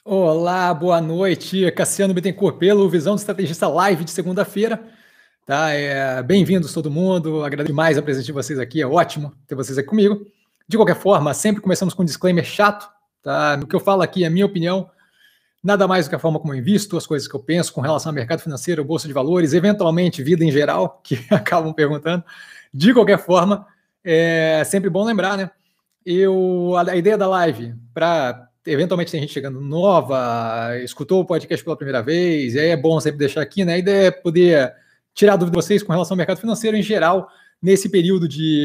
Olá, boa noite, Cassiano Bittencourt, pelo Visão do Estrategista Live de segunda-feira. Tá? Bem-vindos todo mundo, agradeço demais a presença de vocês aqui, é ótimo ter vocês aqui comigo. De qualquer forma, sempre começamos com um disclaimer chato, tá? O que eu falo aqui é minha opinião, nada mais do que a forma como eu invisto, as coisas que eu penso com relação ao mercado financeiro, bolsa de valores, eventualmente vida em geral, que acabam perguntando. De qualquer forma, é sempre bom lembrar, né? A ideia da live, para eventualmente tem gente chegando nova, escutou o podcast pela primeira vez, e aí é bom sempre deixar aqui, né? A ideia é poder tirar a dúvida de vocês com relação ao mercado financeiro em geral, nesse período de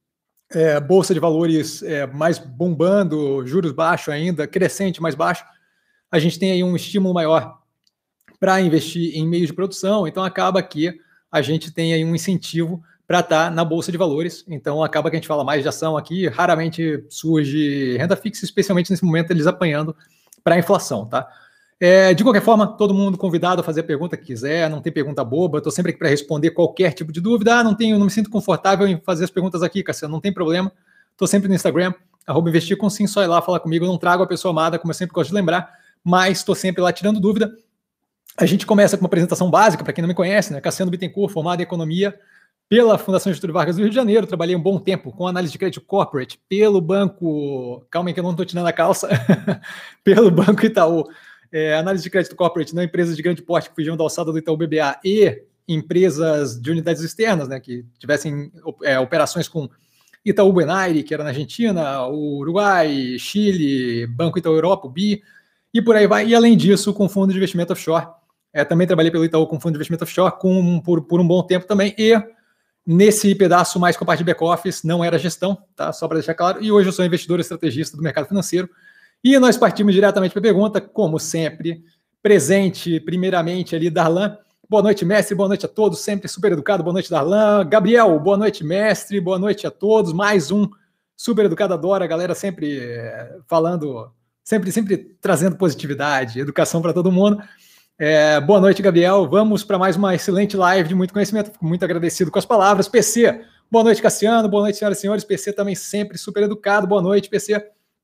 bolsa de valores mais bombando, juros baixos ainda, crescente, mais baixo. A gente tem aí um estímulo maior para investir em meios de produção, então acaba que a gente tem aí um incentivo para estar na Bolsa de Valores, então acaba que a gente fala mais de ação aqui, raramente surge renda fixa, especialmente nesse momento eles apanhando para a inflação, tá? De qualquer forma, todo mundo convidado a fazer a pergunta que quiser, não tem pergunta boba, estou sempre aqui para responder qualquer tipo de dúvida, não me sinto confortável em fazer as perguntas aqui, Cassiano, não tem problema, estou sempre no Instagram, @investir com sim, só ir lá falar comigo, eu não trago a pessoa amada, como eu sempre gosto de lembrar, mas estou sempre lá tirando dúvida. A gente começa com uma apresentação básica, para quem não me conhece, né? Cassiano Bittencourt, formado em Economia pela Fundação Getúlio Vargas do Rio de Janeiro, trabalhei um bom tempo com análise de crédito corporate pelo banco, calma aí que eu não estou tirando a calça, pelo Banco Itaú, análise de crédito corporate não empresas de grande porte que fugiam da alçada do Itaú BBA e empresas de unidades externas, né, que tivessem operações com Itaú Buenaire, que era na Argentina, o Uruguai, Chile, Banco Itaú Europa, o BI, e por aí vai. E além disso, com fundo de investimento offshore. Também trabalhei pelo Itaú com fundo de investimento offshore por um bom tempo também, e nesse pedaço mais com a parte de back-office, não era gestão, tá? Só para deixar claro. E hoje eu sou investidor estrategista do mercado financeiro. E nós partimos diretamente para a pergunta, como sempre, presente primeiramente ali, Darlan. Boa noite, mestre, boa noite a todos, sempre super educado, boa noite, Darlan. Gabriel, boa noite, mestre, boa noite a todos. Mais um super educado, adora, a galera sempre falando, sempre trazendo positividade, educação para todo mundo. Boa noite, Gabriel. Vamos para mais uma excelente live de muito conhecimento. Fico muito agradecido com as palavras. PC, boa noite, Cassiano. Boa noite, senhoras e senhores. PC também sempre super educado. Boa noite, PC.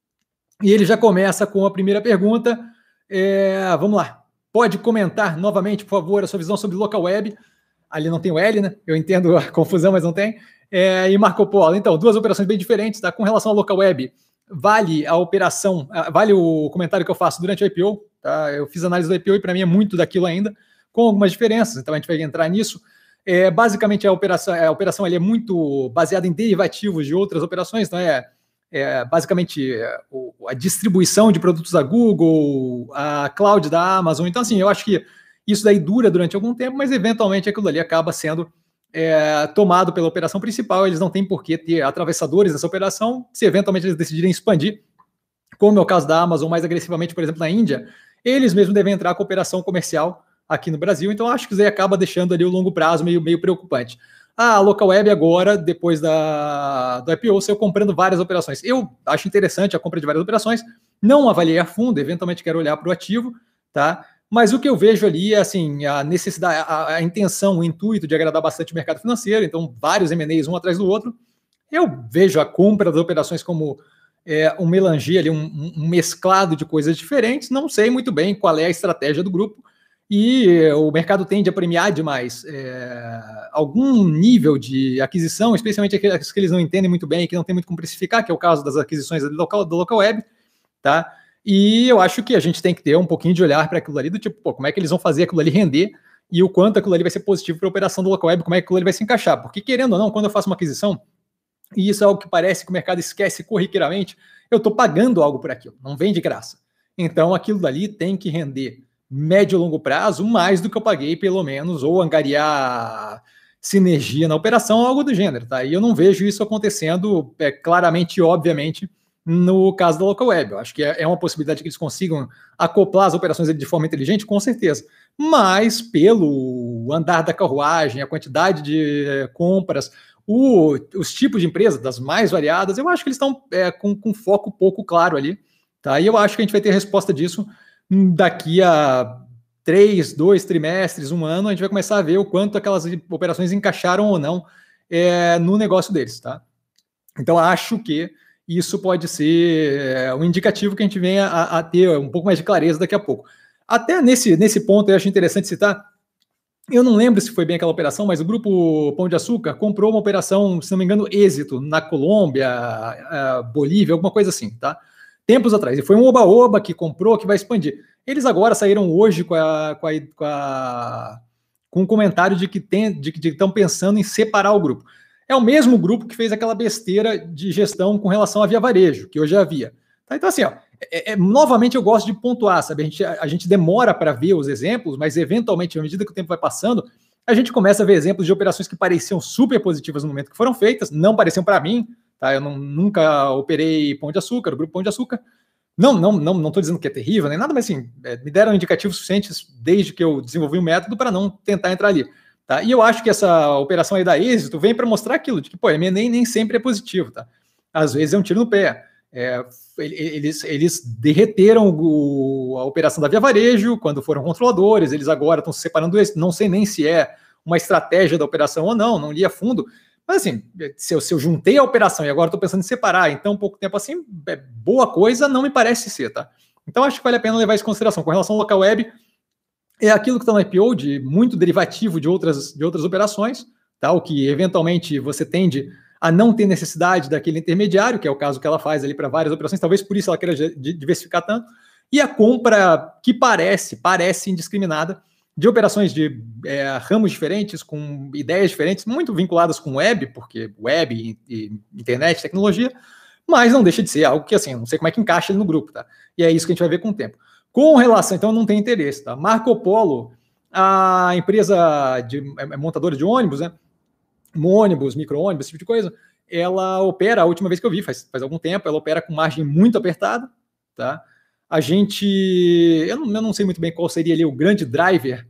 E ele já começa com a primeira pergunta. Vamos lá. Pode comentar novamente, por favor, a sua visão sobre local web. Ali não tem o L, né? Eu entendo a confusão, mas não tem. E Marco Polo. Então, duas operações bem diferentes, tá? Com relação ao local web, vale a operação, vale o comentário que eu faço durante o IPO, tá? Eu fiz análise do IPO e para mim é muito daquilo ainda, com algumas diferenças, então a gente vai entrar nisso. Basicamente a operação ali é muito baseada em derivativos de outras operações, então basicamente a distribuição de produtos da Google, a cloud da Amazon, então assim, eu acho que isso daí dura durante algum tempo, mas eventualmente aquilo ali acaba sendo tomado pela operação principal, eles não têm por que ter atravessadores dessa operação, se eventualmente eles decidirem expandir, como é o caso da Amazon mais agressivamente, por exemplo, na Índia, eles mesmos devem entrar com operação comercial aqui no Brasil, então acho que isso aí acaba deixando ali o longo prazo meio preocupante. A local web agora, depois do IPO, saiu comprando várias operações. Eu acho interessante a compra de várias operações, não avaliei a fundo, eventualmente quero olhar para o ativo, tá? Mas o que eu vejo ali é assim, a necessidade, a intenção, o intuito de agradar bastante o mercado financeiro, então vários M&As um atrás do outro. Eu vejo a compra das operações como um melange ali, um mesclado de coisas diferentes, não sei muito bem qual é a estratégia do grupo, e o mercado tende a premiar demais algum nível de aquisição, especialmente aqueles que eles não entendem muito bem e que não tem muito como precificar, que é o caso das aquisições do local web, tá? E eu acho que a gente tem que ter um pouquinho de olhar para aquilo ali, do tipo, como é que eles vão fazer aquilo ali render e o quanto aquilo ali vai ser positivo para a operação do local web, como é que aquilo ali vai se encaixar. Porque, querendo ou não, quando eu faço uma aquisição, e isso é algo que parece que o mercado esquece corriqueiramente, eu estou pagando algo por aquilo, não vem de graça. Então, aquilo dali tem que render médio e longo prazo mais do que eu paguei, pelo menos, ou angariar sinergia na operação, algo do gênero, tá? E eu não vejo isso acontecendo claramente e obviamente no caso da local web. Eu acho que é uma possibilidade que eles consigam acoplar as operações de forma inteligente, com certeza. Mas pelo andar da carruagem, a quantidade de compras, os tipos de empresas, das mais variadas, eu acho que eles estão com foco pouco claro ali. Tá? E eu acho que a gente vai ter resposta disso daqui a 2 trimestres, um ano, a gente vai começar a ver o quanto aquelas operações encaixaram ou não no negócio deles. Tá? Então, acho que isso pode ser um indicativo que a gente venha a ter um pouco mais de clareza daqui a pouco. Até nesse ponto eu acho interessante citar, eu não lembro se foi bem aquela operação, mas o grupo Pão de Açúcar comprou uma operação, se não me engano, Êxito, na Colômbia, Bolívia, alguma coisa assim, tá? Tempos atrás. E foi um oba-oba que comprou, que vai expandir. Eles agora saíram hoje com um comentário de que estão pensando em separar o grupo. É o mesmo grupo que fez aquela besteira de gestão com relação à Via Varejo, que hoje havia. Tá? Então, assim, ó, novamente eu gosto de pontuar, sabe? A gente demora para ver os exemplos, mas eventualmente, à medida que o tempo vai passando, a gente começa a ver exemplos de operações que pareciam super positivas no momento que foram feitas, não pareciam para mim, tá? Eu nunca operei Pão de Açúcar, o grupo Pão de Açúcar. Não estou dizendo que é terrível, nem nada, mas assim, me deram indicativos suficientes desde que eu desenvolvi um método para não tentar entrar ali. Tá? E eu acho que essa operação aí da Êxito vem para mostrar aquilo, de que, pô, M&A nem sempre é positivo, tá? Às vezes é um tiro no pé. Eles derreteram a operação da Via Varejo quando foram controladores, eles agora estão se separando, não sei nem se é uma estratégia da operação ou não li a fundo, mas assim, se eu juntei a operação e agora estou pensando em separar em tão pouco tempo assim, boa coisa não me parece ser, tá? Então acho que vale a pena levar isso em consideração. Com relação ao local web, é aquilo que está no IPO, de muito derivativo de outras operações, tá? O que eventualmente você tende a não ter necessidade daquele intermediário, que é o caso que ela faz ali para várias operações, talvez por isso ela queira diversificar tanto, e a compra que parece indiscriminada de operações de ramos diferentes, com ideias diferentes, muito vinculadas com web, porque web e internet, tecnologia, mas não deixa de ser algo que, assim, não sei como é que encaixa ele no grupo, tá? E é isso que a gente vai ver com o tempo. Com relação, então, não tem interesse, tá? Marco Polo, a empresa montadora de ônibus, né? Ônibus, micro-ônibus, esse tipo de coisa, ela opera, a última vez que eu vi, faz algum tempo, ela opera com margem muito apertada, tá? Eu não sei muito bem qual seria ali o grande driver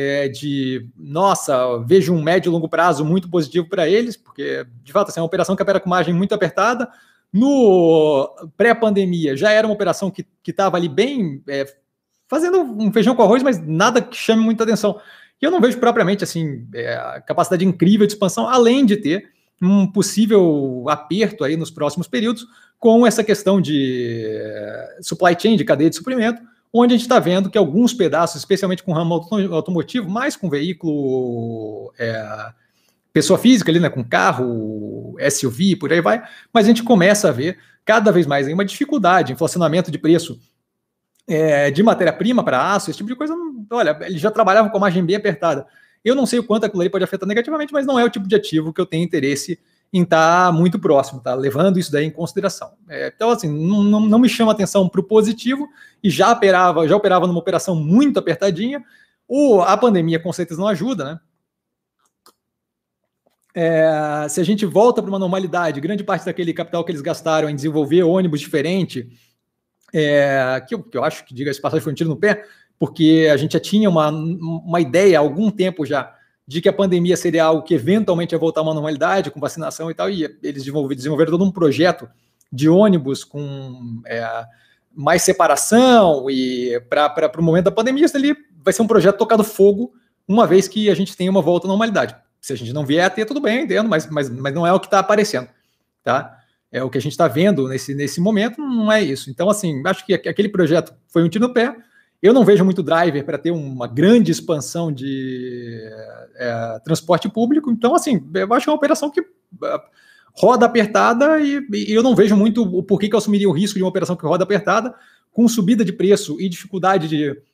vejo um médio e longo prazo muito positivo para eles, porque, de fato, assim, é uma operação que opera com margem muito apertada. No pré-pandemia, já era uma operação que estava ali bem, fazendo um feijão com arroz, mas nada que chame muita atenção. E eu não vejo propriamente assim a capacidade incrível de expansão, além de ter um possível aperto aí nos próximos períodos com essa questão de supply chain, de cadeia de suprimento, onde a gente está vendo que alguns pedaços, especialmente com o ramo automotivo, mais com veículo, pessoa física ali, né, com carro, SUV, por aí vai, mas a gente começa a ver cada vez mais aí uma dificuldade, inflacionamento de preço de matéria-prima para aço, esse tipo de coisa. Olha, ele já trabalhava com a margem bem apertada. Eu não sei o quanto aquilo ali pode afetar negativamente, mas não é o tipo de ativo que eu tenho interesse em estar muito próximo, tá? Levando isso daí em consideração. Então, assim, não me chama atenção para o positivo, e já operava numa operação muito apertadinha. A pandemia, com certeza, não ajuda, né? Se a gente volta para uma normalidade, grande parte daquele capital que eles gastaram em desenvolver ônibus diferente, que eu acho que, diga-se de passagem, foi um tiro no pé, porque a gente já tinha uma ideia há algum tempo já de que a pandemia seria algo que eventualmente ia voltar a uma normalidade, com vacinação e tal, e eles desenvolveram todo um projeto de ônibus com mais separação, e para o momento da pandemia, isso ali vai ser um projeto tocado fogo, uma vez que a gente tem uma volta à normalidade. Se a gente não vier a ter, tudo bem, entendo, mas não é o que está aparecendo, tá? É o que a gente está vendo nesse momento, não é isso. Então, assim, acho que aquele projeto foi um tiro no pé. Eu não vejo muito driver para ter uma grande expansão de transporte público. Então, assim, eu acho que é uma operação que roda apertada, e eu não vejo muito o porquê que eu assumiria o risco de uma operação que roda apertada, com subida de preço e dificuldade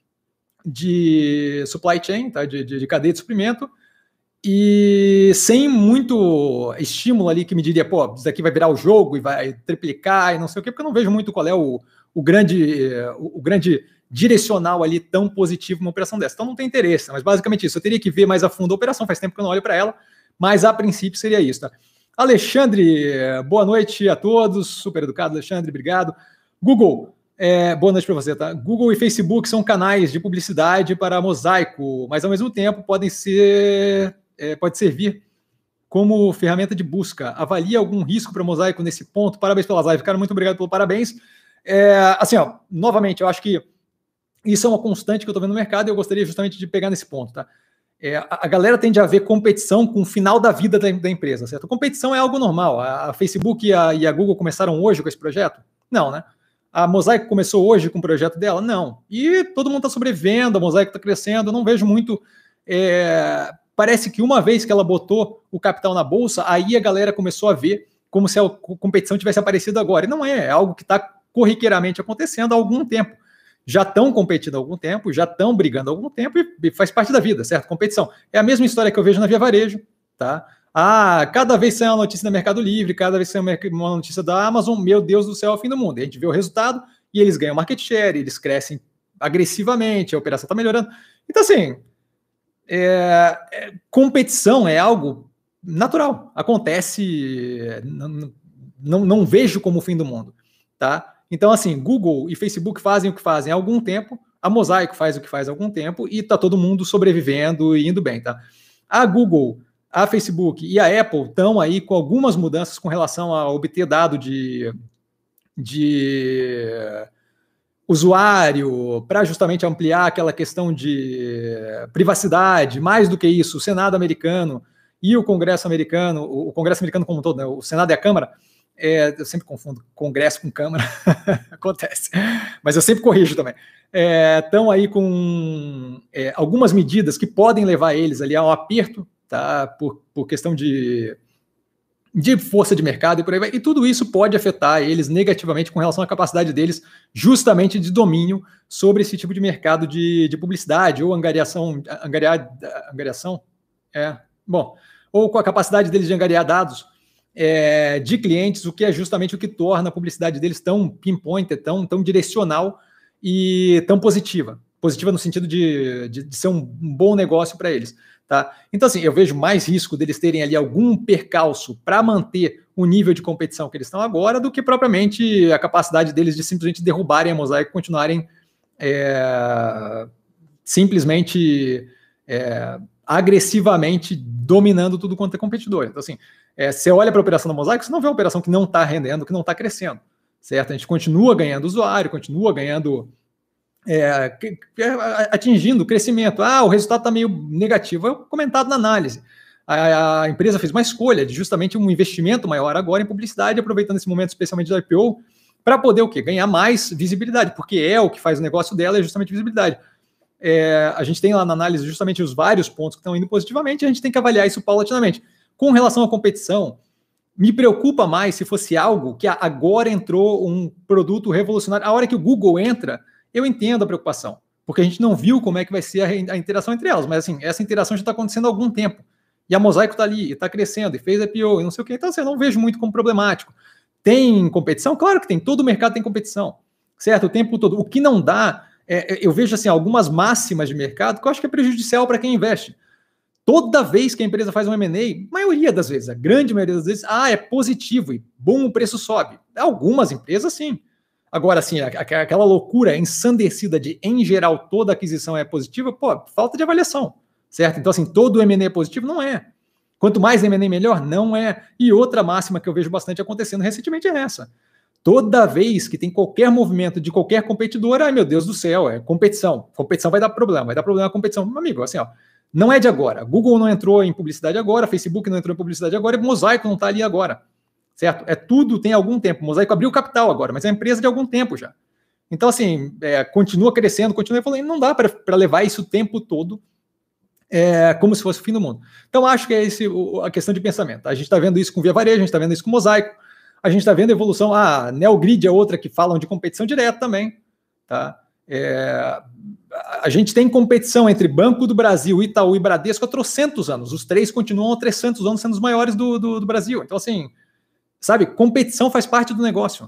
de supply chain, tá? de cadeia de suprimento, e sem muito estímulo ali que me diria, pô, isso daqui vai virar o jogo e vai triplicar e não sei o quê, porque eu não vejo muito qual é o grande direcional ali tão positivo numa operação dessa. Então não tem interesse, mas basicamente isso. Eu teria que ver mais a fundo a operação, faz tempo que eu não olho para ela, mas a princípio seria isso, tá? Alexandre, boa noite a todos, super educado, Alexandre, obrigado. Google, boa noite para você, tá? Google e Facebook são canais de publicidade para Mosaico, mas ao mesmo tempo pode servir como ferramenta de busca. Avalia algum risco para Mosaico nesse ponto? Parabéns pelas lives, cara, muito obrigado pelo parabéns. Assim, ó, novamente, eu acho que isso é uma constante que eu estou vendo no mercado, e eu gostaria justamente de pegar nesse ponto, tá? a galera tende a ver competição com o final da vida da empresa, certo? Competição é algo normal. A Facebook e a Google começaram hoje com esse projeto? Não, né? A Mosaic começou hoje com o projeto dela? Não. E todo mundo está sobrevivendo, a Mosaic está crescendo, eu não vejo muito... parece que uma vez que ela botou o capital na bolsa, aí a galera começou a ver como se a competição tivesse aparecido agora. E não é algo que está corriqueiramente acontecendo há algum tempo. Já estão competindo há algum tempo, já estão brigando há algum tempo e faz parte da vida, certo? Competição. É a mesma história que eu vejo na Via Varejo, tá? Cada vez sai uma notícia da Mercado Livre, cada vez sai uma notícia da Amazon, meu Deus do céu, é o fim do mundo. E a gente vê o resultado e eles ganham market share, eles crescem agressivamente, a operação está melhorando. Então, assim, competição é algo natural, acontece, não vejo como o fim do mundo, tá? Então, assim, Google e Facebook fazem o que fazem há algum tempo, a Mosaic faz o que faz há algum tempo e está todo mundo sobrevivendo e indo bem, tá? A Google, a Facebook e a Apple estão aí com algumas mudanças com relação a obter dado de usuário para justamente ampliar aquela questão de privacidade. Mais do que isso, o Senado americano e o Congresso americano como um todo, né? O Senado e a Câmara, eu sempre confundo Congresso com Câmara, acontece, mas eu sempre corrijo também. Estão aí com algumas medidas que podem levar eles ali a um aperto, tá? Por questão de força de mercado e por aí vai. E tudo isso pode afetar eles negativamente com relação à capacidade deles justamente de domínio sobre esse tipo de mercado de publicidade ou angariação, ou com a capacidade deles de angariar dados de clientes, o que é justamente o que torna a publicidade deles tão pinpoint, tão direcional e tão positiva. Positiva no sentido de ser um bom negócio para eles. Tá? Então, assim, eu vejo mais risco deles terem ali algum percalço para manter o nível de competição que eles estão agora do que propriamente a capacidade deles de simplesmente derrubarem a Mosaic e continuarem simplesmente agressivamente dominando tudo quanto é competidor. Então, assim, você olha para a operação da Mosaic, você não vê uma operação que não está rendendo, que não está crescendo, certo? A gente continua ganhando usuário, continua ganhando... atingindo o crescimento. O resultado está meio negativo. É comentado na análise. A empresa fez uma escolha de justamente um investimento maior agora em publicidade, aproveitando esse momento especialmente do IPO, para poder o quê? Ganhar mais visibilidade, porque o que faz o negócio dela é justamente visibilidade. A gente tem lá na análise justamente os vários pontos que estão indo positivamente, e a gente tem que avaliar isso paulatinamente. Com relação à competição, me preocupa mais se fosse algo que agora entrou um produto revolucionário. A hora que o Google entra, eu entendo a preocupação, porque a gente não viu como é que vai ser a interação entre elas, mas assim, essa interação já está acontecendo há algum tempo, e a Mosaic está ali, e está crescendo, e fez IPO, e não sei o que, então assim, eu não vejo muito como problemático. Tem competição? Claro que tem, todo mercado tem competição, certo? O tempo todo. O que não dá, eu vejo assim, algumas máximas de mercado que eu acho que é prejudicial para quem investe. Toda vez que a empresa faz um M&A, maioria das vezes, a grande maioria das vezes, é positivo, e bom, o preço sobe. Algumas empresas, sim. Agora, assim, aquela loucura ensandecida de, em geral, toda aquisição é positiva, falta de avaliação, certo? Então, assim, todo M&A é positivo? Não é. Quanto mais M&A melhor? Não é. E outra máxima que eu vejo bastante acontecendo recentemente é essa. Toda vez que tem qualquer movimento de qualquer competidor, meu Deus do céu, é competição. Competição vai dar problema a competição. Meu amigo, assim, não é de agora. Google não entrou em publicidade agora, Facebook não entrou em publicidade agora, e Mosaico não está ali agora. Certo? Tudo tem algum tempo. O Mosaico abriu capital agora, mas é uma empresa de algum tempo já. Então, assim, continua crescendo, continua evoluindo. Não dá para levar isso o tempo todo como se fosse o fim do mundo. Então, acho que é a questão de pensamento. A gente está vendo isso com Via Varejo, a gente está vendo isso com Mosaico, a gente está vendo a evolução. A Neogrid é outra que falam de competição direta também. Tá? A gente tem competição entre Banco do Brasil, Itaú e Bradesco há 300 anos. Os três continuam há 300 anos sendo os maiores do Brasil. Então, assim... Sabe, competição faz parte do negócio.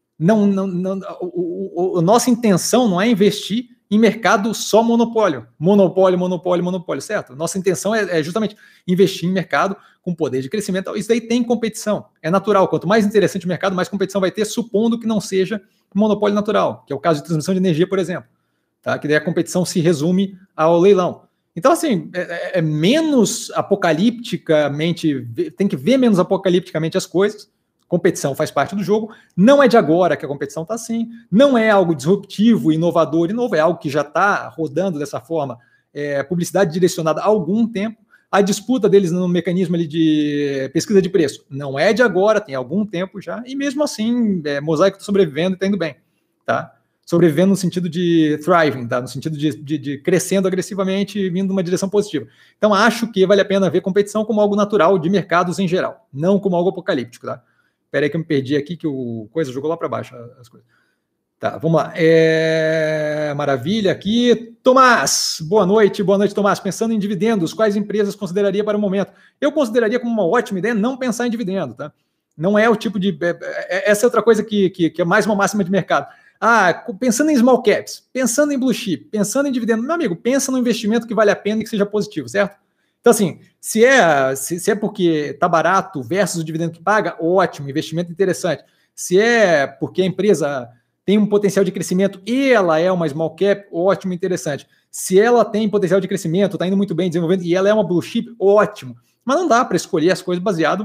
A nossa intenção não é investir em mercado só monopólio. Monopólio, certo? Nossa intenção é justamente investir em mercado com poder de crescimento. Isso daí tem competição. É natural. Quanto mais interessante o mercado, mais competição vai ter, supondo que não seja monopólio natural, que é o caso de transmissão de energia, por exemplo. Tá? Que daí a competição se resume ao leilão. Então, assim, menos apocalipticamente, tem que ver menos apocalipticamente as coisas. Competição faz parte do jogo, não é de agora que a competição está assim, não é algo disruptivo, inovador e novo, é algo que já está rodando dessa forma publicidade direcionada há algum tempo. A disputa deles no mecanismo ali de pesquisa de preço não é de agora, tem algum tempo já, e mesmo assim, Mosaico está sobrevivendo e está indo bem, tá? Sobrevivendo no sentido de thriving, tá? No sentido de crescendo agressivamente e vindo numa direção positiva. Então, acho que vale a pena ver competição como algo natural de mercados em geral, não como algo apocalíptico, tá? Espera aí que eu me perdi aqui, que o coisa jogou lá para baixo as coisas. Tá, vamos lá. Maravilha aqui. Tomás, boa noite, Tomás. Pensando em dividendos, quais empresas consideraria para o momento? Eu consideraria como uma ótima ideia não pensar em dividendo, tá? Não é o tipo de... Essa é outra coisa que é mais uma máxima de mercado. Pensando em small caps, pensando em blue chip, pensando em dividendo, meu amigo, pensa no investimento que vale a pena e que seja positivo, certo? Então, assim, se é porque tá barato versus o dividendo que paga, ótimo, investimento interessante. Se é porque a empresa tem um potencial de crescimento e ela é uma small cap, ótimo, interessante. Se ela tem potencial de crescimento, está indo muito bem desenvolvendo e ela é uma blue chip, ótimo. Mas não dá para escolher as coisas baseado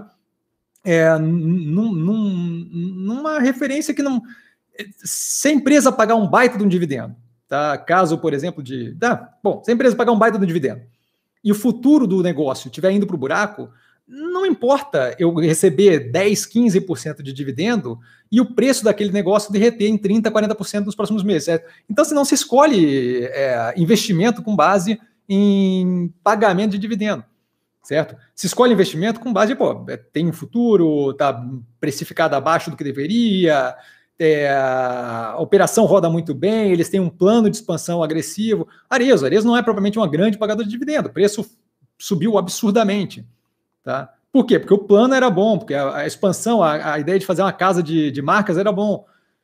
numa referência que não... Se a empresa pagar um baita de um dividendo, tá? Caso, por exemplo, se a empresa pagar um baita de um dividendo e o futuro do negócio estiver indo para o buraco, não importa eu receber 10, 15% de dividendo e o preço daquele negócio derreter em 30%, 40% nos próximos meses, certo? Então, se não se escolhe investimento com base em pagamento de dividendo, certo? Se escolhe investimento com base, tem um futuro, está precificado abaixo do que deveria, a operação roda muito bem, eles têm um plano de expansão agressivo. Arezzo não é propriamente uma grande pagadora de dividendo, o preço subiu absurdamente, tá? Por quê? Porque o plano era bom, porque a expansão, a ideia de fazer uma casa de marcas era bom.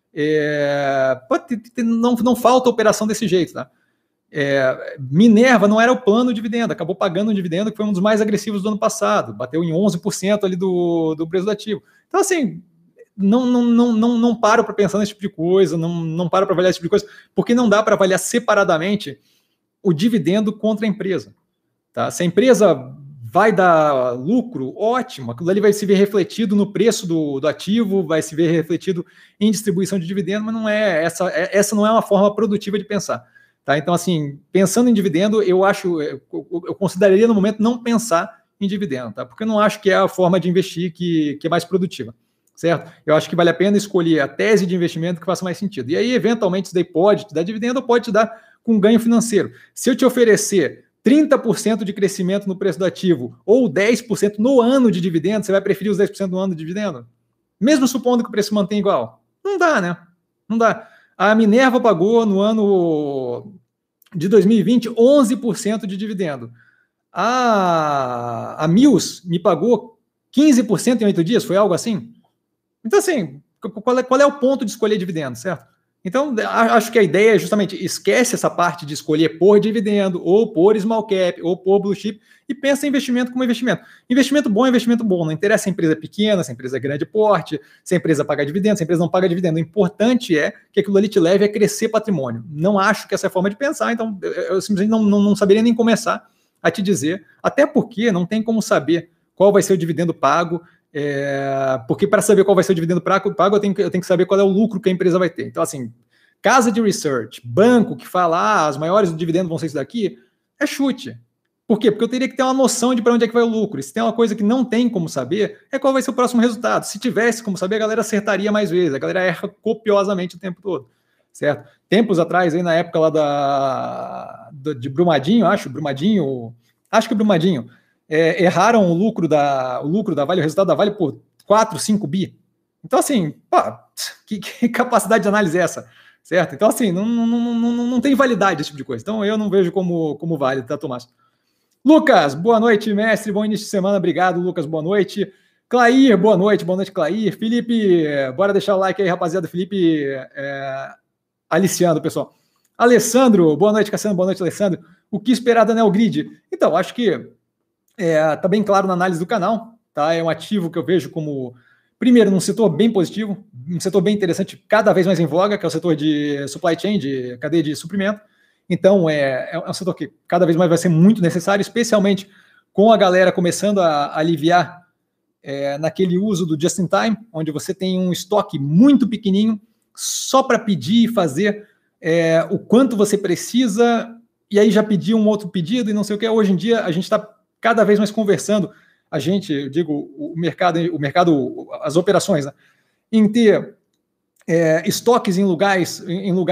Não falta operação desse jeito, tá? Minerva não era o plano de dividendo, acabou pagando um dividendo que foi um dos mais agressivos do ano passado, bateu em 11% ali do preço do ativo. Então, assim, não paro para pensar nesse tipo de coisa, não paro para avaliar esse tipo de coisa, porque não dá para avaliar separadamente o dividendo contra a empresa, tá? Se a empresa vai dar lucro, ótimo, aquilo ali vai se ver refletido no preço do ativo, vai se ver refletido em distribuição de dividendo, mas não é essa não é uma forma produtiva de pensar, tá? Então, assim, pensando em dividendo, eu consideraria no momento não pensar em dividendo, tá? Porque eu não acho que é a forma de investir que é mais produtiva, certo? Eu acho que vale a pena escolher a tese de investimento que faça mais sentido. E aí, eventualmente, isso daí pode te dar dividendo ou pode te dar com ganho financeiro. Se eu te oferecer 30% de crescimento no preço do ativo ou 10% no ano de dividendo, você vai preferir os 10% no ano de dividendo? Mesmo supondo que o preço mantém igual? Não dá, né? Não dá. A Minerva pagou no ano de 2020 11% de dividendo. A Mills me pagou 15% em 8 dias, foi algo assim? Então, assim, qual é o ponto de escolher dividendo, certo? Então, acho que a ideia é justamente esquece essa parte de escolher por dividendo, ou por small cap, ou por blue chip, e pensa em investimento como investimento. Investimento bom é investimento bom. Não interessa se a empresa é pequena, se a empresa é grande porte, se a empresa paga dividendo, se a empresa não paga dividendo. O importante é que aquilo ali te leve a crescer patrimônio. Não acho que essa é a forma de pensar, então eu simplesmente não saberia nem começar a te dizer, até porque não tem como saber qual vai ser o dividendo pago, porque para saber qual vai ser o dividendo pago, eu tenho que saber qual é o lucro que a empresa vai ter. Então, assim, casa de research, banco que fala, as maiores do dividendo vão ser isso daqui, é chute. Por quê? Porque eu teria que ter uma noção de para onde é que vai o lucro. E se tem uma coisa que não tem como saber, é qual vai ser o próximo resultado. Se tivesse como saber, a galera acertaria mais vezes. A galera erra copiosamente o tempo todo, certo? Tempos atrás, aí na época lá de Brumadinho, acho que Brumadinho, erraram o lucro da Vale, o resultado da Vale por 4, 5 bi. Então, assim, que capacidade de análise é essa? Certo? Então, assim, não tem validade esse tipo de coisa. Então, eu não vejo como válido, tá, Tomás? Lucas, boa noite, mestre. Bom início de semana. Obrigado, Lucas. Boa noite. Clair, boa noite. Boa noite, Clair. Felipe, bora deixar o like aí, rapaziada. Felipe aliciando, pessoal. Alessandro, boa noite, Cassiano. Boa noite, Alessandro. O que esperar da Neogrid? Então, acho que tá bem claro na análise do canal, tá? É um ativo que eu vejo como, primeiro, num setor bem positivo, um setor bem interessante, cada vez mais em voga, que é o setor de supply chain, de cadeia de suprimento. Então, é um setor que cada vez mais vai ser muito necessário, especialmente com a galera começando a aliviar naquele uso do just-in-time, onde você tem um estoque muito pequenininho, só para pedir e fazer o quanto você precisa e aí já pedi um outro pedido e não sei o que. Hoje em dia a gente está cada vez mais conversando, a gente, eu digo, o mercado, as operações, né, em ter estoques em lugares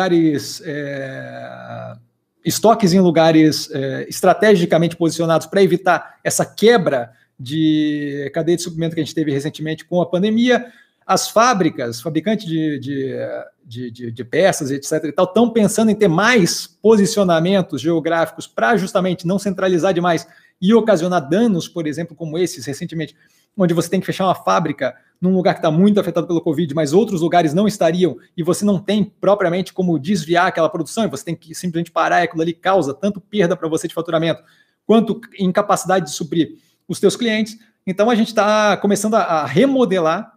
estrategicamente posicionados para evitar essa quebra de cadeia de suprimento que a gente teve recentemente com a pandemia. As fabricantes de peças, etc. e tal, estão pensando em ter mais posicionamentos geográficos para justamente não centralizar demais e ocasionar danos, por exemplo, como esses recentemente, onde você tem que fechar uma fábrica num lugar que está muito afetado pelo Covid, mas outros lugares não estariam, e você não tem propriamente como desviar aquela produção, e você tem que simplesmente parar, e aquilo ali causa tanto perda para você de faturamento, quanto incapacidade de suprir os teus clientes. Então a gente está começando a remodelar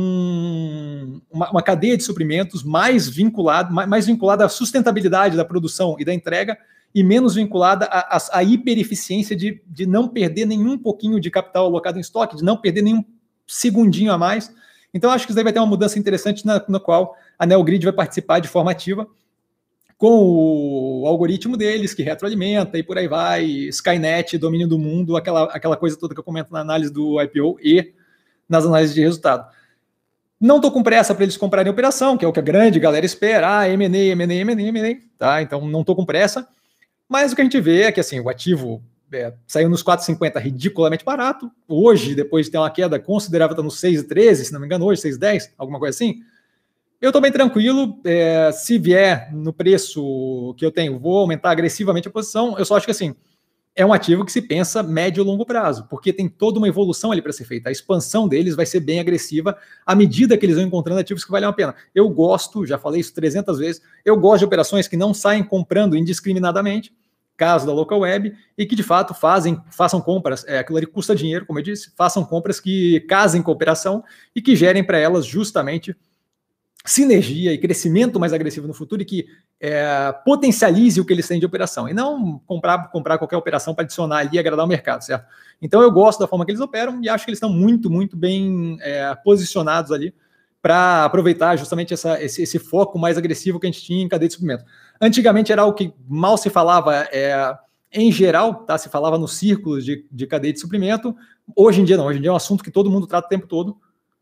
uma cadeia de suprimentos mais vinculada à sustentabilidade da produção e da entrega, e menos vinculada à hipereficiência de não perder nenhum pouquinho de capital alocado em estoque, de não perder nenhum segundinho a mais. Então, acho que isso daí vai ter uma mudança interessante na qual a NeoGrid vai participar de forma ativa com o algoritmo deles, que retroalimenta, e por aí vai, Skynet, domínio do mundo, aquela coisa toda que eu comento na análise do IPO e nas análises de resultado. Não estou com pressa para eles comprarem a operação, que é o que a grande galera espera, M&A, tá? Então não estou com pressa, mas o que a gente vê é que assim, o ativo saiu nos 4,50 ridiculamente barato. Hoje, depois de ter uma queda considerável, está nos 6,13, se não me engano, hoje 6,10, alguma coisa assim. Eu estou bem tranquilo, se vier no preço que eu tenho, vou aumentar agressivamente a posição. Eu só acho que assim, é um ativo que se pensa médio e longo prazo, porque tem toda uma evolução ali para ser feita. A expansão deles vai ser bem agressiva à medida que eles vão encontrando ativos que valem a pena. Eu gosto, já falei isso 300 vezes, eu gosto de operações que não saem comprando indiscriminadamente, caso da Local Web, e que de fato façam compras, aquilo ali custa dinheiro, como eu disse, façam compras que casem com a operação e que gerem para elas justamente sinergia e crescimento mais agressivo no futuro, e que potencialize o que eles têm de operação, e não comprar qualquer operação para adicionar ali e agradar o mercado, certo? Então eu gosto da forma que eles operam e acho que eles estão muito, muito bem posicionados ali para aproveitar justamente esse foco mais agressivo que a gente tinha em cadeia de suprimento. Antigamente era algo que mal se falava em geral, tá? Se falava nos círculos de cadeia de suprimento. Hoje em dia não, hoje em dia é um assunto que todo mundo trata o tempo todo,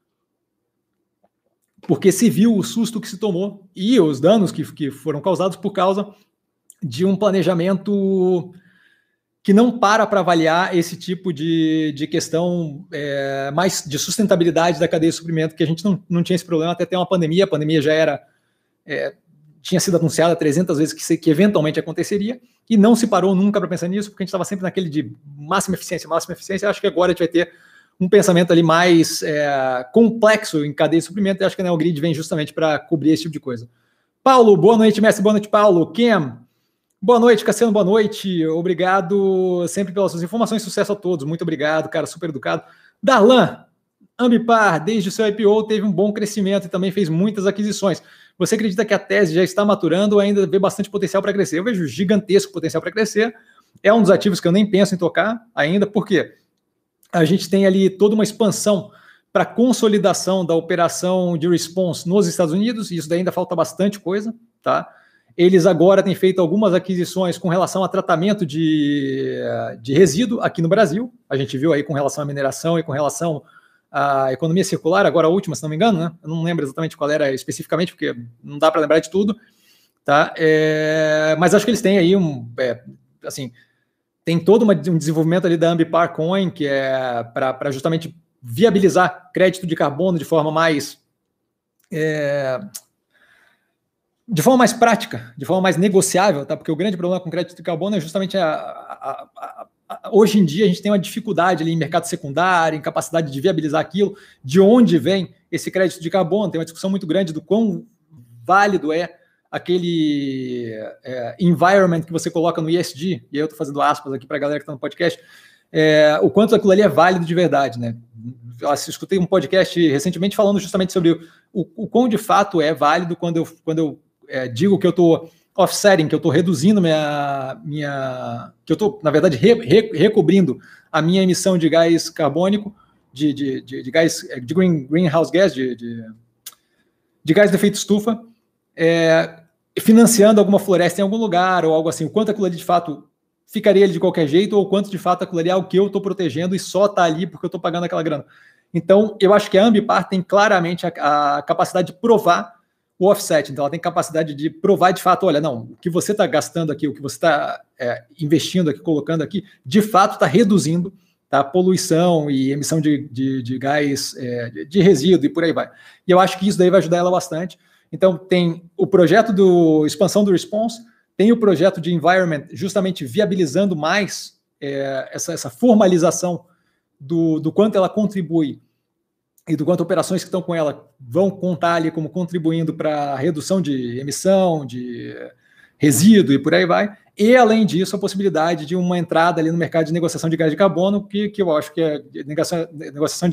porque se viu o susto que se tomou e os danos que foram causados por causa de um planejamento que não para avaliar esse tipo de questão mais de sustentabilidade da cadeia de suprimento, que a gente não tinha esse problema até ter uma pandemia. A pandemia já tinha sido anunciada 300 vezes que eventualmente aconteceria, e não se parou nunca para pensar nisso, porque a gente estava sempre naquele de máxima eficiência. Acho que agora a gente vai ter um pensamento ali mais complexo em cadeia de suprimento, e acho que a NeoGrid vem justamente para cobrir esse tipo de coisa. Paulo, boa noite, mestre, boa noite, Paulo. Cam, boa noite, Cassiano, boa noite, obrigado sempre pelas suas informações, sucesso a todos, muito obrigado, cara, super educado. Darlan, Ambipar, desde o seu IPO teve um bom crescimento e também fez muitas aquisições. Você acredita que a tese já está maturando ou ainda vê bastante potencial para crescer? Eu vejo gigantesco potencial para crescer, é um dos ativos que eu nem penso em tocar ainda, por quê? A gente tem ali toda uma expansão para consolidação da operação de response nos Estados Unidos, e isso daí ainda falta bastante coisa, tá? Eles agora têm feito algumas aquisições com relação a tratamento de resíduo aqui no Brasil. A gente viu aí com relação à mineração e com relação à economia circular, agora a última, se não me engano, né? Eu não lembro exatamente qual era especificamente, porque não dá para lembrar de tudo, tá? Mas acho que eles têm aí assim, tem todo um desenvolvimento ali da Ambipar Coin, que é para justamente viabilizar crédito de carbono de forma mais prática, de forma mais negociável, tá? Porque o grande problema com crédito de carbono é justamente hoje em dia a gente tem uma dificuldade ali em mercado secundário, em capacidade de viabilizar aquilo, de onde vem esse crédito de carbono. Tem uma discussão muito grande do quão válido é aquele environment que você coloca no ESG, e eu estou fazendo aspas aqui para a galera que está no podcast, o quanto aquilo ali é válido de verdade, né? Eu escutei um podcast recentemente falando justamente sobre o quão de fato é válido quando eu digo que eu estou offsetting, que eu estou reduzindo que eu estou, na verdade, recobrindo a minha emissão de gás carbônico, de greenhouse gas, de gás de efeito estufa, financiando alguma floresta em algum lugar ou algo assim, o quanto aquilo ali de fato ficaria ali de qualquer jeito ou o quanto de fato aquilo ali é o que eu estou protegendo e só está ali porque eu estou pagando aquela grana. Então, eu acho que a Ambipar tem claramente a capacidade de provar o offset. Então, ela tem capacidade de provar de fato, olha, não, o que você está gastando aqui, o que você está investindo aqui, colocando aqui, de fato está reduzindo, tá, poluição e emissão de gás, de resíduo e por aí vai. E eu acho que isso daí vai ajudar ela bastante. Então, tem o projeto do expansão do Response, tem o projeto de Environment justamente viabilizando mais essa formalização do quanto ela contribui e do quanto operações que estão com ela vão contar ali como contribuindo para a redução de emissão, de resíduo e por aí vai. E, além disso, a possibilidade de uma entrada ali no mercado de negociação de gás de carbono, que eu acho que é negociação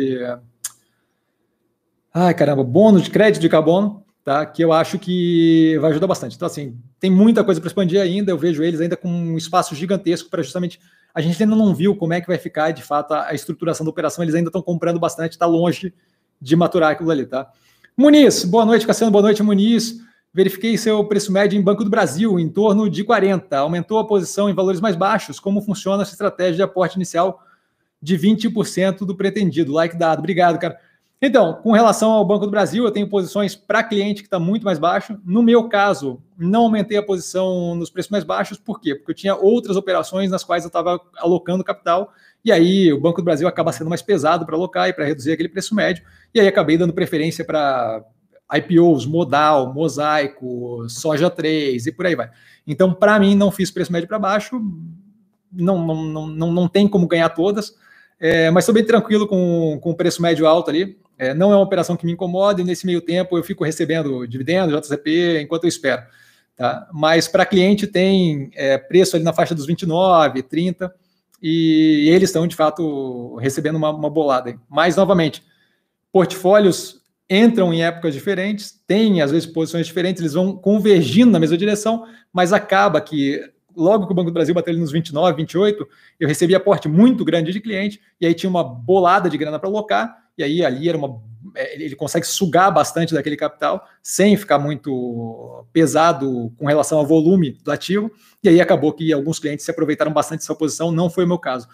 ai, caramba, bônus de crédito de carbono, tá? Que eu acho que vai ajudar bastante. Então, assim, tem muita coisa para expandir ainda, eu vejo eles ainda com um espaço gigantesco para justamente... A gente ainda não viu como é que vai ficar, de fato, a estruturação da operação, eles ainda estão comprando bastante, está longe de maturar aquilo ali, tá? Muniz, boa noite, Cassiano, boa noite, Muniz. Verifiquei seu preço médio em Banco do Brasil, em torno de 40. Aumentou a posição em valores mais baixos. Como funciona essa estratégia de aporte inicial de 20% do pretendido? Like dado. Obrigado, cara. Então, com relação ao Banco do Brasil, eu tenho posições para cliente que está muito mais baixo. No meu caso, não aumentei a posição nos preços mais baixos. Por quê? Porque eu tinha outras operações nas quais eu estava alocando capital. E aí o Banco do Brasil acaba sendo mais pesado para alocar e para reduzir aquele preço médio. E aí acabei dando preferência para IPOs, Modal, Mosaico, Soja 3 e por aí vai. Então, para mim, não fiz preço médio para baixo. Não tem como ganhar todas. Mas estou bem tranquilo com o preço médio alto ali. Não é uma operação que me incomoda e nesse meio tempo eu fico recebendo dividendos, JCP, enquanto eu espero. Tá? Mas para cliente tem preço ali na faixa dos 29, 30 e eles estão de fato recebendo uma bolada aí. Mas novamente, portfólios entram em épocas diferentes, têm às vezes posições diferentes, eles vão convergindo na mesma direção, mas acaba que logo que o Banco do Brasil bateu ali nos 29, 28, eu recebi aporte muito grande de cliente, e aí tinha uma bolada de grana para alocar, e aí ali era ele consegue sugar bastante daquele capital, sem ficar muito pesado com relação ao volume do ativo, e aí acabou que alguns clientes se aproveitaram bastante dessa posição, não foi o meu caso.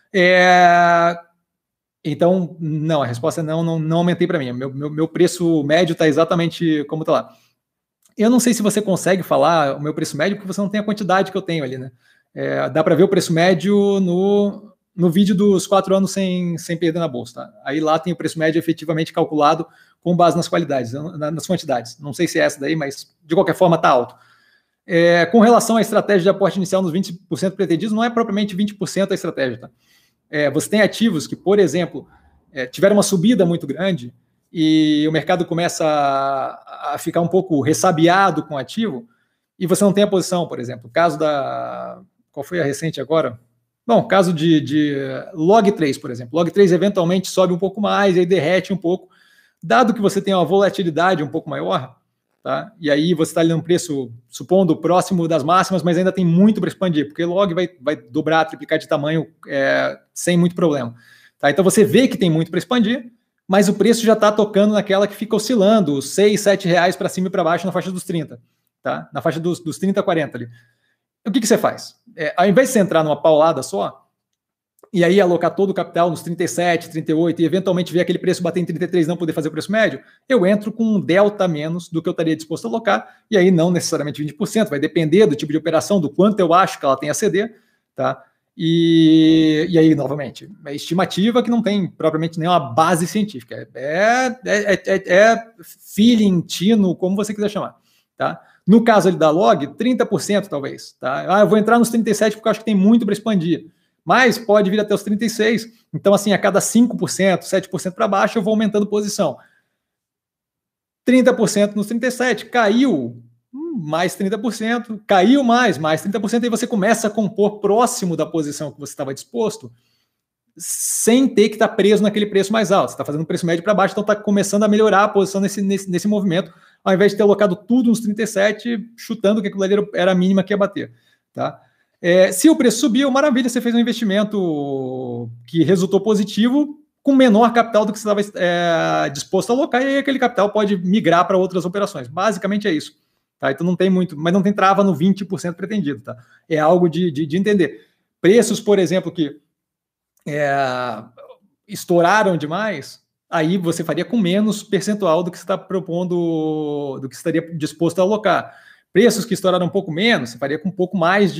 Então, não, a resposta é não aumentei para mim, meu preço médio está exatamente como está lá. Eu não sei se você consegue falar o meu preço médio, porque você não tem a quantidade que eu tenho ali, né? Dá para ver o preço médio no vídeo dos 4 anos sem perder na bolsa, tá? Aí lá tem o preço médio efetivamente calculado com base nas qualidades, nas quantidades. Não sei se é essa daí, mas de qualquer forma está alto. Com relação à estratégia de aporte inicial nos 20% pretendidos, não é propriamente 20% a estratégia, tá? Você tem ativos que, por exemplo, tiveram uma subida muito grande e o mercado começa a ficar um pouco ressabiado com o ativo e você não tem a posição, por exemplo. O caso qual foi a recente agora? Bom, caso de Log3, por exemplo. Log3 eventualmente sobe um pouco mais e aí derrete um pouco. Dado que você tem uma volatilidade um pouco maior, tá? E aí você está ali num preço, supondo, próximo das máximas, mas ainda tem muito para expandir, porque Log vai dobrar, triplicar de tamanho sem muito problema. Tá? Então você vê que tem muito para expandir, mas o preço já está tocando naquela que fica oscilando, os 6, 7 reais para cima e para baixo na faixa dos 30, tá? Na faixa dos 30, 40 ali. O que você faz? Ao invés de você entrar numa paulada só, e aí alocar todo o capital nos 37, 38, e eventualmente ver aquele preço bater em 33 e não poder fazer o preço médio, eu entro com um delta menos do que eu estaria disposto a alocar, e aí não necessariamente 20%, vai depender do tipo de operação, do quanto eu acho que ela tem a ceder, tá? E aí, novamente, é estimativa que não tem propriamente nenhuma base científica. Feeling, tino, como você quiser chamar. Tá? No caso ali da Log, 30% talvez. Tá? Eu vou entrar nos 37 porque eu acho que tem muito para expandir. Mas pode vir até os 36. Então, assim, a cada 5%, 7% para baixo, eu vou aumentando posição. 30% nos 37, caiu mais 30%, caiu mais 30%, e você começa a compor próximo da posição que você estava disposto, sem ter que estar preso naquele preço mais alto. Você está fazendo um preço médio para baixo, então está começando a melhorar a posição nesse movimento, ao invés de ter alocado tudo nos 37, chutando que aquilo ali era a mínima que ia bater. Tá? Se o preço subiu, maravilha, você fez um investimento que resultou positivo, com menor capital do que você estava disposto a alocar, e aí aquele capital pode migrar para outras operações. Basicamente é isso. tá? Então não tem muito, mas não tem trava no 20% pretendido, tá? É algo de entender. Preços, por exemplo, que estouraram demais, aí você faria com menos percentual do que você está propondo, do que você estaria disposto a alocar. Preços que estouraram um pouco menos, você faria com um pouco mais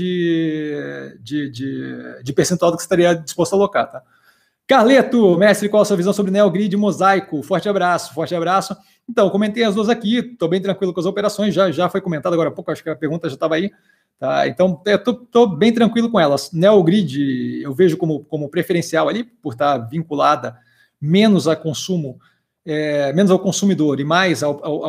de percentual do que você estaria disposto a alocar, tá? Carleto, mestre, qual a sua visão sobre Neogrid e Mosaico? Forte abraço, forte abraço. Então, comentei as duas aqui, estou bem tranquilo com as operações, já foi comentado agora há pouco, acho que a pergunta já estava aí. Tá? Então, estou bem tranquilo com elas. Neogrid eu vejo como preferencial ali, por estar vinculada menos a consumo, menos ao consumidor e mais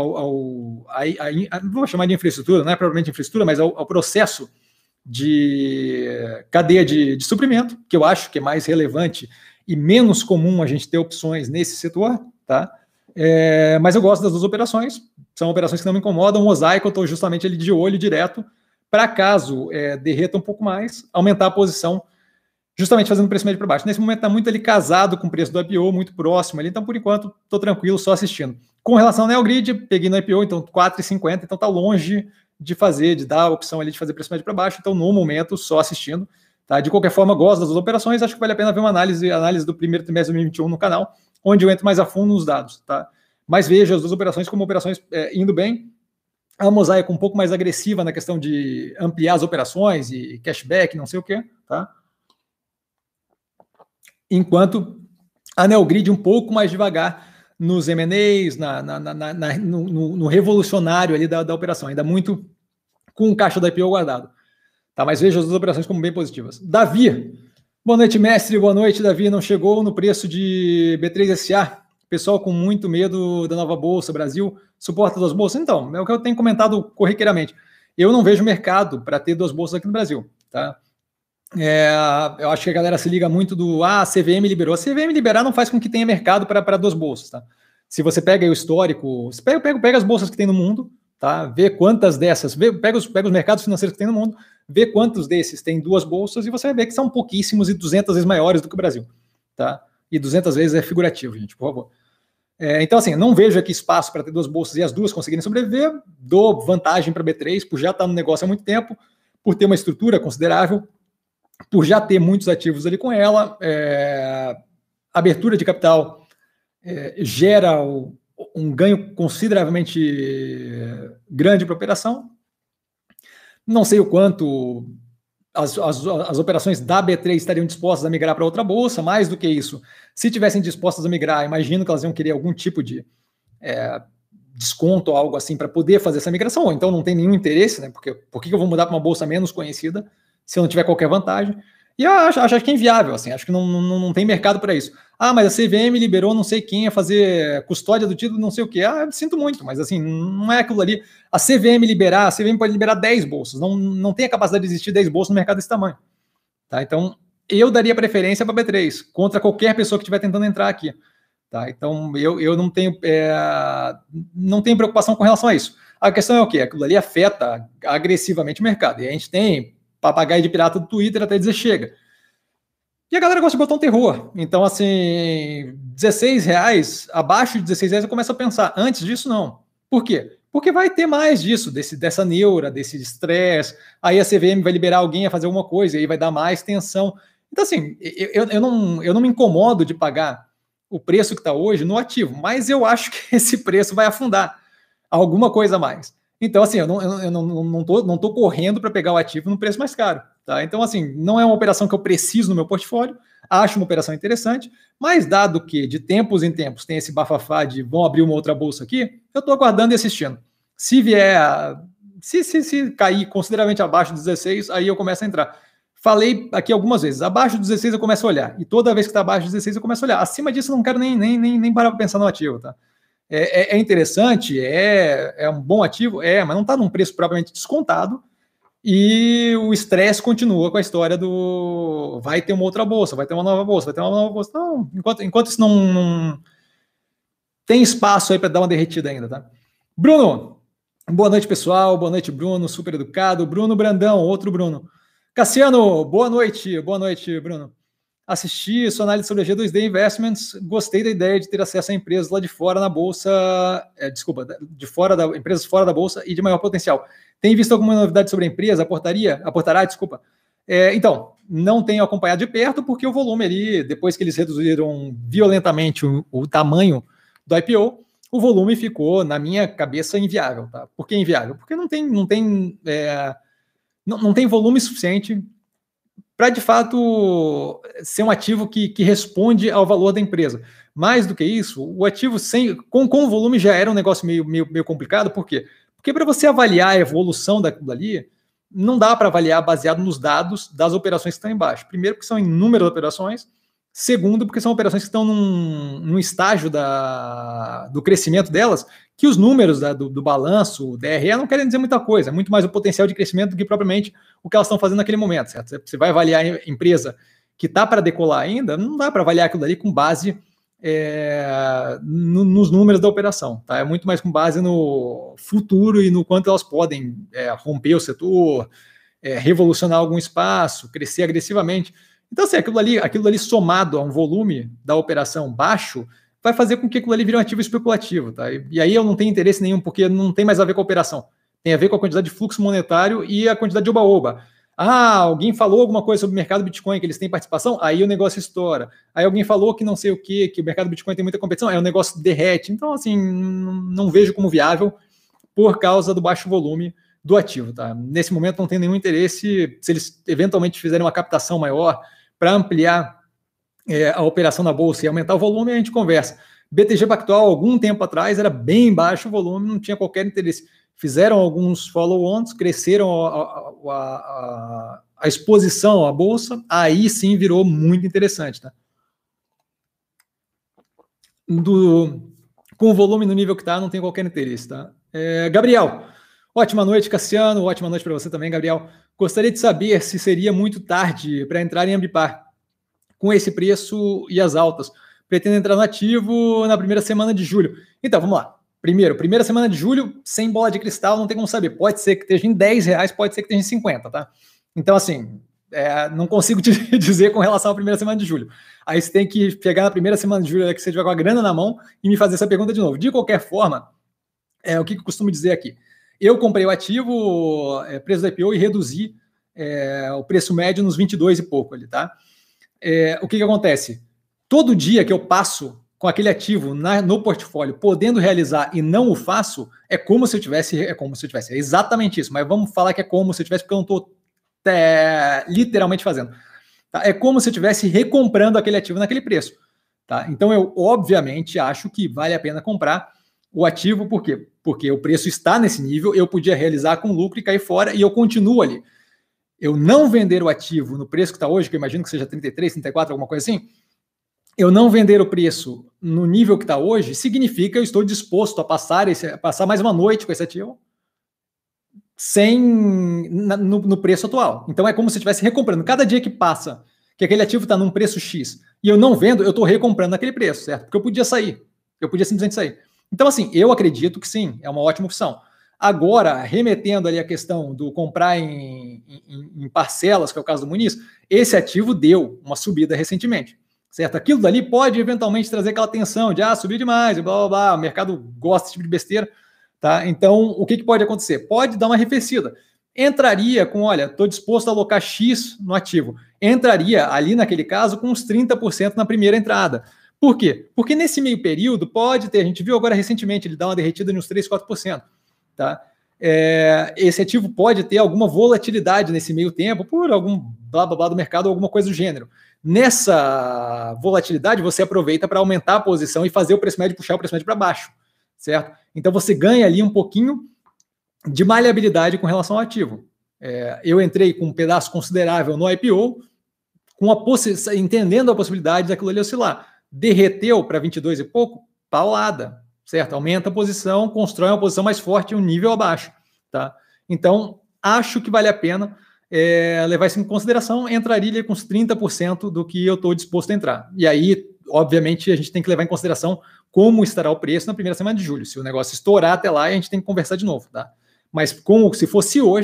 vou chamar de infraestrutura, não é propriamente infraestrutura, mas ao processo de cadeia de suprimento, que eu acho que é mais relevante e menos comum a gente ter opções nesse setor, tá? Mas eu gosto das duas operações, são operações que não me incomodam. O Mosaico eu estou justamente ali de olho direto, para caso derreta um pouco mais, aumentar a posição, justamente fazendo o preço médio para baixo. Nesse momento está muito ali casado com o preço do IPO, muito próximo ali, então por enquanto estou tranquilo, só assistindo. Com relação ao Neogrid, peguei no IPO, então 4,50, então está longe de dar a opção ali de fazer preço médio para baixo, então no momento só assistindo. Tá? De qualquer forma, gosto das duas operações, acho que vale a pena ver uma análise do primeiro trimestre de 2021 no canal, onde eu entro mais a fundo nos dados. Tá? Mas vejo as duas operações como operações indo bem. A Mosaico um pouco mais agressiva na questão de ampliar as operações e cashback, não sei o quê. Tá? Enquanto a Neogrid um pouco mais devagar nos M&As, no revolucionário ali da operação, ainda muito com o caixa da IPO guardado. Tá, mas vejo as duas operações como bem positivas. Davi, boa noite, mestre, boa noite, Davi, não chegou no preço de B3SA, pessoal com muito medo da nova Bolsa Brasil, suporta duas bolsas? Então, é o que eu tenho comentado corriqueiramente, eu não vejo mercado para ter duas bolsas aqui no Brasil, tá? Eu acho que a galera se liga muito a CVM liberou. A CVM liberar não faz com que tenha mercado para duas bolsas, tá? Se você pega aí o histórico, você pega as bolsas que tem no mundo, tá? Vê quantas dessas, pega os mercados financeiros que tem no mundo, vê quantos desses tem duas bolsas e você vai ver que são pouquíssimos e 200 vezes maiores do que o Brasil, tá? E 200 vezes é figurativo, gente, por favor. Então, assim, não vejo aqui espaço para ter duas bolsas e as duas conseguirem sobreviver. Dou vantagem para a B3 por já estar no negócio há muito tempo, por ter uma estrutura considerável, por já ter muitos ativos ali com ela. Abertura de capital gera um ganho consideravelmente grande para a operação. Não sei o quanto as operações da B3 estariam dispostas a migrar para outra bolsa, mais do que isso. Se tivessem dispostas a migrar, imagino que elas iam querer algum tipo de desconto ou algo assim para poder fazer essa migração, ou então não tem nenhum interesse, né? Porque por que eu vou mudar para uma bolsa menos conhecida se eu não tiver qualquer vantagem? E eu acho que é inviável, assim, acho que não tem mercado para isso. Ah, mas a CVM liberou não sei quem a fazer custódia do título, não sei o quê. Eu sinto muito, mas assim, não é aquilo ali. A CVM pode liberar 10 bolsas, não tem a capacidade de existir 10 bolsas no mercado desse tamanho. Tá? Então, eu daria preferência para a B3, contra qualquer pessoa que estiver tentando entrar aqui. Tá? Então, eu não tenho preocupação com relação a isso. A questão é o quê? Aquilo ali afeta agressivamente o mercado. E a gente tem papagaio de pirata do Twitter até dizer chega. E a galera gosta de botar um terror. Então, assim, R$16, abaixo de R$16 eu começo a pensar. Antes disso, não. Por quê? Porque vai ter mais disso, dessa neura, desse estresse. Aí a CVM vai liberar alguém a fazer alguma coisa, e aí vai dar mais tensão. Então, assim, eu não me incomodo de pagar o preço que está hoje no ativo, mas eu acho que esse preço vai afundar alguma coisa a mais. Então, assim, eu não tô correndo para pegar o ativo no preço mais caro. Tá? Então, assim, não é uma operação que eu preciso no meu portfólio, acho uma operação interessante, mas dado que de tempos em tempos tem esse bafafá de vão abrir uma outra bolsa aqui, eu estou aguardando e assistindo. Se vier, se cair consideravelmente abaixo dos 16, aí eu começo a entrar. Falei aqui algumas vezes, abaixo dos 16 eu começo a olhar, e toda vez que está abaixo dos 16 eu começo a olhar. Acima disso eu não quero nem parar para pensar no ativo, tá? É interessante, é um bom ativo, mas não está num preço propriamente descontado, e o estresse continua com a história do vai ter uma outra bolsa, vai ter uma nova bolsa, vai ter uma nova bolsa. Não, enquanto isso não tem espaço aí para dar uma derretida ainda, tá? Bruno, boa noite, pessoal, boa noite, Bruno, super educado. Bruno Brandão, outro Bruno. Cassiano, boa noite, Bruno. Assisti sua análise sobre a G2D Investments, gostei da ideia de ter acesso a empresas lá de fora na bolsa, empresas fora da bolsa e de maior potencial. Tem visto alguma novidade sobre a empresa? Aportará, desculpa. Então, não tenho acompanhado de perto, porque o volume ali, depois que eles reduziram violentamente o tamanho do IPO, o volume ficou, na minha cabeça, inviável. Tá? Por que inviável? Porque não tem volume suficiente para, de fato, ser um ativo que responde ao valor da empresa. Mais do que isso, o ativo com o volume já era um negócio meio complicado. Por quê? Porque para você avaliar a evolução daquilo ali, não dá para avaliar baseado nos dados das operações que estão embaixo. Primeiro, porque são inúmeras operações. Segundo, porque são operações que estão num estágio do crescimento delas, que os números do balanço, o DRE, não querem dizer muita coisa. É muito mais o potencial de crescimento do que propriamente o que elas estão fazendo naquele momento, certo? Você vai avaliar a empresa que está para decolar ainda, não dá para avaliar aquilo ali com base nos números da operação. Tá? É muito mais com base no futuro e no quanto elas podem romper o setor, revolucionar algum espaço, crescer agressivamente. Então, assim, aquilo ali somado a um volume da operação baixo, vai fazer com que aquilo ali vire um ativo especulativo. Tá? E aí eu não tenho interesse nenhum, porque não tem mais a ver com a operação. Tem a ver com a quantidade de fluxo monetário e a quantidade de oba-oba. Alguém falou alguma coisa sobre o mercado Bitcoin, que eles têm participação, aí o negócio estoura. Aí alguém falou que não sei o quê, que o mercado Bitcoin tem muita competição, aí o negócio derrete. Então, assim, não vejo como viável por causa do baixo volume do ativo. Tá? Nesse momento não tem nenhum interesse, se eles eventualmente fizerem uma captação maior para ampliar a operação na bolsa e aumentar o volume, a gente conversa. BTG Pactual, algum tempo atrás, era bem baixo o volume, não tinha qualquer interesse. Fizeram alguns follow-ons, cresceram a exposição à bolsa, aí sim virou muito interessante. Tá? Com o volume no nível que está, não tem qualquer interesse. Tá? Gabriel, ótima noite, Cassiano, ótima noite para você também, Gabriel. Gostaria de saber se seria muito tarde para entrar em Ambipar com esse preço e as altas. Pretendo entrar no ativo na primeira semana de julho. Então, vamos lá. Primeira semana de julho, sem bola de cristal, não tem como saber. Pode ser que esteja em R$10, pode ser que esteja em 50, tá? Então, assim, não consigo te dizer com relação à primeira semana de julho. Aí você tem que pegar na primeira semana de julho, que você tiver com a grana na mão, e me fazer essa pergunta de novo. De qualquer forma, o que eu costumo dizer aqui? Eu comprei o ativo, preço do IPO, e reduzi o preço médio nos 22 e pouco ali, tá? O que acontece? Todo dia que eu passo com aquele ativo no portfólio, podendo realizar e não o faço, é como se eu tivesse. É exatamente isso, mas vamos falar que é como se eu tivesse, porque eu não estou literalmente fazendo. Tá? É como se eu estivesse recomprando aquele ativo naquele preço. Tá? Então, eu obviamente acho que vale a pena comprar o ativo, por quê? Porque o preço está nesse nível, eu podia realizar com lucro e cair fora, e eu continuo ali. Eu não vender o ativo no preço que está hoje, que eu imagino que seja 33, 34, alguma coisa assim, eu não vender o preço no nível que está hoje, significa que eu estou disposto a passar mais uma noite com esse ativo no preço atual. Então é como se eu estivesse recomprando. Cada dia que passa, que aquele ativo está num preço X, e eu não vendo, eu estou recomprando naquele preço, certo? Porque eu podia sair. Eu podia simplesmente sair. Então, assim, eu acredito que sim, é uma ótima opção. Agora, remetendo ali a questão do comprar em parcelas, que é o caso do Muniz, esse ativo deu uma subida recentemente, certo? Aquilo dali pode eventualmente trazer aquela tensão de subir demais, blá, blá, blá, o mercado gosta desse tipo de besteira, tá? Então, o que pode acontecer? Pode dar uma arrefecida. Entraria com, olha, estou disposto a alocar X no ativo. Entraria ali, naquele caso, com uns 30% na primeira entrada. Por quê? Porque nesse meio período pode ter, a gente viu agora recentemente, ele dá uma derretida de uns 3, 4%. Tá? Esse ativo pode ter alguma volatilidade nesse meio tempo, por algum blá blá blá do mercado, alguma coisa do gênero. Nessa volatilidade, você aproveita para aumentar a posição e fazer o preço médio puxar o preço médio para baixo, certo? Então você ganha ali um pouquinho de maleabilidade com relação ao ativo. Eu entrei com um pedaço considerável no IPO, entendendo a possibilidade daquilo ali oscilar. Derreteu para 22 e pouco, paulada, certo? Aumenta a posição, constrói uma posição mais forte, um nível abaixo, tá? Então, acho que vale a pena levar isso em consideração, entraria com uns 30% do que eu estou disposto a entrar. E aí, obviamente, a gente tem que levar em consideração como estará o preço na primeira semana de julho. Se o negócio estourar até lá, a gente tem que conversar de novo, tá? Mas se fosse hoje,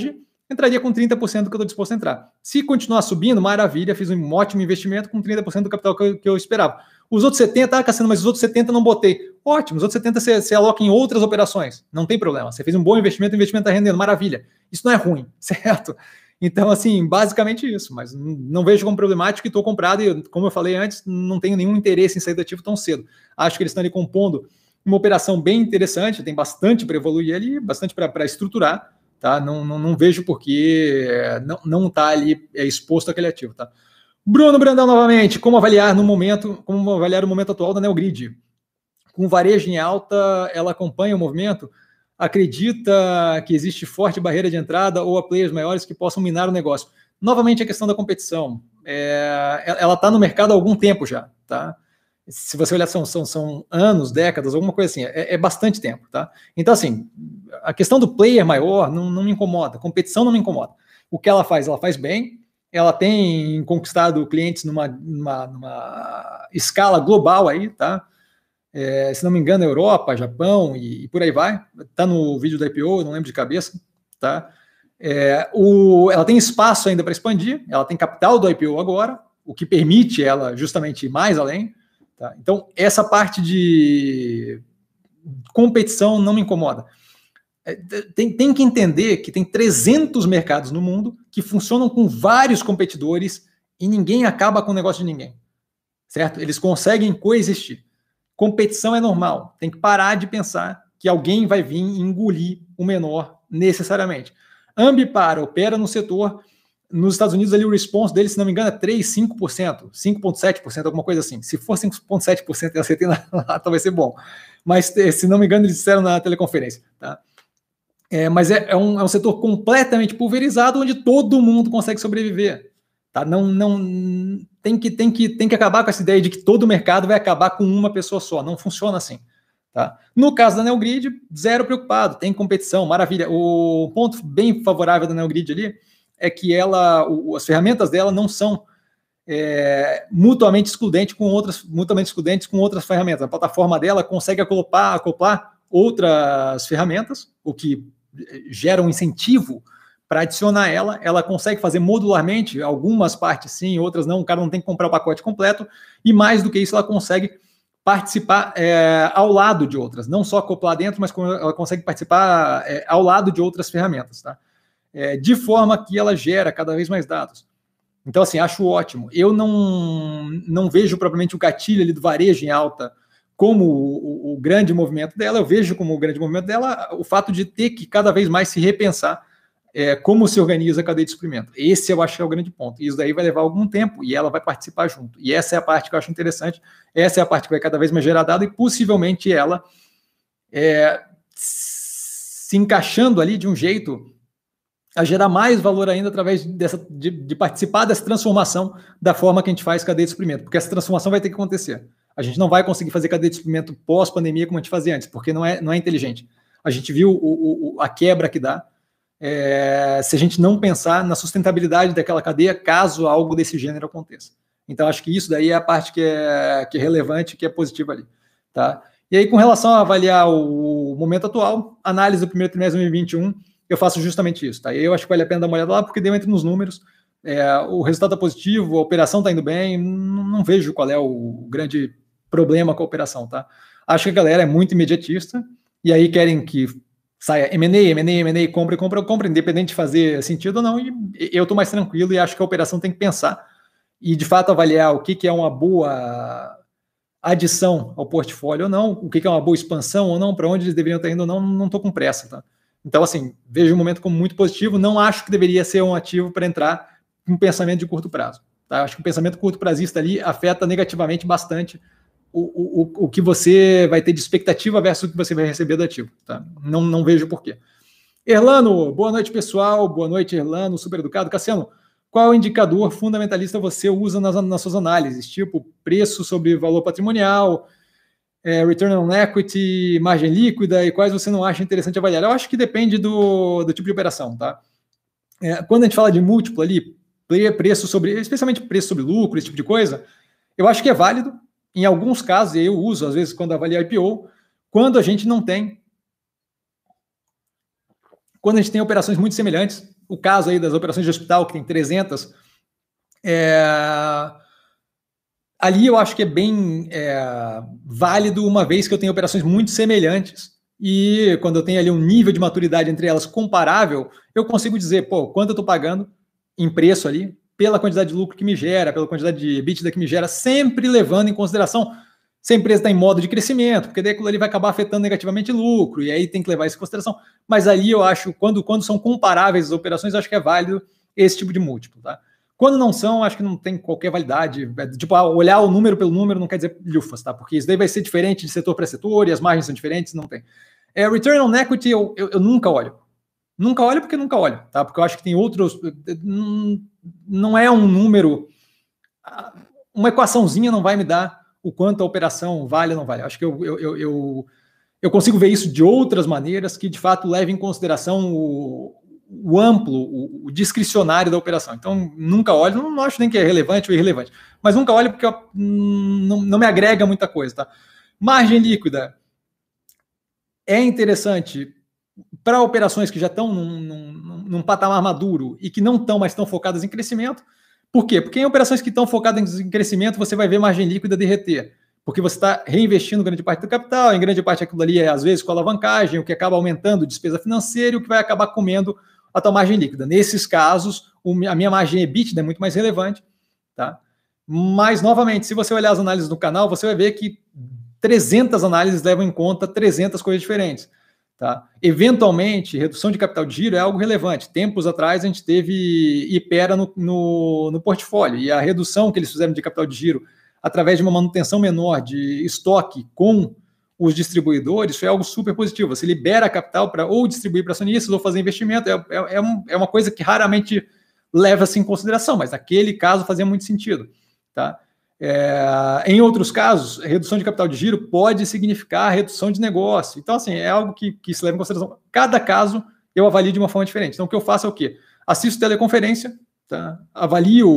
entraria com 30% do que eu estou disposto a entrar. Se continuar subindo, maravilha, fiz um ótimo investimento com 30% do capital que eu esperava. Os outros 70%, Cassiano, mas os outros 70% não botei. Ótimo, os outros 70% você aloca em outras operações. Não tem problema. Você fez um bom investimento, o investimento está rendendo, maravilha. Isso não é ruim, certo? Então, assim, basicamente isso. Mas não vejo como problemático e estou comprado. E, como eu falei antes, não tenho nenhum interesse em sair do ativo tão cedo. Acho que eles estão ali compondo uma operação bem interessante, tem bastante para evoluir ali, bastante para estruturar. Tá? Não vejo por que não está ali exposto àquele ativo. Tá? Bruno Brandão novamente, como avaliar o momento atual da Neogrid? Com varejo em alta, ela acompanha o movimento? Acredita que existe forte barreira de entrada ou a players maiores que possam minar o negócio? Novamente a questão da competição. Ela está no mercado há algum tempo já, tá? Se você olhar, são anos, décadas, alguma coisa assim, é bastante tempo, tá? Então, assim, a questão do player maior não me incomoda, competição não me incomoda. O que ela faz bem, ela tem conquistado clientes numa escala global aí, tá? Se não me engano, Europa, Japão e por aí vai. Tá no vídeo da IPO, eu não lembro de cabeça, tá? Ela tem espaço ainda para expandir, ela tem capital do IPO agora, o que permite ela justamente ir mais além. Tá? Então, essa parte de competição não me incomoda. Tem que entender que tem 300 mercados no mundo que funcionam com vários competidores e ninguém acaba com o negócio de ninguém. Certo? Eles conseguem coexistir. Competição é normal. Tem que parar de pensar que alguém vai vir engolir o menor necessariamente. Ambipar opera no setor. Nos Estados Unidos, ali o response dele, se não me engano, é 5%, 5,7%, alguma coisa assim. Se for 5,7%, eu acertei lá, talvez ser bom. Mas, se não me engano, eles disseram na teleconferência. Tá? Mas é um setor completamente pulverizado, onde todo mundo consegue sobreviver. Tá? Tem que acabar com essa ideia de que todo o mercado vai acabar com uma pessoa só. Não funciona assim. Tá? No caso da Neogrid, zero preocupado, tem competição, maravilha. O ponto bem favorável da Neogrid ali é que as ferramentas dela não são mutuamente excludentes com outras ferramentas. A plataforma dela consegue acoplar outras ferramentas, o que gera um incentivo para adicionar ela consegue fazer modularmente, algumas partes sim, outras não, o cara não tem que comprar o pacote completo, e mais do que isso, ela consegue participar ao lado de outras, não só acoplar dentro, mas ela consegue participar ao lado de outras ferramentas, tá? De forma que ela gera cada vez mais dados. Então, assim, acho ótimo. Eu não vejo propriamente o gatilho ali do varejo em alta como o grande movimento dela, eu vejo como o grande movimento dela o fato de ter que cada vez mais se repensar como se organiza a cadeia de suprimento. Esse eu acho que é o grande ponto. E isso daí vai levar algum tempo e ela vai participar junto. E essa é a parte que eu acho interessante, essa é a parte que vai cada vez mais gerar dado e possivelmente ela se encaixando ali de um jeito a gerar mais valor ainda através de participar dessa transformação da forma que a gente faz cadeia de suprimento, porque essa transformação vai ter que acontecer. A gente não vai conseguir fazer cadeia de suprimento pós-pandemia como a gente fazia antes, porque não é inteligente. A gente viu a quebra que dá se a gente não pensar na sustentabilidade daquela cadeia caso algo desse gênero aconteça. Então, acho que isso daí é a parte que é relevante, que é positiva ali. Tá? E aí, com relação a avaliar o momento atual, análise do primeiro trimestre de 2021, eu faço justamente isso. Tá? Eu acho que vale a pena dar uma olhada lá, porque deu entre nos números, o resultado está positivo, a operação está indo bem, não vejo qual é o grande problema com a operação. Tá? Acho que a galera é muito imediatista, e aí querem que saia M&A, compra, independente de fazer sentido ou não, e eu estou mais tranquilo e acho que a operação tem que pensar e, de fato, avaliar o que é uma boa adição ao portfólio ou não, o que é uma boa expansão ou não, para onde eles deveriam estar indo ou não estou com pressa. Tá? Então, assim, vejo o momento como muito positivo, não acho que deveria ser um ativo para entrar com um pensamento de curto prazo. Tá? Acho que o pensamento curto prazista ali afeta negativamente bastante o que você vai ter de expectativa versus o que você vai receber do ativo. Tá? Não vejo porquê. Erlano, boa noite, pessoal. Boa noite, Erlano, super educado. Cassiano, qual indicador fundamentalista você usa nas suas análises? Tipo, preço sobre valor patrimonial, return on equity, margem líquida, e quais você não acha interessante avaliar? Eu acho que depende do tipo de operação. Tá? Quando a gente fala de múltiplo ali, preço sobre, especialmente preço sobre lucro, esse tipo de coisa, eu acho que é válido. Em alguns casos, eu uso, às vezes, quando avalia IPO, quando a gente tem operações muito semelhantes, o caso aí das operações de hospital, que tem 300, ali eu acho que é bem válido, uma vez que eu tenho operações muito semelhantes e quando eu tenho ali um nível de maturidade entre elas comparável, eu consigo dizer, pô, quanto eu estou pagando em preço ali, pela quantidade de lucro que me gera, pela quantidade de EBITDA que me gera, sempre levando em consideração se a empresa está em modo de crescimento, porque daí aquilo ali vai acabar afetando negativamente o lucro, e aí tem que levar isso em consideração. Mas ali eu acho, quando são comparáveis as operações, eu acho que é válido esse tipo de múltiplo, tá? Quando não são, acho que não tem qualquer validade. Tipo, olhar o número pelo número não quer dizer lufas, tá? Porque isso daí vai ser diferente de setor para setor, e as margens são diferentes, não tem. Return on equity eu nunca olho. Nunca olho porque nunca olho, tá? Porque eu acho que tem outros... Não é um número... Uma equaçãozinha não vai me dar o quanto a operação vale ou não vale. Acho que eu consigo ver isso de outras maneiras que, de fato, levem em consideração o amplo, o discricionário da operação. Então, nunca olho, não acho nem que é relevante ou irrelevante, mas nunca olho porque não me agrega muita coisa, tá? Margem líquida é interessante para operações que já estão num patamar maduro e que não estão, mas estão focadas em crescimento. Por quê? Porque em operações que estão focadas em crescimento, você vai ver margem líquida derreter, porque você está reinvestindo grande parte do capital, em grande parte aquilo ali é, às vezes, com alavancagem, o que acaba aumentando despesa financeira e o que vai acabar comendo a tua margem líquida. Nesses casos, a minha margem EBITDA é muito mais relevante, tá? Mas, novamente, se você olhar as análises do canal, você vai ver que 300 análises levam em conta 300 coisas diferentes. Tá? Eventualmente, redução de capital de giro é algo relevante. Tempos atrás, a gente teve Ipera no portfólio, e a redução que eles fizeram de capital de giro através de uma manutenção menor de estoque com os distribuidores foi algo super positivo. Você libera capital para ou distribuir para acionistas ou fazer investimento. É uma coisa que raramente leva-se em consideração, mas naquele caso fazia muito sentido. Tá? Em outros casos, redução de capital de giro pode significar redução de negócio. Então, assim, é algo que se leva em consideração. Cada caso eu avalio de uma forma diferente. Então, o que eu faço é o quê? Assisto teleconferência, tá? Avalio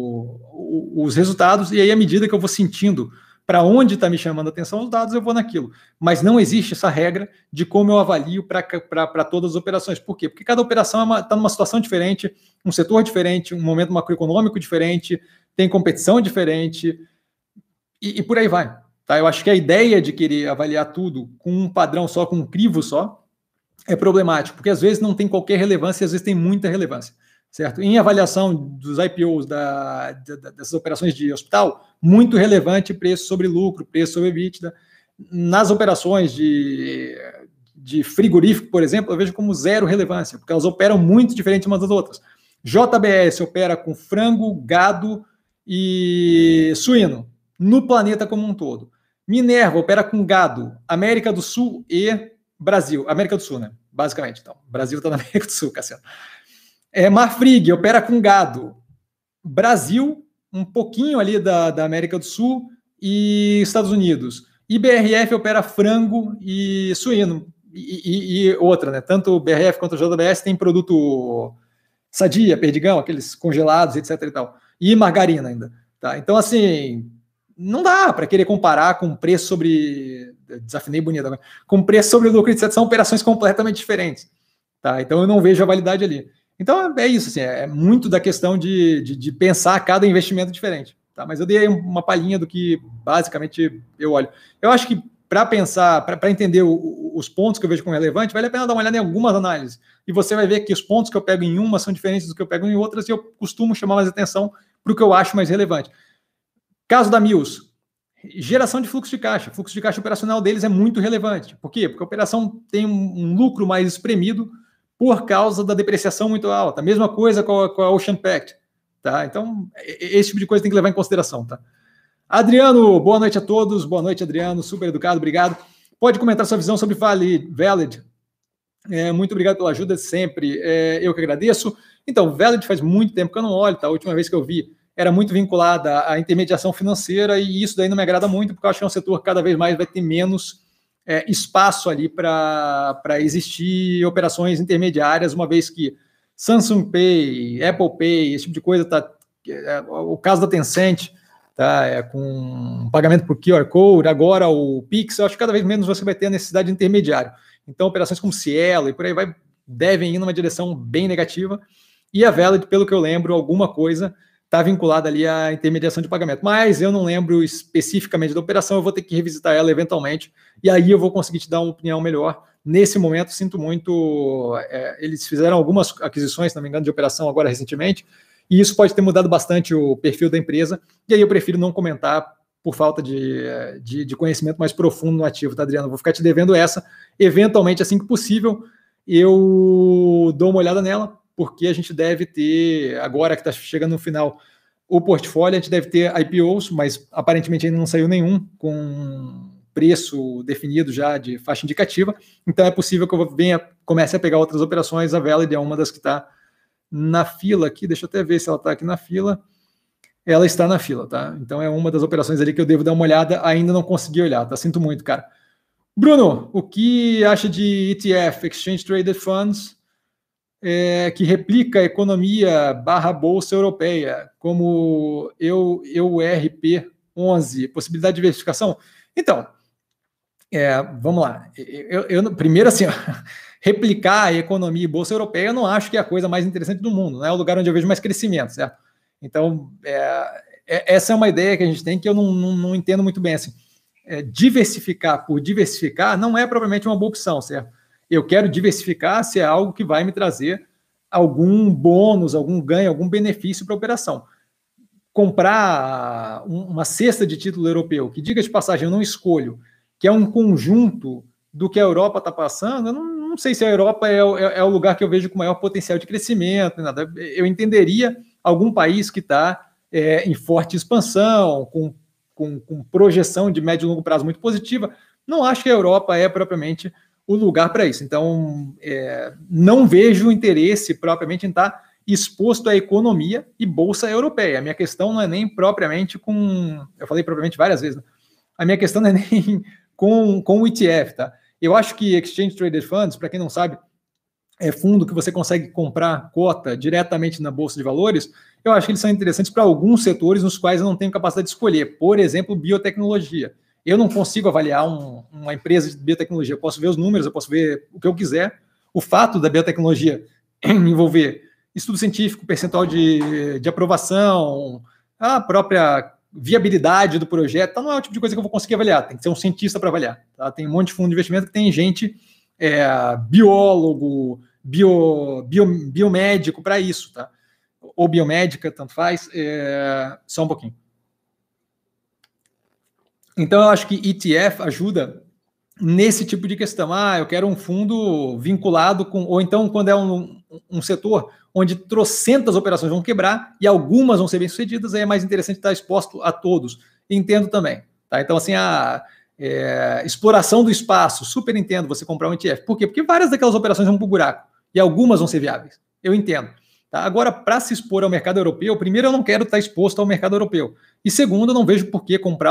os resultados e aí, à medida que eu vou sentindo para onde está me chamando a atenção os dados, eu vou naquilo. Mas não existe essa regra de como eu avalio para todas as operações. Por quê? Porque cada operação está numa situação diferente, um setor diferente, um momento macroeconômico diferente, tem competição diferente e por aí vai. Tá? Eu acho que a ideia de querer avaliar tudo com um padrão só, com um crivo só, é problemático, porque às vezes não tem qualquer relevância e às vezes tem muita relevância. Certo? Em avaliação dos IPOs dessas operações de hospital, muito relevante preço sobre lucro, preço sobre EBITDA. Nas operações de frigorífico, por exemplo, eu vejo como zero relevância, porque elas operam muito diferente umas das outras. JBS opera com frango, gado e suíno, no planeta como um todo. Minerva opera com gado, América do Sul e Brasil. América do Sul, né? Basicamente. Então, Brasil está na América do Sul, Cassiano. Marfrig opera com gado, Brasil, um pouquinho ali da América do Sul e Estados Unidos. IBRF opera frango e suíno e outra, né? Tanto o BRF quanto o JBS tem produto sadia, perdigão, aqueles congelados, etc. e tal. E margarina ainda. Tá? Então, assim, não dá para querer comparar com preço sobre... Desafinei bonito agora. Com preço sobre lucro, etc. São operações completamente diferentes. Tá? Então, eu não vejo a validade ali. Então, é isso, assim, é muito da questão de pensar cada investimento diferente. Tá? Mas eu dei uma palhinha do que, basicamente, eu olho. Eu acho que, para pensar, para entender os pontos que eu vejo como relevante, vale a pena dar uma olhada em algumas análises. E você vai ver que os pontos que eu pego em uma são diferentes dos que eu pego em outras, e eu costumo chamar mais atenção para o que eu acho mais relevante. Caso da Mills, geração de fluxo de caixa. O fluxo de caixa operacional deles é muito relevante. Por quê? Porque a operação tem um lucro mais espremido por causa da depreciação muito alta. A mesma coisa com a Ocean Pact. Tá? Então, esse tipo de coisa tem que levar em consideração. Tá? Adriano, boa noite a todos. Boa noite, Adriano. Super educado, obrigado. Pode comentar sua visão sobre Valid. Muito obrigado pela ajuda sempre. Eu que agradeço. Então, Valid faz muito tempo que eu não olho. Tá? A última vez que eu vi era muito vinculada à intermediação financeira e isso daí não me agrada muito, porque eu acho que é um setor que cada vez mais vai ter menos espaço ali para existir operações intermediárias, uma vez que Samsung Pay, Apple Pay, esse tipo de coisa, o caso da Tencent, tá, com pagamento por QR Code, agora o Pix, eu acho que cada vez menos você vai ter a necessidade de intermediário. Então, operações como Cielo e por aí vai devem ir numa direção bem negativa, e a Valid, pelo que eu lembro, alguma coisa está vinculada ali à intermediação de pagamento, mas eu não lembro especificamente da operação, eu vou ter que revisitar ela eventualmente, e aí eu vou conseguir te dar uma opinião melhor. Nesse momento, sinto muito, eles fizeram algumas aquisições, se não me engano, de operação agora recentemente, e isso pode ter mudado bastante o perfil da empresa, e aí eu prefiro não comentar por falta de conhecimento mais profundo no ativo, tá, Adriano? Vou ficar te devendo essa, eventualmente, assim que possível, eu dou uma olhada nela, porque a gente deve ter, agora que está chegando no final, o portfólio, a gente deve ter IPOs, mas aparentemente ainda não saiu nenhum com preço definido já de faixa indicativa, então é possível que eu comece a pegar outras operações, a Valid é uma das que está na fila aqui, deixa eu até ver se ela está aqui na fila, ela está na fila, tá? Então é uma das operações ali que eu devo dar uma olhada, ainda não consegui olhar, tá? Sinto muito, cara. Bruno, o que acha de ETF, Exchange Traded Funds, que replica a economia / bolsa europeia, como EURP11, possibilidade de diversificação? Então, vamos lá. Primeiro, assim, ó, replicar a economia e bolsa europeia, eu não acho que é a coisa mais interessante do mundo, não é o lugar onde eu vejo mais crescimento, certo? Então, essa é uma ideia que a gente tem que eu não entendo muito bem. Assim, diversificar por diversificar não é propriamente uma boa opção, certo? Eu quero diversificar se é algo que vai me trazer algum bônus, algum ganho, algum benefício para a operação. Comprar uma cesta de título europeu, que, diga de passagem, eu não escolho, que é um conjunto do que a Europa está passando, eu não sei se a Europa é o lugar que eu vejo com maior potencial de crescimento, nada. Eu entenderia algum país que está em forte expansão, com projeção de médio e longo prazo muito positiva. Não acho que a Europa é propriamente o lugar para isso. Então, não vejo interesse propriamente em estar exposto à economia e bolsa europeia. A minha questão não é nem propriamente com... Eu falei propriamente várias vezes, né? A minha questão não é nem com o ETF, tá? Eu acho que Exchange Traded Funds, para quem não sabe, é fundo que você consegue comprar cota diretamente na Bolsa de Valores. Eu acho que eles são interessantes para alguns setores nos quais eu não tenho capacidade de escolher. Por exemplo, biotecnologia. Eu não consigo avaliar uma empresa de biotecnologia. Eu posso ver os números, eu posso ver o que eu quiser. O fato da biotecnologia envolver estudo científico, percentual de aprovação, a própria viabilidade do projeto, não é o tipo de coisa que eu vou conseguir avaliar. Tem que ser um cientista para avaliar. Tá? Tem um monte de fundo de investimento que tem gente, biólogo, biomédico para isso, tá? Ou biomédica, tanto faz. Só um pouquinho. Então, eu acho que ETF ajuda nesse tipo de questão. Eu quero um fundo vinculado com... Ou então, quando é um setor onde trocentas operações vão quebrar e algumas vão ser bem-sucedidas, aí é mais interessante estar exposto a todos. Entendo também. Tá? Então, assim, exploração do espaço, super entendo você comprar um ETF. Por quê? Porque várias daquelas operações vão para o buraco e algumas vão ser viáveis. Eu entendo. Tá? Agora, para se expor ao mercado europeu, primeiro, eu não quero estar exposto ao mercado europeu. E segundo, eu não vejo por que comprar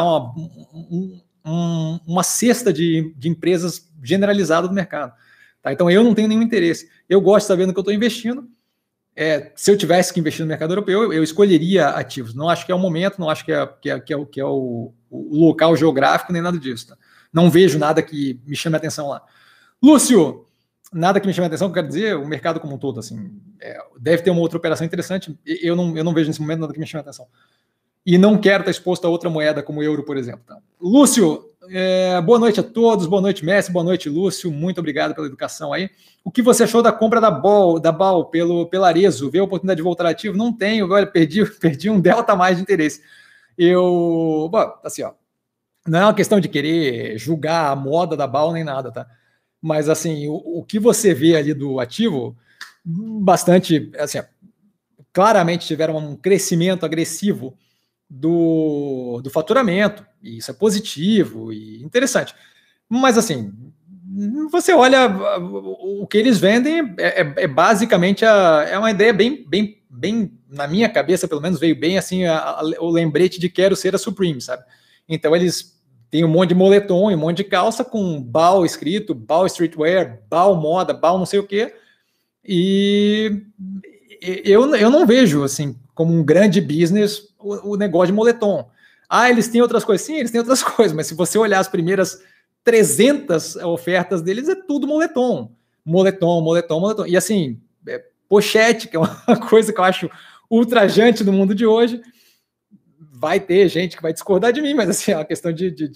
uma cesta de empresas generalizada do mercado. Tá? Então, eu não tenho nenhum interesse. Eu gosto de saber no que eu estou investindo. Se eu tivesse que investir no mercado europeu, eu escolheria ativos. Não acho que é o momento, não acho que é o local geográfico, nem nada disso. Tá? Não vejo nada que me chame a atenção lá. Lúcio, nada que me chame a atenção, quero dizer, o mercado como um todo, assim, deve ter uma outra operação interessante. Eu não vejo nesse momento nada que me chame a atenção. E não quero estar exposto a outra moeda como o euro, por exemplo. Tá? Lúcio, boa noite a todos, boa noite, Messi, boa noite, Lúcio, muito obrigado pela educação aí. O que você achou da compra da BAL pela Arezzo? Vê a oportunidade de voltar ativo? Não tenho, olha, perdi um delta a mais de interesse. Assim, ó, não é uma questão de querer julgar a moda da BAL nem nada, tá? Mas, assim, o que você vê ali do ativo, bastante, assim, claramente tiveram um crescimento agressivo do faturamento, e isso é positivo e interessante. Mas, assim, você olha o que eles vendem, basicamente uma ideia bem, na minha cabeça, pelo menos, veio bem assim o lembrete de quero ser a Supreme, sabe? Então, eles têm um monte de moletom e um monte de calça com BAL escrito, BAL Streetwear, BAL Moda, BAL não sei o quê, e eu não vejo, assim, como um grande business o negócio de moletom. Eles têm outras coisas? Sim, eles têm outras coisas, mas se você olhar as primeiras 300 ofertas deles, é tudo moletom. moletom. E assim, pochete, que é uma coisa que eu acho ultrajante no mundo de hoje. Vai ter gente que vai discordar de mim, mas assim, é uma questão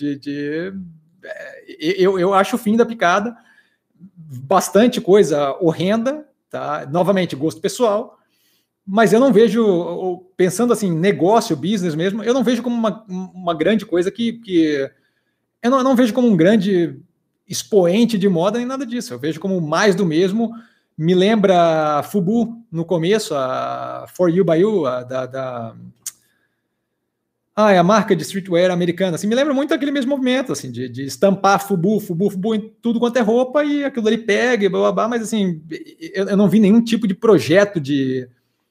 eu acho o fim da picada. Bastante coisa horrenda, tá? Novamente, gosto pessoal, mas eu não vejo, pensando assim, negócio, business mesmo, eu não vejo como uma grande coisa que eu não vejo como um grande expoente de moda nem nada disso. Eu vejo como mais do mesmo. Me lembra Fubu no começo, a For You By You, é a marca de streetwear americana. Assim, me lembra muito aquele mesmo movimento, assim, de estampar Fubu em tudo quanto é roupa e aquilo ali pega e blá, blá, blá, mas assim, eu não vi nenhum tipo de projeto de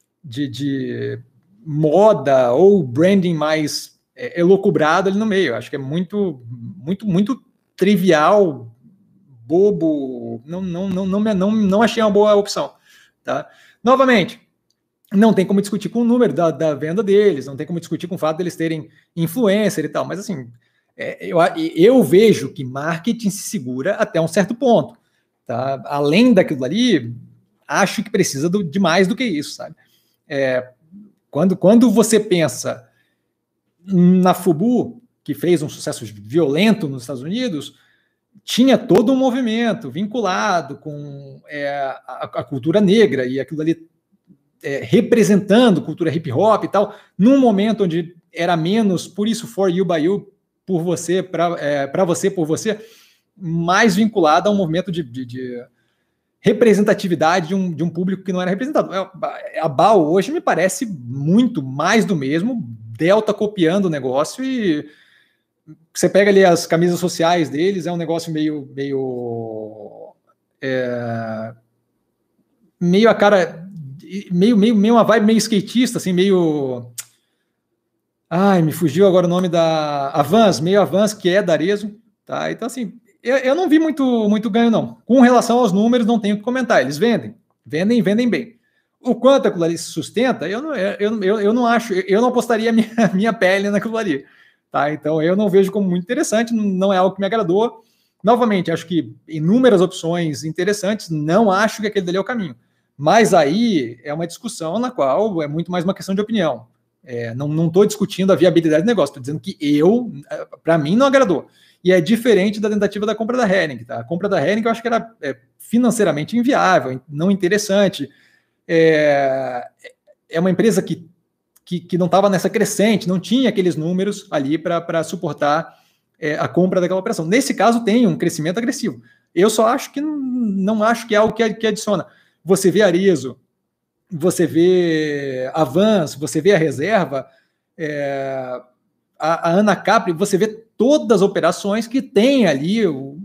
moda ou branding mais elucubrado ali no meio. Acho que é muito trivial, bobo, não achei uma boa opção. Tá? Novamente, não tem como discutir com o número da venda deles, não tem como discutir com o fato deles terem influencer e tal, mas assim, eu vejo que marketing se segura até um certo ponto. Tá? Além daquilo ali, acho que precisa de mais do que isso, sabe? Quando você pensa na Fubu, que fez um sucesso violento nos Estados Unidos, tinha todo um movimento vinculado com a cultura negra e aquilo ali representando cultura hip hop e tal, num momento onde era menos, por isso For You By You, por você, para você, por você, mais vinculado a um movimento de representatividade de um público que não era representado. A BAO hoje me parece muito mais do mesmo, Delta copiando o negócio, e você pega ali as camisas sociais deles, é um negócio meio a cara, meio uma vibe meio skatista, assim, meio... Ai, me fugiu agora o nome da Avans, meio Avans, que é da Arezzo, tá? Então, assim, eu não vi muito ganho, não. Com relação aos números, não tenho o que comentar. Eles vendem bem. O quanto aquilo ali se sustenta, eu não acho, eu não apostaria minha pele naquilo ali, tá? Então, eu não vejo como muito interessante, não é algo que me agradou. Novamente, acho que inúmeras opções interessantes, não acho que aquele dali é o caminho. Mas aí é uma discussão na qual é muito mais uma questão de opinião. Não estou discutindo a viabilidade do negócio, estou dizendo que para mim, não agradou. E é diferente da tentativa da compra da Hering. Tá? A compra da Hering eu acho que era financeiramente inviável, não interessante. É uma empresa que não estava nessa crescente, não tinha aqueles números ali para suportar a compra daquela operação. Nesse caso, tem um crescimento agressivo. Eu só acho que não acho que é algo que adiciona. Você vê Arezzo, você vê a Vans, você vê a Reserva, a Ana Capri, você vê todas as operações que tem ali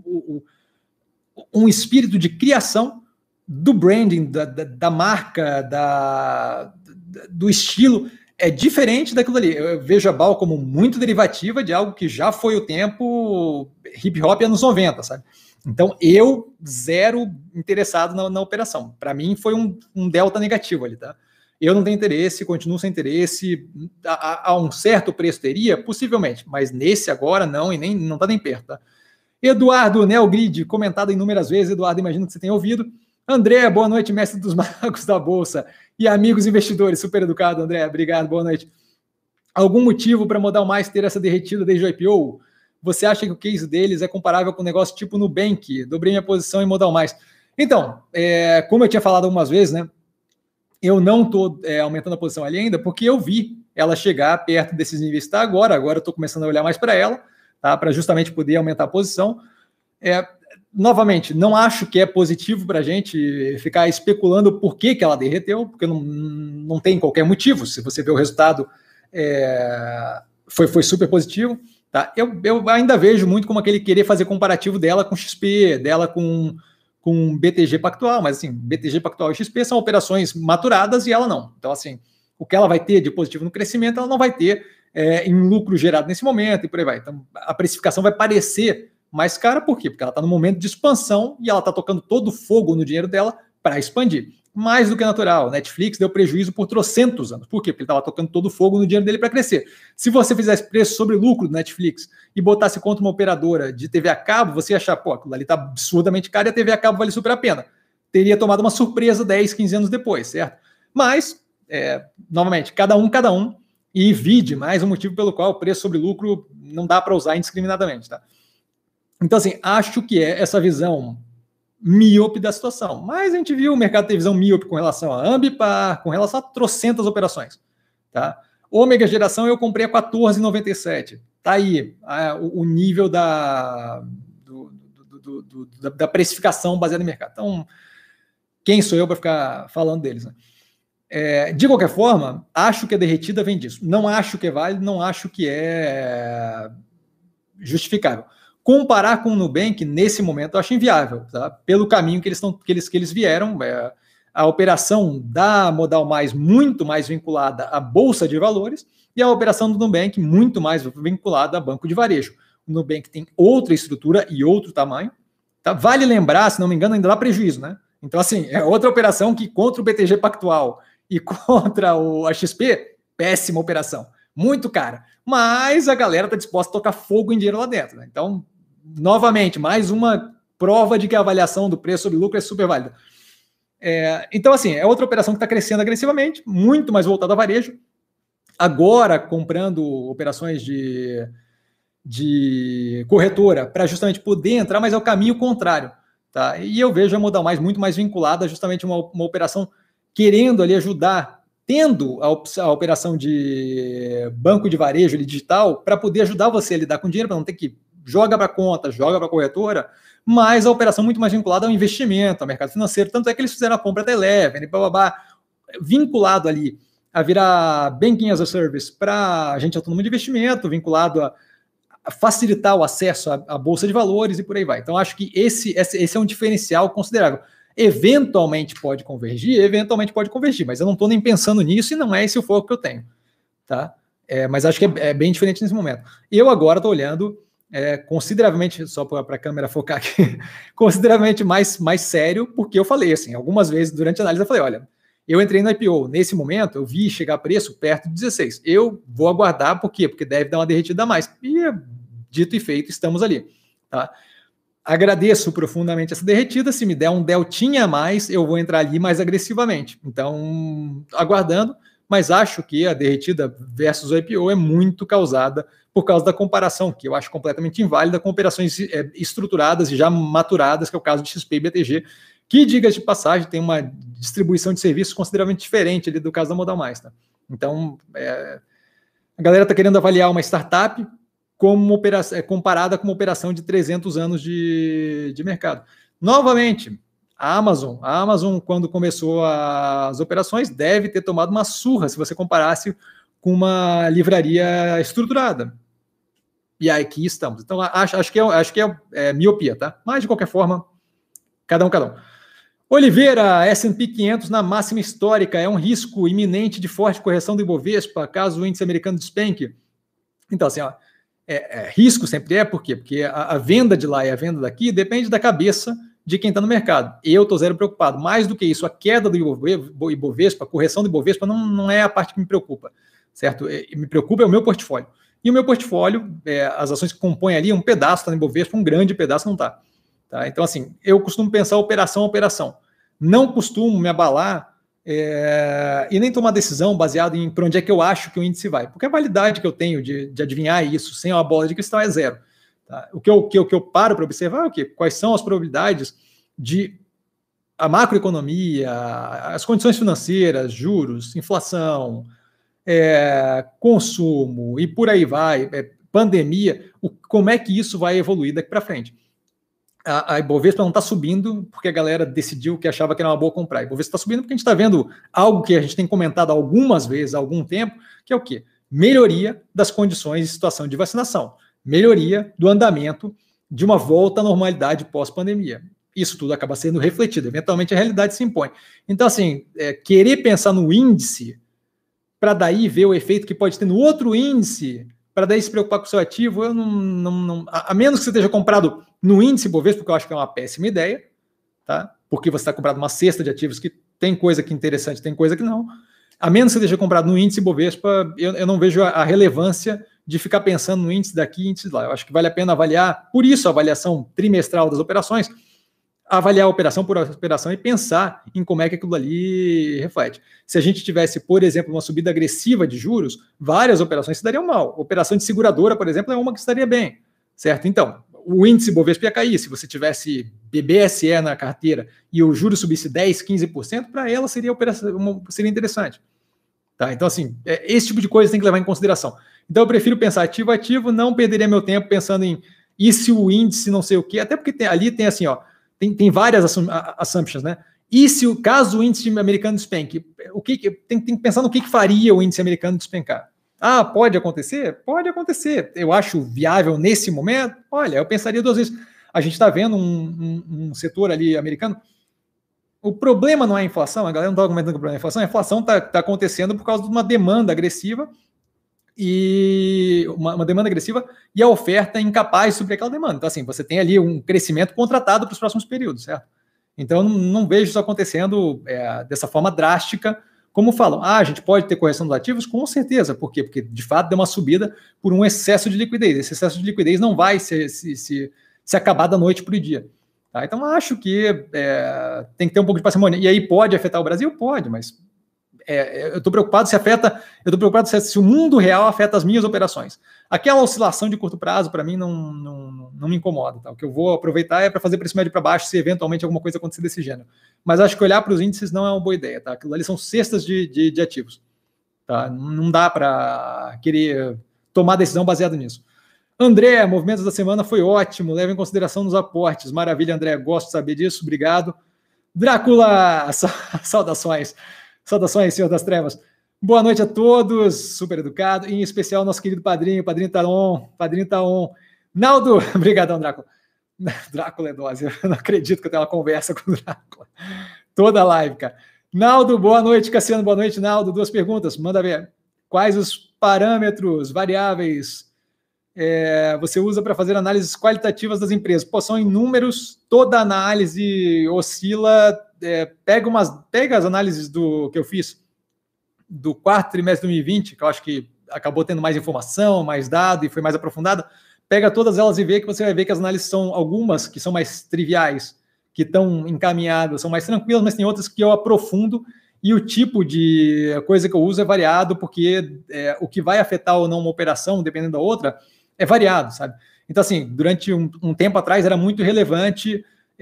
um espírito de criação do branding, da marca, do estilo, é diferente daquilo ali. Eu vejo a BAO como muito derivativa de algo que já foi o tempo hip hop anos 90, sabe? Então, eu zero interessado na operação. Para mim, foi um delta negativo ali, tá? Eu não tenho interesse, continuo sem interesse. A um certo preço teria? Possivelmente, mas nesse agora não, e nem não está nem perto, tá? Eduardo, Neogrid, comentado inúmeras vezes. Eduardo, imagino que você tenha ouvido. André, boa noite, mestre dos magos da Bolsa. E amigos investidores, super educado, André. Obrigado, boa noite. Algum motivo para Modal Mais ter essa derretida desde o IPO? Você acha que o case deles é comparável com um negócio tipo Nubank? Dobrei minha posição em Modal Mais. Então, como eu tinha falado algumas vezes, né? Eu não estou aumentando a posição ali ainda, porque eu vi ela chegar perto desses níveis que está agora. Agora eu estou começando a olhar mais para ela, tá? Para justamente poder aumentar a posição. Novamente, não acho que é positivo para a gente ficar especulando por que ela derreteu, porque não tem qualquer motivo. Se você vê o resultado, foi super positivo. Tá? Eu ainda vejo muito como aquele querer fazer comparativo dela com XP, dela com BTG Pactual, mas assim, BTG Pactual e XP são operações maturadas e ela não. Então, assim, o que ela vai ter de positivo no crescimento, ela não vai ter em lucro gerado nesse momento e por aí vai. Então, a precificação vai parecer mais cara, por quê? Porque ela está no momento de expansão e ela está tocando todo o fogo no dinheiro dela para expandir. Mais do que natural. Netflix deu prejuízo por trocentos anos. Por quê? Porque ele estava tocando todo o fogo no dinheiro dele para crescer. Se você fizesse preço sobre lucro do Netflix e botasse contra uma operadora de TV a cabo, você ia achar, pô, aquilo ali está absurdamente caro e a TV a cabo vale super a pena. teria tomado uma surpresa 10, 15 anos depois, certo? Mas, novamente, cada um, e vide mais um motivo pelo qual o preço sobre lucro não dá para usar indiscriminadamente, tá? Então, assim, acho que é essa visão míope da situação. Mas a gente viu o mercado ter visão míope com relação a Ambipar, com relação a trocentas operações, tá? Ômega Geração eu comprei a 14,97. Tá aí o nível da precificação baseada em mercado. Então, quem sou eu para ficar falando deles, né? De qualquer forma, acho que a derretida vem disso. Não acho que é válido, não acho que é justificável. Comparar com o Nubank, nesse momento, eu acho inviável, tá? Pelo caminho que eles vieram. A operação da Modal Mais muito mais vinculada à Bolsa de Valores e a operação do Nubank muito mais vinculada a banco de varejo. O Nubank tem outra estrutura e outro tamanho. Tá? Vale lembrar, se não me engano, ainda dá prejuízo, né? Então, assim, é outra operação que contra o BTG Pactual e contra a XP, péssima operação. Muito cara. Mas a galera está disposta a tocar fogo em dinheiro lá dentro, né? Então, novamente, mais uma prova de que a avaliação do preço sobre lucro é super válida. Então, assim, é outra operação que está crescendo agressivamente, muito mais voltada a varejo. Agora, comprando operações de corretora para justamente poder entrar, mas é o caminho contrário. Tá? E eu vejo a Modal Mais muito mais vinculada a justamente uma operação querendo ali ajudar, tendo a operação de banco de varejo ali, digital, para poder ajudar você a lidar com dinheiro, para não ter que joga para conta, joga para corretora, mas a operação muito mais vinculada ao investimento, ao mercado financeiro. Tanto é que eles fizeram a compra da Eleven, vinculado ali a virar Banking as a Service para agente autônomo de investimento, vinculado a facilitar o acesso à Bolsa de Valores e por aí vai. Então, acho que esse é um diferencial considerável. Eventualmente pode convergir, mas eu não estou nem pensando nisso e não é esse o foco que eu tenho. Tá? Mas acho que é bem diferente nesse momento. Eu agora estou olhando consideravelmente, só para a câmera focar aqui, consideravelmente mais sério, porque eu falei assim, algumas vezes durante a análise eu falei, olha, eu entrei no IPO, nesse momento eu vi chegar preço perto de 16, eu vou aguardar, por quê? Porque deve dar uma derretida a mais, e dito e feito, estamos ali, tá? Agradeço profundamente essa derretida, se me der um deltinha a mais, eu vou entrar ali mais agressivamente, então, aguardando, mas acho que a derretida versus o IPO é muito causada por causa da comparação, que eu acho completamente inválida, com operações estruturadas e já maturadas, que é o caso de XP e BTG, que, diga de passagem, tem uma distribuição de serviços consideravelmente diferente ali do caso da Modal Mais. Tá? Então, a galera está querendo avaliar uma startup como comparada com uma operação de 300 anos de mercado. Novamente, a Amazon, quando começou as operações, deve ter tomado uma surra se você comparasse com uma livraria estruturada. E aí aqui estamos. Então, acho que é miopia, tá? Mas, de qualquer forma, cada um. Oliveira, S&P 500 na máxima histórica. É um risco iminente de forte correção do Ibovespa, caso o índice americano despenque? Então, assim, risco sempre por quê? Porque a venda de lá e a venda daqui depende da cabeça de quem está no mercado. Eu estou zero preocupado. Mais do que isso, a queda do Ibovespa, a correção do Ibovespa não é a parte que me preocupa, certo? Me preocupa é o meu portfólio. E o meu portfólio, as ações que compõem ali, um pedaço está no Ibovespa, um grande pedaço não está. Tá? Então, assim, eu costumo pensar operação a operação. Não costumo me abalar e nem tomar decisão baseada em para onde é que eu acho que o índice vai. Porque a validade que eu tenho de adivinhar isso sem uma bola de cristal é zero. Tá? O que eu paro para observar é o quê? Quais são as probabilidades de a macroeconomia, as condições financeiras, juros, inflação, consumo e por aí vai, pandemia, como é que isso vai evoluir daqui para frente. A Ibovespa não está subindo porque a galera decidiu que achava que era uma boa comprar. A Ibovespa está subindo porque a gente está vendo algo que a gente tem comentado algumas vezes há algum tempo, que é o quê? Melhoria das condições de situação de vacinação, melhoria do andamento de uma volta à normalidade pós-pandemia. Isso tudo acaba sendo refletido, eventualmente a realidade se impõe. Então, assim, querer pensar no índice para daí ver o efeito que pode ter no outro índice, para daí se preocupar com o seu ativo, eu não, a menos que você esteja comprado no índice Bovespa, porque eu acho que é uma péssima ideia, tá? Porque você está comprado uma cesta de ativos que tem coisa que é interessante, tem coisa que não. A menos que você esteja comprado no índice Bovespa, eu não vejo a relevância de ficar pensando no índice daqui e índice lá. Eu acho que vale a pena avaliar, por isso a avaliação trimestral das operações, avaliar operação por operação e pensar em como é que aquilo ali reflete. Se a gente tivesse, por exemplo, uma subida agressiva de juros, várias operações se dariam mal. Operação de seguradora, por exemplo, é uma que estaria bem, certo? Então, o índice Bovespa ia cair. Se você tivesse BBSE na carteira e o juro subisse 10%, 15%, para ela seria interessante. Tá? Então, assim, esse tipo de coisa tem que levar em consideração. Então, eu prefiro pensar ativo a ativo, não perderia meu tempo pensando em e se o índice não sei o quê, até porque ali tem assim, ó, tem várias assumptions, né? E se o caso o índice americano despenque, tem que pensar no que faria o índice americano despencar. Ah, pode acontecer? Pode acontecer. Eu acho viável nesse momento? Olha, eu pensaria duas vezes. A gente está vendo um setor ali americano. O problema não é a inflação, a galera não está argumentando que o problema é a inflação está acontecendo por causa de uma demanda agressiva e uma demanda agressiva e a oferta incapaz de suprir aquela demanda. Então, assim, você tem ali um crescimento contratado para os próximos períodos, certo? Então, não vejo isso acontecendo dessa forma drástica, como falam. Ah, a gente pode ter correção dos ativos? Com certeza. Por quê? Porque, de fato, deu uma subida por um excesso de liquidez. Esse excesso de liquidez não vai se acabar da noite para o dia. Tá? Então, acho que tem que ter um pouco de parcimônia. E aí, pode afetar o Brasil? Pode, mas eu estou preocupado se o mundo real afeta as minhas operações. Aquela oscilação de curto prazo, para mim, não me incomoda. Tá? O que eu vou aproveitar é para fazer preço médio para baixo, se eventualmente alguma coisa acontecer desse gênero. Mas acho que olhar para os índices não é uma boa ideia. Tá? Aquilo ali são cestas de ativos. Tá? Não dá para querer tomar decisão baseada nisso. André, movimentos da semana foi ótimo, leva em consideração nos aportes. Maravilha, André, gosto de saber disso, obrigado. Drácula, saudações. Saudações, Senhor das Trevas. Boa noite a todos, super educado, e em especial nosso querido padrinho tá on. Naldo, obrigadão, Drácula. Drácula é dose, eu não acredito que eu tenho uma conversa com o Drácula. Toda a live, cara. Naldo, boa noite, Cassiano, boa noite, Naldo. Duas perguntas, manda ver. Quais os parâmetros, variáveis você usa para fazer análises qualitativas das empresas? Pô, são inúmeros, toda análise oscila. Pega as análises que eu fiz do quarto trimestre de 2020, que eu acho que acabou tendo mais informação, mais dado e foi mais aprofundada. Pega todas elas e vê que você vai ver que as análises são algumas que são mais triviais, que estão encaminhadas, são mais tranquilas, mas tem outras que eu aprofundo e o tipo de coisa que eu uso é variado, porque o que vai afetar ou não uma operação, dependendo da outra, é variado, sabe? Então, assim, durante um tempo atrás era muito relevante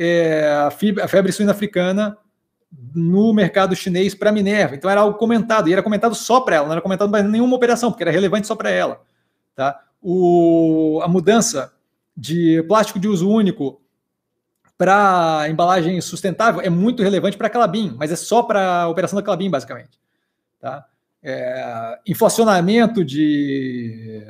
a febre suína africana no mercado chinês para Minerva. Então era algo comentado, e era comentado só para ela, não era comentado para nenhuma operação, porque era relevante só para ela. Tá? A mudança de plástico de uso único para embalagem sustentável é muito relevante para a Klabin, mas é só para a operação da Klabin, basicamente. Tá? Inflacionamento de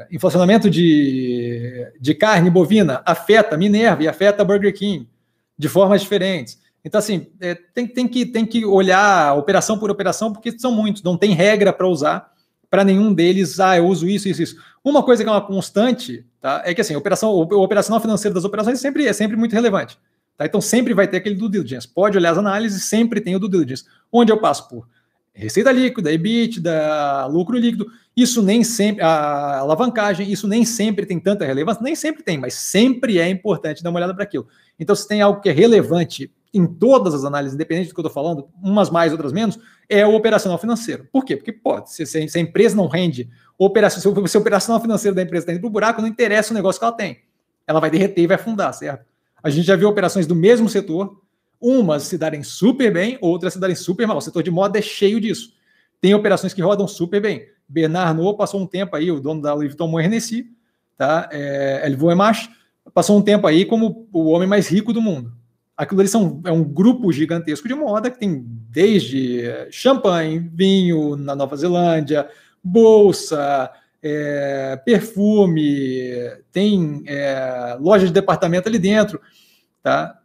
carne bovina afeta Minerva e afeta Burger King de formas diferentes. Então, assim, tem que olhar operação por operação, porque são muitos, não tem regra para usar para nenhum deles. Eu uso isso. Uma coisa que é uma constante, tá, é que assim, o operacional financeiro das operações é sempre muito relevante. Tá? Então, sempre vai ter aquele due diligence. Pode olhar as análises, sempre tem o due diligence. Onde eu passo por receita líquida, EBITDA, lucro líquido, isso nem sempre, a alavancagem, isso nem sempre tem tanta relevância, nem sempre tem, mas sempre é importante dar uma olhada para aquilo. Então, se tem algo que é relevante em todas as análises, independente do que eu estou falando, umas mais, outras menos, é o operacional financeiro. Por quê? Porque, se a empresa não rende, se o operacional financeiro da empresa está indo para o buraco, não interessa o negócio que ela tem. Ela vai derreter e vai afundar, certo? A gente já viu operações do mesmo setor, umas se darem super bem, outras se darem super mal. O setor de moda é cheio disso. Tem operações que rodam super bem. Bernard Arnault passou um tempo aí, o dono da Louis Vuitton Moët Hennessy, tá? LVMH, passou um tempo aí como o homem mais rico do mundo. Aquilo ali é um grupo gigantesco de moda que tem desde champanhe, vinho na Nova Zelândia, bolsa, perfume, tem loja de departamento ali dentro, tá?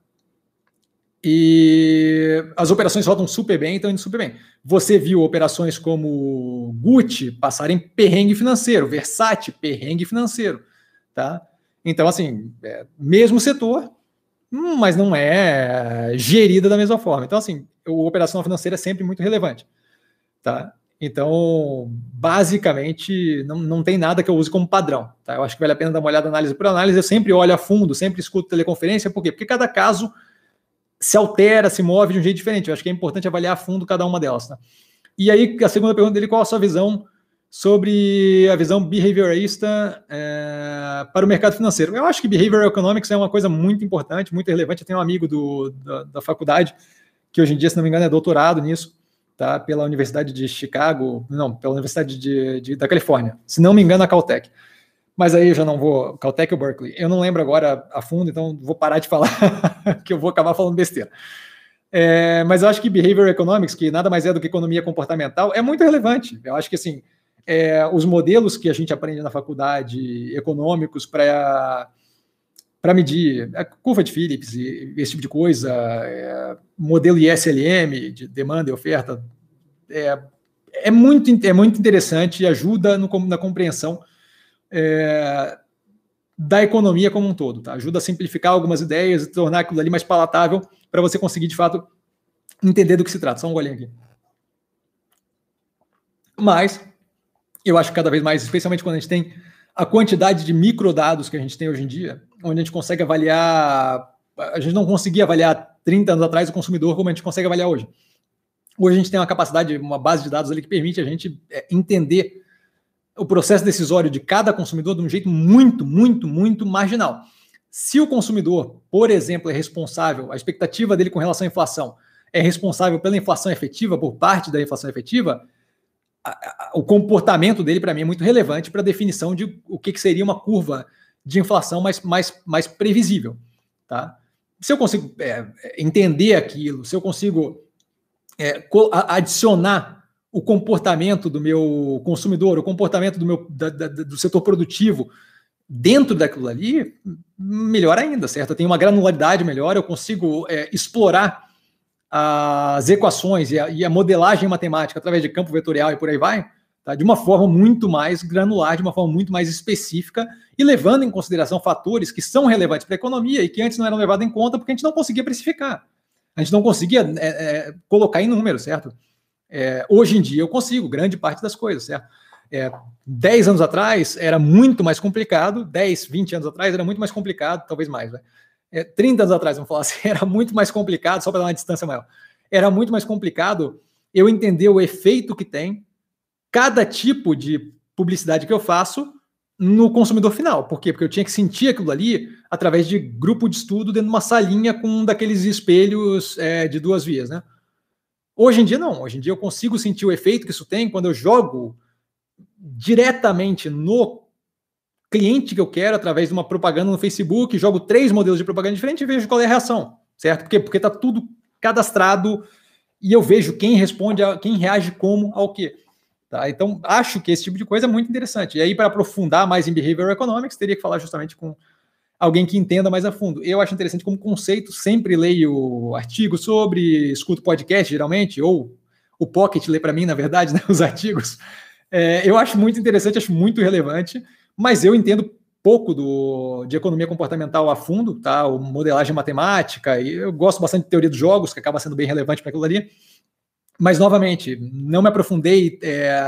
E as operações rodam super bem, estão indo super bem. Você viu operações como Gucci passarem perrengue financeiro, Versace, perrengue financeiro, tá? Então, assim, mesmo setor, mas não é gerida da mesma forma. Então, assim, a operação financeira é sempre muito relevante, tá? Então, basicamente, não tem nada que eu use como padrão, tá? Eu acho que vale a pena dar uma olhada análise por análise. Eu sempre olho a fundo, sempre escuto teleconferência. Por quê? Porque cada caso se altera, se move de um jeito diferente. Eu acho que é importante avaliar a fundo cada uma delas. Tá? E aí, a segunda pergunta dele, qual a sua visão sobre a visão behaviorista para o mercado financeiro? Eu acho que behavioral economics é uma coisa muito importante, muito relevante. Eu tenho um amigo da faculdade, que hoje em dia, se não me engano, é doutorado nisso, tá? Pela Universidade de Chicago, não, pela Universidade da Califórnia, se não me engano, a Caltech. Mas aí eu já não vou, Caltech ou Berkeley, eu não lembro agora a fundo, então vou parar de falar, que eu vou acabar falando besteira. Mas eu acho que behavioral economics, que nada mais é do que economia comportamental, é muito relevante. Eu acho que, assim, os modelos que a gente aprende na faculdade econômicos para medir a curva de Phillips e esse tipo de coisa, modelo ISLM, de demanda e oferta, é muito interessante e ajuda na compreensão da economia como um todo, tá? Ajuda a simplificar algumas ideias e tornar aquilo ali mais palatável para você conseguir, de fato, entender do que se trata. Só um golinho aqui. Mas eu acho que cada vez mais, especialmente quando a gente tem a quantidade de microdados que a gente tem hoje em dia, onde a gente consegue avaliar, a gente não conseguia avaliar 30 anos atrás o consumidor como a gente consegue avaliar hoje. Hoje a gente tem uma capacidade, uma base de dados ali que permite a gente entender o processo decisório de cada consumidor de um jeito muito, muito, muito marginal. Se o consumidor, por exemplo, é responsável, a expectativa dele com relação à inflação é responsável pela inflação efetiva, por parte da inflação efetiva, o comportamento dele, para mim, é muito relevante para a definição de o que seria uma curva de inflação mais previsível. Tá? Se eu consigo entender aquilo, se eu consigo adicionar o comportamento do meu consumidor, o comportamento do setor produtivo dentro daquilo ali, melhor ainda, certo? Eu tenho uma granularidade melhor, eu consigo explorar as equações e a modelagem matemática através de campo vetorial e por aí vai, tá? De uma forma muito mais granular, de uma forma muito mais específica e levando em consideração fatores que são relevantes para a economia e que antes não eram levados em conta porque a gente não conseguia precificar. A gente não conseguia colocar em números, certo? Hoje em dia eu consigo, grande parte das coisas, certo? 10 anos atrás era muito mais complicado, 10, 20 anos atrás era muito mais complicado, talvez mais, né? 30 anos atrás, vamos falar assim, era muito mais complicado, só para dar uma distância maior, era muito mais complicado eu entender o efeito que tem cada tipo de publicidade que eu faço no consumidor final. Por quê? Porque eu tinha que sentir aquilo ali através de grupo de estudo dentro de uma salinha com um daqueles espelhos de 2 vias, né? Hoje em dia não, hoje em dia eu consigo sentir o efeito que isso tem quando eu jogo diretamente no cliente que eu quero, através de uma propaganda no Facebook, jogo 3 modelos de propaganda diferentes e vejo qual é a reação, certo? Por quê? Porque está tudo cadastrado e eu vejo quem responde, quem reage como ao quê. Tá? Então, acho que esse tipo de coisa é muito interessante. E aí, para aprofundar mais em Behavioral Economics, teria que falar justamente com alguém que entenda mais a fundo. Eu acho interessante como conceito, sempre leio artigos sobre, escuto podcast, geralmente, ou o Pocket lê para mim, na verdade, né, os artigos. Eu acho muito interessante, acho muito relevante, mas eu entendo pouco de economia comportamental a fundo, tá? O modelagem matemática, e eu gosto bastante de teoria dos jogos, que acaba sendo bem relevante para aquilo ali. Mas, novamente, não me aprofundei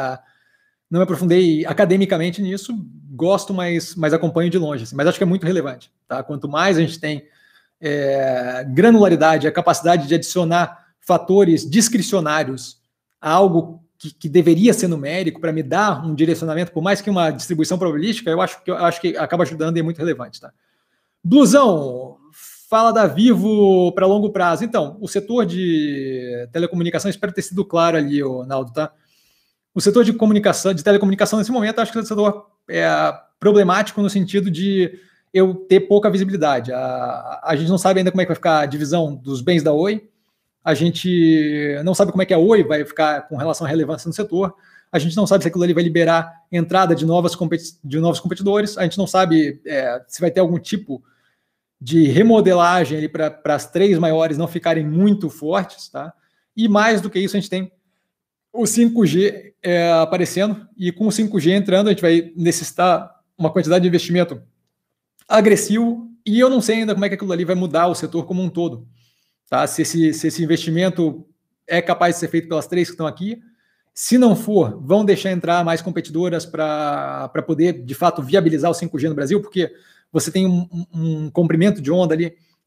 academicamente nisso, gosto, mas acompanho de longe. Assim, mas acho que é muito relevante. Tá? Quanto mais a gente tem granularidade, a capacidade de adicionar fatores discricionários a algo que deveria ser numérico para me dar um direcionamento, por mais que uma distribuição probabilística, eu acho que acaba ajudando e é muito relevante. Tá? Blusão, fala da Vivo para longo prazo. Então, o setor de telecomunicação, espero ter sido claro ali, Naldo, tá? O setor de telecomunicação nesse momento, acho que é um setor problemático no sentido de eu ter pouca visibilidade. A gente não sabe ainda como é que vai ficar a divisão dos bens da Oi, a gente não sabe como é que a Oi vai ficar com relação à relevância no setor, a gente não sabe se aquilo ali vai liberar entrada de novos competidores, a gente não sabe se vai ter algum tipo de remodelagem para as 3 maiores não ficarem muito fortes, tá? E mais do que isso, a gente tem o 5G aparecendo, e com o 5G entrando, a gente vai necessitar uma quantidade de investimento agressivo, e eu não sei ainda como é que aquilo ali vai mudar o setor como um todo. Tá? Se esse investimento é capaz de ser feito pelas 3 que estão aqui, se não for, vão deixar entrar mais competidoras para poder, de fato, viabilizar o 5G no Brasil, porque você tem um comprimento de onda ali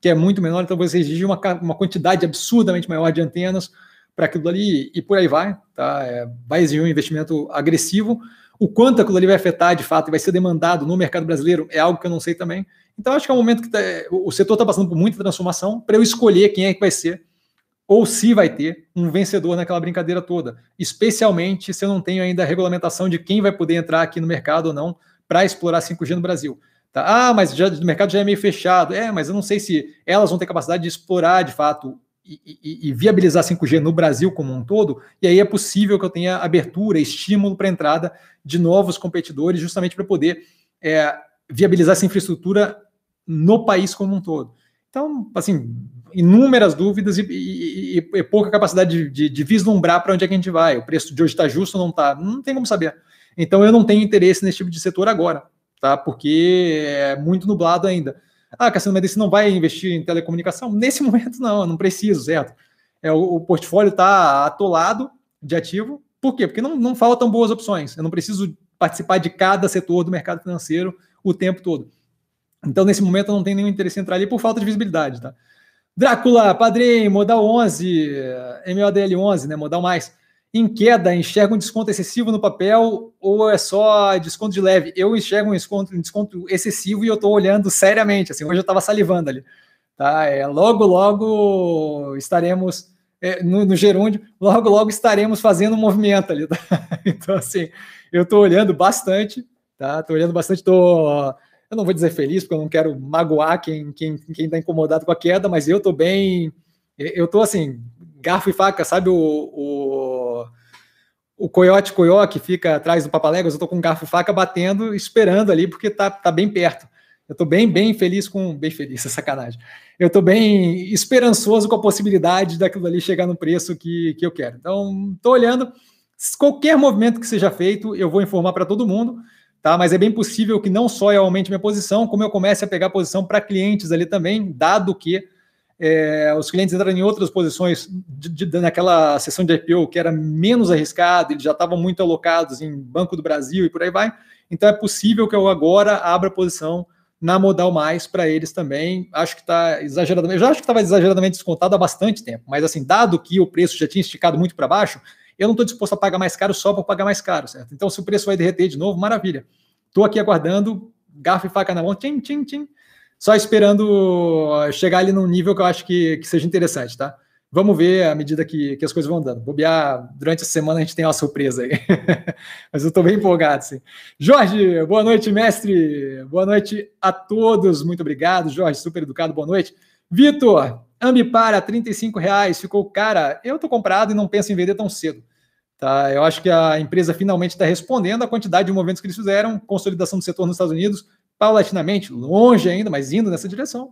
que é muito menor, então você exige uma quantidade absurdamente maior de antenas para aquilo ali e por aí vai, tá? Vai exigir um investimento agressivo. O quanto aquilo ali vai afetar, de fato, e vai ser demandado no mercado brasileiro é algo que eu não sei também. Então, acho que é um momento que o setor está passando por muita transformação para eu escolher quem é que vai ser ou se vai ter um vencedor naquela brincadeira toda, especialmente se eu não tenho ainda a regulamentação de quem vai poder entrar aqui no mercado ou não para explorar 5G no Brasil. Tá? Ah, mas o mercado já é meio fechado. Mas eu não sei se elas vão ter capacidade de explorar, de fato, e viabilizar 5G no Brasil como um todo, e aí é possível que eu tenha abertura, estímulo para a entrada de novos competidores, justamente para poder viabilizar essa infraestrutura no país como um todo. Então, assim, inúmeras dúvidas e pouca capacidade de vislumbrar para onde é que a gente vai. O preço de hoje está justo ou não está? Não tem como saber. Então, eu não tenho interesse nesse tipo de setor agora, tá? Porque é muito nublado ainda. Ah, Cassiano, mas você não vai investir em telecomunicação? Nesse momento, não, eu não preciso, certo? O portfólio está atolado de ativo. Por quê? Porque não faltam boas opções. Eu não preciso participar de cada setor do mercado financeiro o tempo todo. Então, nesse momento, eu não tenho nenhum interesse em entrar ali por falta de visibilidade, tá? Drácula, padrinho, modal 11, MODL 11, né, modal mais. Em queda, enxerga um desconto excessivo no papel ou é só desconto de leve? Eu enxergo um desconto excessivo e eu estou olhando seriamente. Assim, hoje eu estava salivando ali. Tá? Logo estaremos no gerúndio, logo estaremos fazendo um movimento ali. Tá? Então, assim, eu estou olhando bastante, tá? Estou olhando bastante, eu não vou dizer feliz, porque eu não quero magoar quem está incomodado com a queda, mas eu estou bem. Eu estou assim, garfo e faca, sabe o coiote que fica atrás do Papaléguas? Eu estou com garfo e faca batendo, esperando ali, porque tá bem perto. Eu estou bem feliz bem feliz, é sacanagem. Eu estou bem esperançoso com a possibilidade daquilo ali chegar no preço que eu quero. Então, estou olhando. Qualquer movimento que seja feito, eu vou informar para todo mundo. Tá, mas é bem possível que não só eu aumente minha posição, como eu comece a pegar posição para clientes ali também, dado que os clientes entraram em outras posições naquela sessão de IPO que era menos arriscado, eles já estavam muito alocados em Banco do Brasil e por aí vai. Então é possível que eu agora abra posição na modal mais para eles também. Acho que está exageradamente, eu já acho que estava exageradamente descontado há bastante tempo, mas assim, dado que o preço já tinha esticado muito para baixo, eu não estou disposto a pagar mais caro só para pagar mais caro, certo? Então, se o preço vai derreter de novo, maravilha. Estou aqui aguardando, garfo e faca na mão, tchim, só esperando chegar ali num nível que eu acho que seja interessante, tá? Vamos ver à medida que as coisas vão dando. Bobear, durante a semana a gente tem uma surpresa aí. Mas eu estou bem empolgado, sim. Jorge, boa noite, mestre. Boa noite a todos. Muito obrigado, Jorge, super educado, boa noite. Vitor, Ambipar a R$35, ficou cara. Eu estou comprado e não penso em vender tão cedo. Tá? Eu acho que a empresa finalmente está respondendo à quantidade de movimentos que eles fizeram, consolidação do setor nos Estados Unidos, paulatinamente, longe ainda, mas indo nessa direção.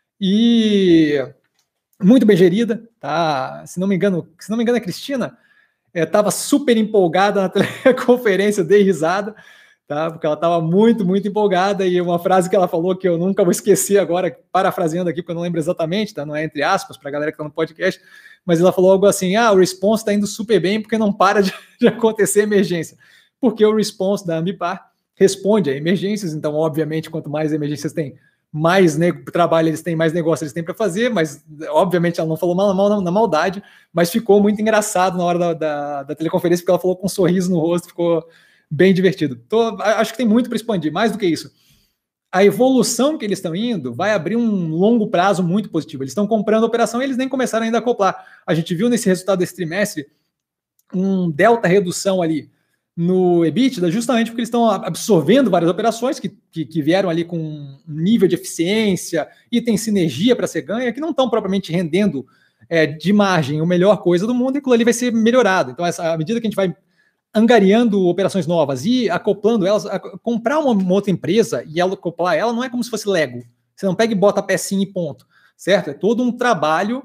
E muito bem gerida, tá? Se não me engano, a Cristina estava super empolgada na teleconferência, dei risada. Tá? Porque ela estava muito empolgada, e uma frase que ela falou que eu nunca vou esquecer agora, parafraseando aqui, porque eu não lembro exatamente, tá? Não é entre aspas, para a galera que está no podcast, mas ela falou algo assim, o response está indo super bem porque não para de acontecer emergência. Porque o response da Ambipar responde a emergências, então, obviamente, quanto mais emergências tem, mais trabalho eles têm, mais negócio eles têm para fazer, mas, obviamente, ela não falou na maldade, mas ficou muito engraçado na hora da teleconferência, porque ela falou com um sorriso no rosto, ficou bem divertido. Acho que tem muito para expandir, mais do que isso. A evolução que eles estão indo vai abrir um longo prazo muito positivo. Eles estão comprando a operação e eles nem começaram ainda a acoplar. A gente viu nesse resultado desse trimestre um delta redução ali no EBITDA, justamente porque eles estão absorvendo várias operações que vieram ali com um nível de eficiência e tem sinergia para ser ganha, que não estão propriamente rendendo de margem a melhor coisa do mundo, e aquilo ali vai ser melhorado. Então, à medida que a gente vai angariando operações novas e acoplando elas, comprar uma outra empresa e ela acoplar ela não é como se fosse Lego. Você não pega e bota a pecinha e ponto, certo? É todo um trabalho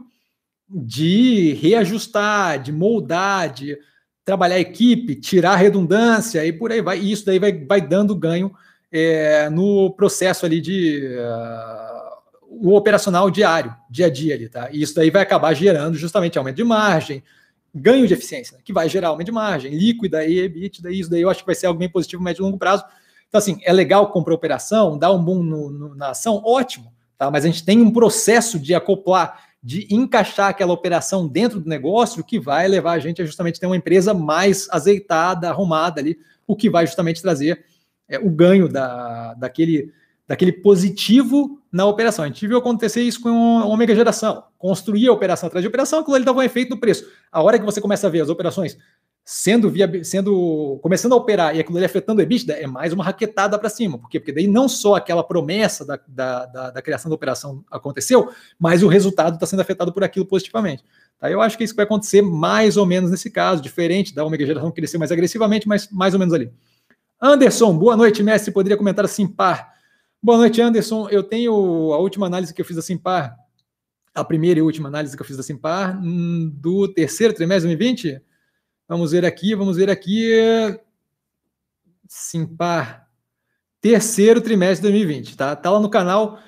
de reajustar, de moldar, de trabalhar a equipe, tirar a redundância e por aí vai. E isso daí vai dando ganho no processo ali o operacional diário, dia a dia ali, tá? E isso daí vai acabar gerando justamente aumento de margem, ganho de eficiência, né, que vai gerar aumento de margem, líquida e EBITDA, isso daí eu acho que vai ser algo bem positivo, médio e longo prazo. Então, assim, é legal comprar operação, dar um boom na ação, ótimo, tá? Mas a gente tem um processo de acoplar, de encaixar aquela operação dentro do negócio que vai levar a gente a justamente ter uma empresa mais azeitada, arrumada ali, o que vai justamente trazer o ganho daquele positivo na operação. A gente viu acontecer isso com a Ômega Geração. Construir a operação atrás de operação, aquilo ali dava um efeito no preço. A hora que você começa a ver as operações começando a operar e aquilo ali afetando o EBITDA, é mais uma raquetada para cima. Por quê? Porque daí não só aquela promessa da criação da operação aconteceu, mas o resultado está sendo afetado por aquilo positivamente. Tá? Eu acho que isso vai acontecer mais ou menos nesse caso, diferente da Ômega Geração crescer mais agressivamente, mas mais ou menos ali. Anderson, boa noite, mestre. Poderia comentar a Simpar? Boa noite, Anderson. Eu tenho a última análise que eu fiz da Simpar, a primeira e última análise que eu fiz da Simpar, do terceiro trimestre de 2020. Vamos ver aqui. Simpar, terceiro trimestre de 2020, tá? Tá lá no canal.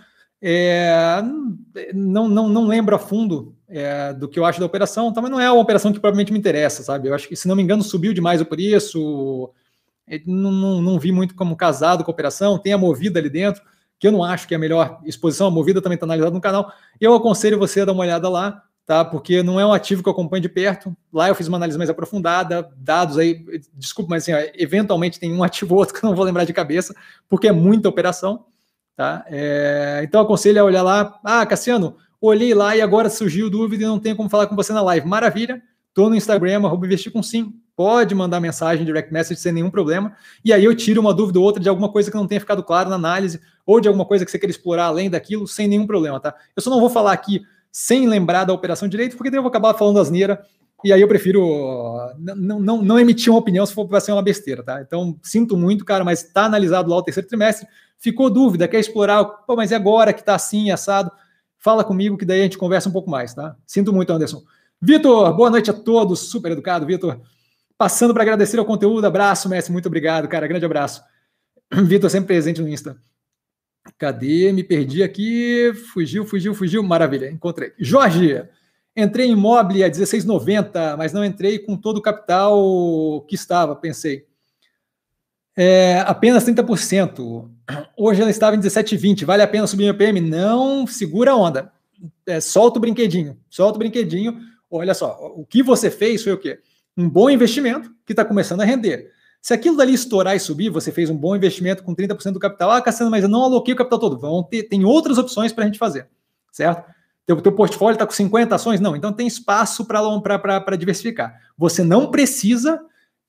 Não lembro a fundo do que eu acho da operação, tá? Mas não é uma operação que provavelmente me interessa, sabe? Eu acho que, se não me engano, subiu demais o preço. Não vi muito como casado com a operação. Tem a Movida ali dentro, que eu não acho que é a melhor exposição. A Movida também está analisada no canal. Eu aconselho você a dar uma olhada lá, tá? Porque não é um ativo que eu acompanho de perto. Lá eu fiz uma análise mais aprofundada, dados aí, desculpa, mas assim, eventualmente tem um ativo ou outro que eu não vou lembrar de cabeça, porque é muita operação, tá? Então eu aconselho a olhar lá. Ah, Cassiano, olhei lá e agora surgiu dúvida e não tenho como falar com você na live. Maravilha, tô no Instagram, @investir_com_sim. Pode mandar mensagem, direct message, sem nenhum problema. E aí eu tiro uma dúvida ou outra de alguma coisa que não tenha ficado claro na análise, ou de alguma coisa que você queira explorar além daquilo, sem nenhum problema, tá? Eu só não vou falar aqui sem lembrar da operação direito, porque daí eu vou acabar falando asneira, e aí eu prefiro não emitir uma opinião se for para ser uma besteira, tá? Então, sinto muito, cara, mas está analisado lá o terceiro trimestre, ficou dúvida, quer explorar, pô, mas e agora que está assim, assado? Fala comigo que daí a gente conversa um pouco mais, tá? Sinto muito, Anderson. Vitor, boa noite a todos, super educado, Vitor. Passando para agradecer ao conteúdo, abraço, mestre, muito obrigado, cara, grande abraço. Vitor sempre presente no Insta. Cadê? Me perdi aqui, fugiu, maravilha, encontrei. Jorge, entrei em imóvel a 16,90, mas não entrei com todo o capital que estava, pensei. Apenas 30%. Hoje ela estava em 17,20, vale a pena subir meu PM? Não, segura a onda. Solta o brinquedinho, olha só, o que você fez foi o quê? Um bom investimento que está começando a render. Se aquilo dali estourar e subir, você fez um bom investimento com 30% do capital. Ah, Cassiano, mas eu não aloquei o capital todo. Tem outras opções para a gente fazer, certo? Teu portfólio está com 50 ações? Não, então tem espaço para diversificar. Você não precisa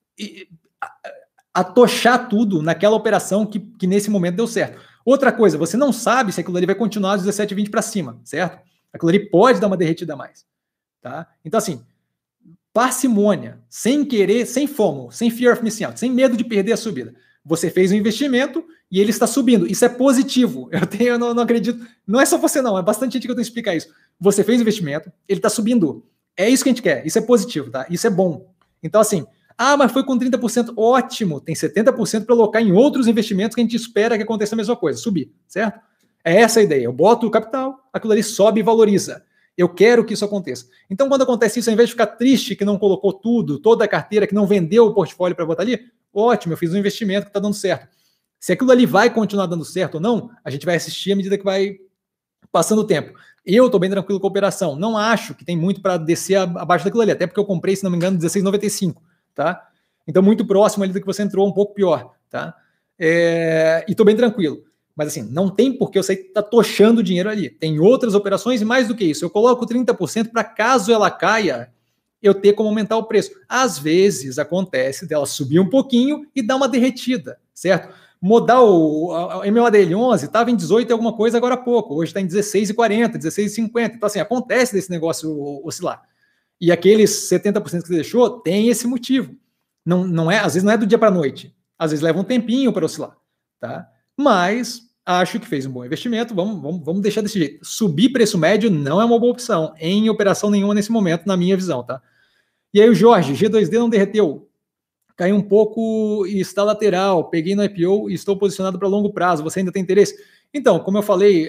atochar tudo naquela operação que nesse momento deu certo. Outra coisa, você não sabe se aquilo ali vai continuar dos 17,20 para cima, certo? Aquilo ali pode dar uma derretida a mais, tá? Então, assim, parcimônia, sem querer, sem FOMO, sem fear of missing out, sem medo de perder a subida. Você fez um investimento e ele está subindo. Isso é positivo. Eu não acredito. Não é só você, não. É bastante gente que eu tenho que explicar isso. Você fez um investimento, ele está subindo. É isso que a gente quer. Isso é positivo, tá? Isso é bom. Então, assim, mas foi com 30%. Ótimo. Tem 70% para alocar em outros investimentos que a gente espera que aconteça a mesma coisa. Subir, certo? É essa a ideia. Eu boto o capital, aquilo ali sobe e valoriza. Eu quero que isso aconteça. Então, quando acontece isso, ao invés de ficar triste que não colocou tudo, toda a carteira, que não vendeu o portfólio para botar ali, ótimo, eu fiz um investimento que está dando certo. Se aquilo ali vai continuar dando certo ou não, a gente vai assistir à medida que vai passando o tempo. Eu estou bem tranquilo com a operação. Não acho que tem muito para descer abaixo daquilo ali, até porque eu comprei, se não me engano, 16,95, tá? Então, muito próximo ali do que você entrou, um pouco pior, tá? E estou bem tranquilo. Mas assim, não tem por que eu sair tochando dinheiro ali. Tem outras operações e mais do que isso. Eu coloco 30% para caso ela caia, eu ter como aumentar o preço. Às vezes acontece dela subir um pouquinho e dar uma derretida, certo? Modal, a MODL11 estava em 18 e alguma coisa agora há pouco. Hoje está em 16,40, 16,50. Então assim, acontece desse negócio oscilar. E aqueles 70% que você deixou, tem esse motivo. Às vezes não é do dia para a noite. Às vezes leva um tempinho para oscilar, tá? Mas acho que fez um bom investimento, vamos deixar desse jeito. Subir preço médio não é uma boa opção, em operação nenhuma nesse momento, na minha visão, tá? E aí o Jorge, G2D não derreteu, caiu um pouco e está lateral, peguei no IPO e estou posicionado para longo prazo, você ainda tem interesse? Então, como eu falei,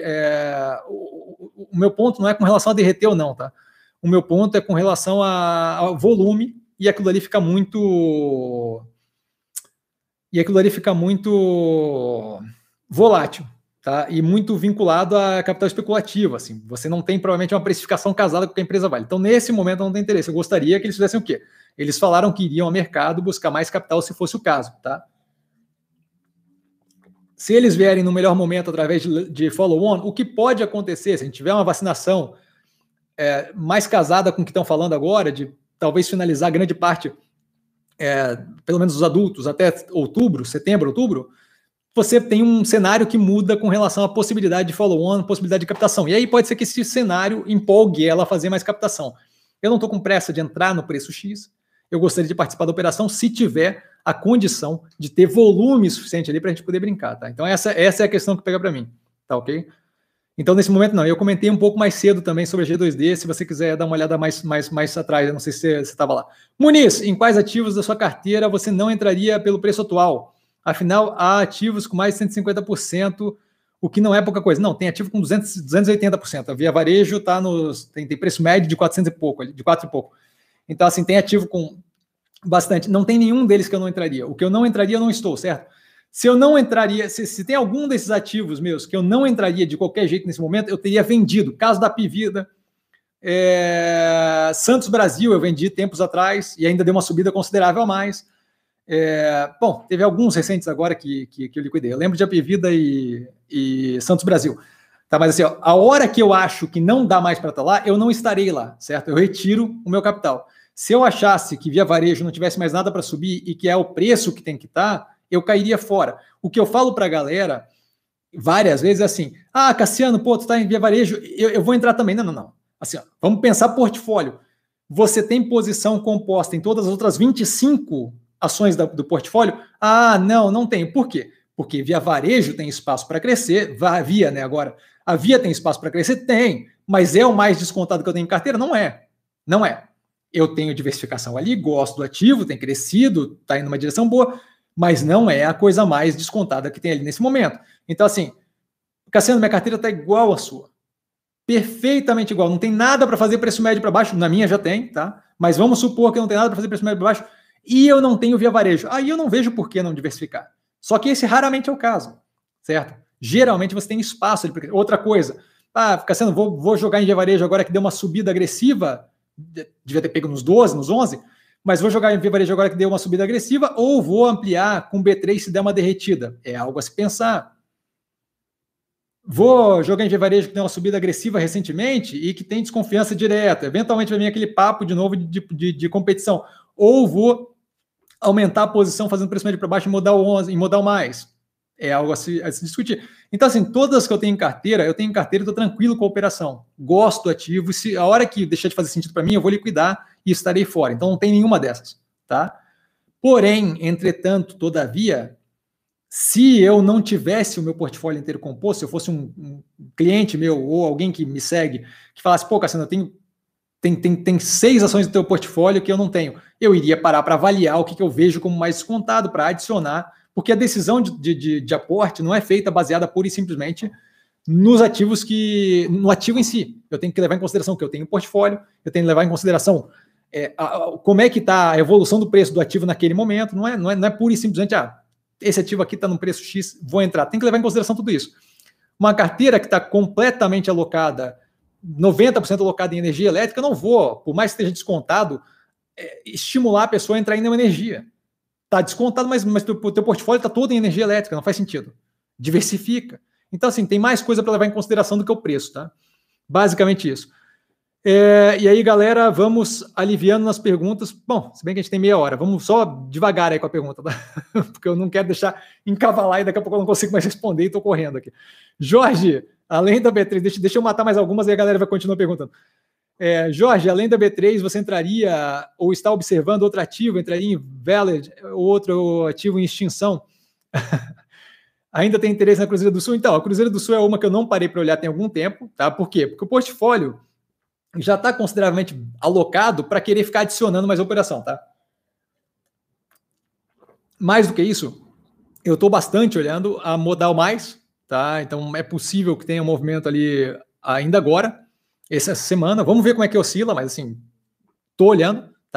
o meu ponto não é com relação a derreter ou não, tá? O meu ponto é com relação ao volume e aquilo ali fica muito volátil, tá? E muito vinculado a capital especulativo, assim. Você não tem provavelmente uma precificação casada com o que a empresa vale. Então, nesse momento, não tem interesse. Eu gostaria que eles fizessem o quê? Eles falaram que iriam ao mercado buscar mais capital se fosse o caso, tá? Se eles vierem no melhor momento através de follow-on, o que pode acontecer, se a gente tiver uma vacinação mais casada com o que estão falando agora, de talvez finalizar grande parte, pelo menos os adultos, até outubro, setembro, outubro, você tem um cenário que muda com relação à possibilidade de follow-on, possibilidade de captação. E aí pode ser que esse cenário empolgue ela a fazer mais captação. Eu não estou com pressa de entrar no preço X, eu gostaria de participar da operação se tiver a condição de ter volume suficiente ali para a gente poder brincar, tá? Então essa é a questão que pega para mim, tá ok? Então nesse momento não, eu comentei um pouco mais cedo também sobre a G2D, se você quiser dar uma olhada mais atrás, eu não sei se você estava lá. Muniz, em quais ativos da sua carteira você não entraria pelo preço atual? Afinal, há ativos com mais de 150%, o que não é pouca coisa. Não, tem ativo com 280%. A Via Varejo tem preço médio de 400 e pouco, de 4 e pouco. Então, assim, tem ativo com bastante. Não tem nenhum deles que eu não entraria. O que eu não entraria, eu não estou, certo? Se eu não entraria, se tem algum desses ativos meus que eu não entraria de qualquer jeito nesse momento, eu teria vendido. Caso da Pivida, Santos Brasil, eu vendi tempos atrás e ainda deu uma subida considerável a mais. Bom, teve alguns recentes agora que eu liquidei. Eu lembro de Apivida e Santos Brasil. Tá, mas assim, ó, a hora que eu acho que não dá mais para estar lá, eu não estarei lá, certo? Eu retiro o meu capital. Se eu achasse que Via Varejo não tivesse mais nada para subir e que é o preço que tem que estar, eu cairia fora. O que eu falo para a galera várias vezes é assim: ah, Cassiano, pô, tu tá em Via Varejo, eu vou entrar também. Não. Assim, ó, vamos pensar portfólio. Você tem posição composta em todas as outras 25 ações do portfólio? Ah, não tenho. Por quê? Porque Via Varejo tem espaço para crescer, Via, né, agora. A Via tem espaço para crescer? Tem. Mas é o mais descontado que eu tenho em carteira? Não é. Eu tenho diversificação ali, gosto do ativo, tem crescido, está indo numa direção boa, mas não é a coisa mais descontada que tem ali nesse momento. Então, assim, Cassiano, minha carteira está igual à sua. Perfeitamente igual. Não tem nada para fazer preço médio para baixo. Na minha já tem, tá? Mas vamos supor que não tem nada para fazer preço médio para baixo e eu não tenho Via Varejo. Aí eu não vejo por que não diversificar. Só que esse raramente é o caso, certo? Geralmente você tem espaço. Outra coisa, Cassiano, vou jogar em Via Varejo agora que deu uma subida agressiva, devia ter pego nos 12, nos 11, mas vou jogar em Via Varejo agora que deu uma subida agressiva ou vou ampliar com B3 se der uma derretida. É algo a se pensar. Vou jogar em Via Varejo que deu uma subida agressiva recentemente e que tem desconfiança direta. Eventualmente vai vir aquele papo de novo de competição. Ou vou aumentar a posição fazendo preço médio para baixo em modal 11, em modal mais. É algo a se discutir. Então, assim, todas que eu tenho em carteira e estou tranquilo com a operação. Gosto do ativo. Se a hora que deixar de fazer sentido para mim, eu vou liquidar e estarei fora. Então, não tem nenhuma dessas, tá? Porém, entretanto, todavia, se eu não tivesse o meu portfólio inteiro composto, se eu fosse um cliente meu ou alguém que me segue, que falasse, pô, Cassiano, eu tenho tem 6 ações do teu portfólio que eu não tenho. Eu iria parar para avaliar o que eu vejo como mais descontado para adicionar, porque a decisão de aporte não é feita baseada pura e simplesmente nos ativos no ativo em si. Eu tenho que levar em consideração que eu tenho um portfólio, eu tenho que levar em consideração como é que está a evolução do preço do ativo naquele momento. Não é pura e simplesmente, esse ativo aqui está no preço X, vou entrar. Tem que levar em consideração tudo isso. Uma carteira que está completamente alocada, 90% alocado em energia elétrica, eu não vou, por mais que esteja descontado, estimular a pessoa a entrar em uma energia. Está descontado, mas o teu portfólio está todo em energia elétrica, não faz sentido. Diversifica. Então, assim, tem mais coisa para levar em consideração do que o preço, tá? Basicamente isso. E aí, galera, vamos aliviando nas perguntas. Bom, se bem que a gente tem meia hora, vamos só devagar aí com a pergunta, tá? Porque eu não quero deixar encavalar e daqui a pouco eu não consigo mais responder e estou correndo aqui. Jorge, além da B3, deixa eu matar mais algumas e a galera vai continuar perguntando. Jorge, além da B3, você entraria ou está observando outro ativo, entraria em Valid, outro ativo em extinção? Ainda tem interesse na Cruzeiro do Sul? Então, a Cruzeiro do Sul é uma que eu não parei para olhar tem algum tempo, tá? Por quê? Porque o portfólio já está consideravelmente alocado para querer ficar adicionando mais operação, tá? Mais do que isso, eu estou bastante olhando a Modal Mais, tá? Então é possível que tenha um movimento ali ainda agora, essa semana. Vamos ver como é que oscila, mas assim, estou olhando, tá?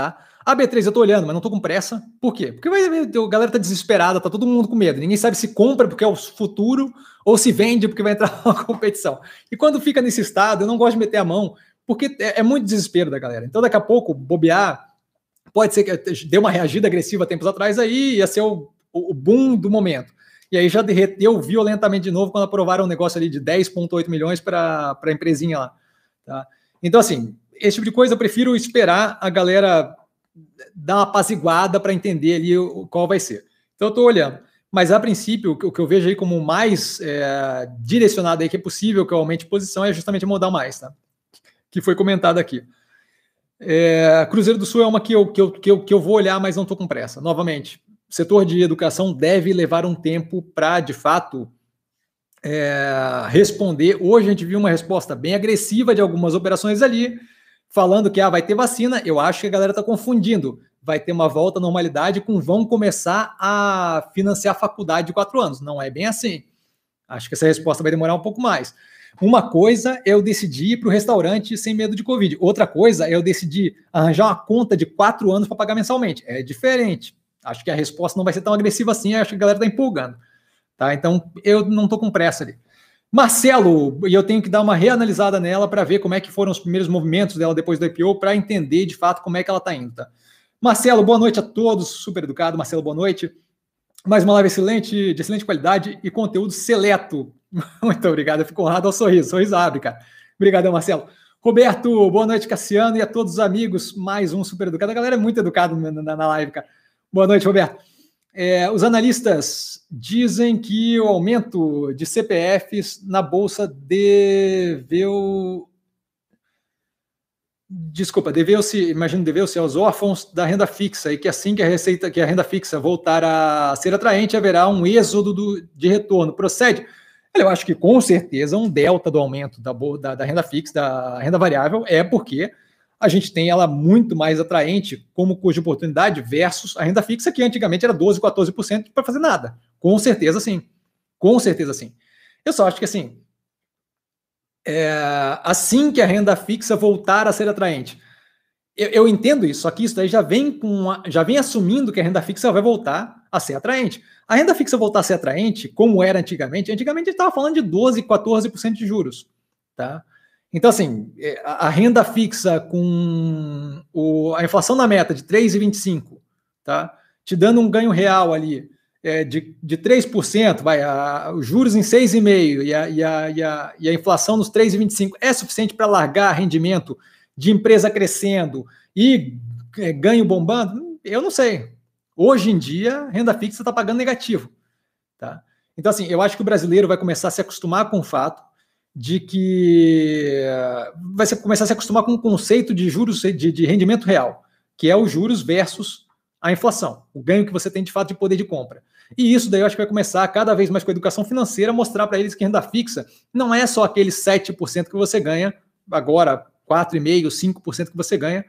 A B3 eu tô olhando, mas não tô com pressa. Por quê? Porque a galera tá desesperada, tá todo mundo com medo. Ninguém sabe se compra porque é o futuro ou se vende porque vai entrar na competição. E quando fica nesse estado, eu não gosto de meter a mão, porque é muito desespero da galera. Então, daqui a pouco, bobear, pode ser que dê uma reagida agressiva tempos atrás aí, ia ser o boom do momento. E aí já derreteu violentamente de novo quando aprovaram um negócio ali de 10,8 milhões para a empresinha lá. Tá? Então, assim, esse tipo de coisa eu prefiro esperar a galera dar uma apaziguada para entender ali qual vai ser. Então, eu estou olhando. Mas, a princípio, o que eu vejo aí como mais direcionado aí que é possível que eu aumente posição é justamente modal mais, tá? Que foi comentado aqui. Cruzeiro do Sul é uma que eu vou olhar, mas não estou com pressa. Novamente, o setor de educação deve levar um tempo para, de fato, responder. Hoje a gente viu uma resposta bem agressiva de algumas operações ali, falando que vai ter vacina. Eu acho que a galera está confundindo. Vai ter uma volta à normalidade com vão começar a financiar a faculdade de 4 anos. Não é bem assim. Acho que essa resposta vai demorar um pouco mais. Uma coisa é eu decidir ir para o restaurante sem medo de Covid. Outra coisa é eu decidir arranjar uma conta de 4 anos para pagar mensalmente. É diferente. Acho que a resposta não vai ser tão agressiva assim. Acho que a galera está empolgando. Tá? Então, eu não estou com pressa ali. Marcelo, e eu tenho que dar uma reanalisada nela para ver como é que foram os primeiros movimentos dela depois do IPO, para entender de fato como é que ela está indo. Tá? Marcelo, boa noite a todos. Super educado. Marcelo, boa noite. Mais uma live excelente, de excelente qualidade e conteúdo seleto. Muito obrigado, eu fico honrado ao sorriso. Sorriso abre, cara. Obrigado, Marcelo. Roberto, boa noite, Cassiano, e a todos os amigos. Mais um super educado. A galera é muito educada na live, cara. Boa noite, Roberto. Os analistas dizem que o aumento de CPFs na Bolsa deveu-se, aos órfãos da renda fixa, e que assim que a renda fixa voltar a ser atraente, haverá um êxodo de retorno. Procede? Eu acho que com certeza um delta do aumento da renda fixa, da renda variável, é porque a gente tem ela muito mais atraente como custo de oportunidade versus a renda fixa, que antigamente era 12%, 14% para fazer nada. Com certeza sim. Com certeza sim. Eu só acho que assim, assim que a renda fixa voltar a ser atraente, eu entendo isso, só que isso daí já vem assumindo que a renda fixa vai voltar a ser atraente. A renda fixa voltar a ser atraente, como era antigamente a gente estava falando de 12%, 14% de juros. Tá? Então, assim, a renda fixa com a inflação na meta de 3,25, tá? Te dando um ganho real ali de 3%, os juros em 6,5% e a inflação nos 3,25% é suficiente para largar rendimento de empresa crescendo e ganho bombando? Eu não sei. Hoje em dia, renda fixa está pagando negativo. Tá? Então, assim, eu acho que o brasileiro vai começar a se acostumar com o fato de que começar a se acostumar com o conceito de juros, de rendimento real, que é os juros versus a inflação, o ganho que você tem de fato de poder de compra. E isso daí eu acho que vai começar cada vez mais com a educação financeira, mostrar para eles que renda fixa não é só aqueles 7% que você ganha, agora 4,5%, 5% que você ganha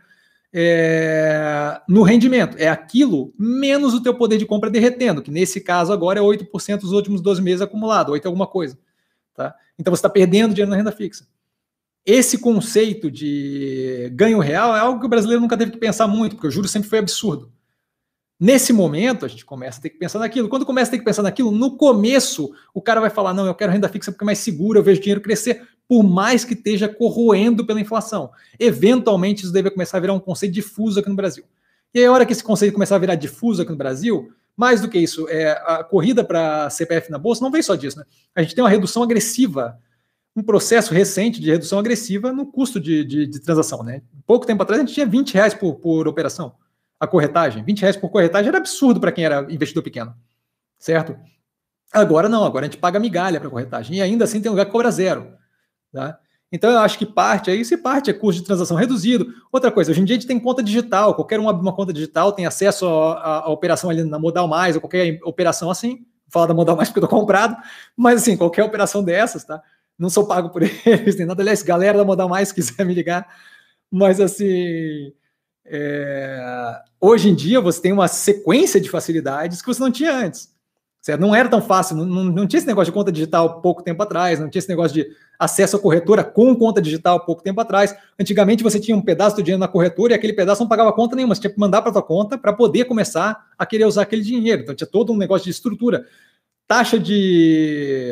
no rendimento. É aquilo menos o teu poder de compra derretendo, que nesse caso agora é 8% dos últimos 12 meses acumulado, 8 alguma coisa. Tá? Então você está perdendo dinheiro na renda fixa. Esse conceito de ganho real é algo que o brasileiro nunca teve que pensar muito, porque o juros sempre foi absurdo. Nesse momento, a gente começa a ter que pensar naquilo. Quando começa a ter que pensar naquilo, no começo, o cara vai falar, não, eu quero renda fixa porque é mais seguro, eu vejo dinheiro crescer, por mais que esteja corroendo pela inflação. Eventualmente, isso deve começar a virar um conceito difuso aqui no Brasil. E aí, a hora que esse conceito começar a virar difuso aqui no Brasil, mais do que isso, a corrida para CPF na Bolsa não vem só disso, né? A gente tem uma redução agressiva, um processo recente de redução agressiva no custo de transação, né? Pouco tempo atrás, a gente tinha R$20 por operação. A corretagem, R$20 por corretagem era absurdo para quem era investidor pequeno, certo? Agora não, agora a gente paga migalha para corretagem, e ainda assim tem lugar que cobra zero. Tá? Então eu acho que parte é custo de transação reduzido. Outra coisa, hoje em dia a gente tem conta digital, qualquer um abre uma conta digital, tem acesso à operação ali na Modal Mais, ou qualquer operação assim, vou falar da Modal Mais porque eu estou comprado, mas assim, qualquer operação dessas, tá? Não sou pago por eles, nem nada. Aliás, galera da Modal Mais, se quiser me ligar, mas assim, hoje em dia você tem uma sequência de facilidades que você não tinha antes. Certo? Não era tão fácil, não tinha esse negócio de conta digital pouco tempo atrás, não tinha esse negócio de acesso à corretora com conta digital pouco tempo atrás. Antigamente você tinha um pedaço do dinheiro na corretora e aquele pedaço não pagava conta nenhuma, você tinha que mandar para a tua conta para poder começar a querer usar aquele dinheiro. Então tinha todo um negócio de estrutura. Taxa de...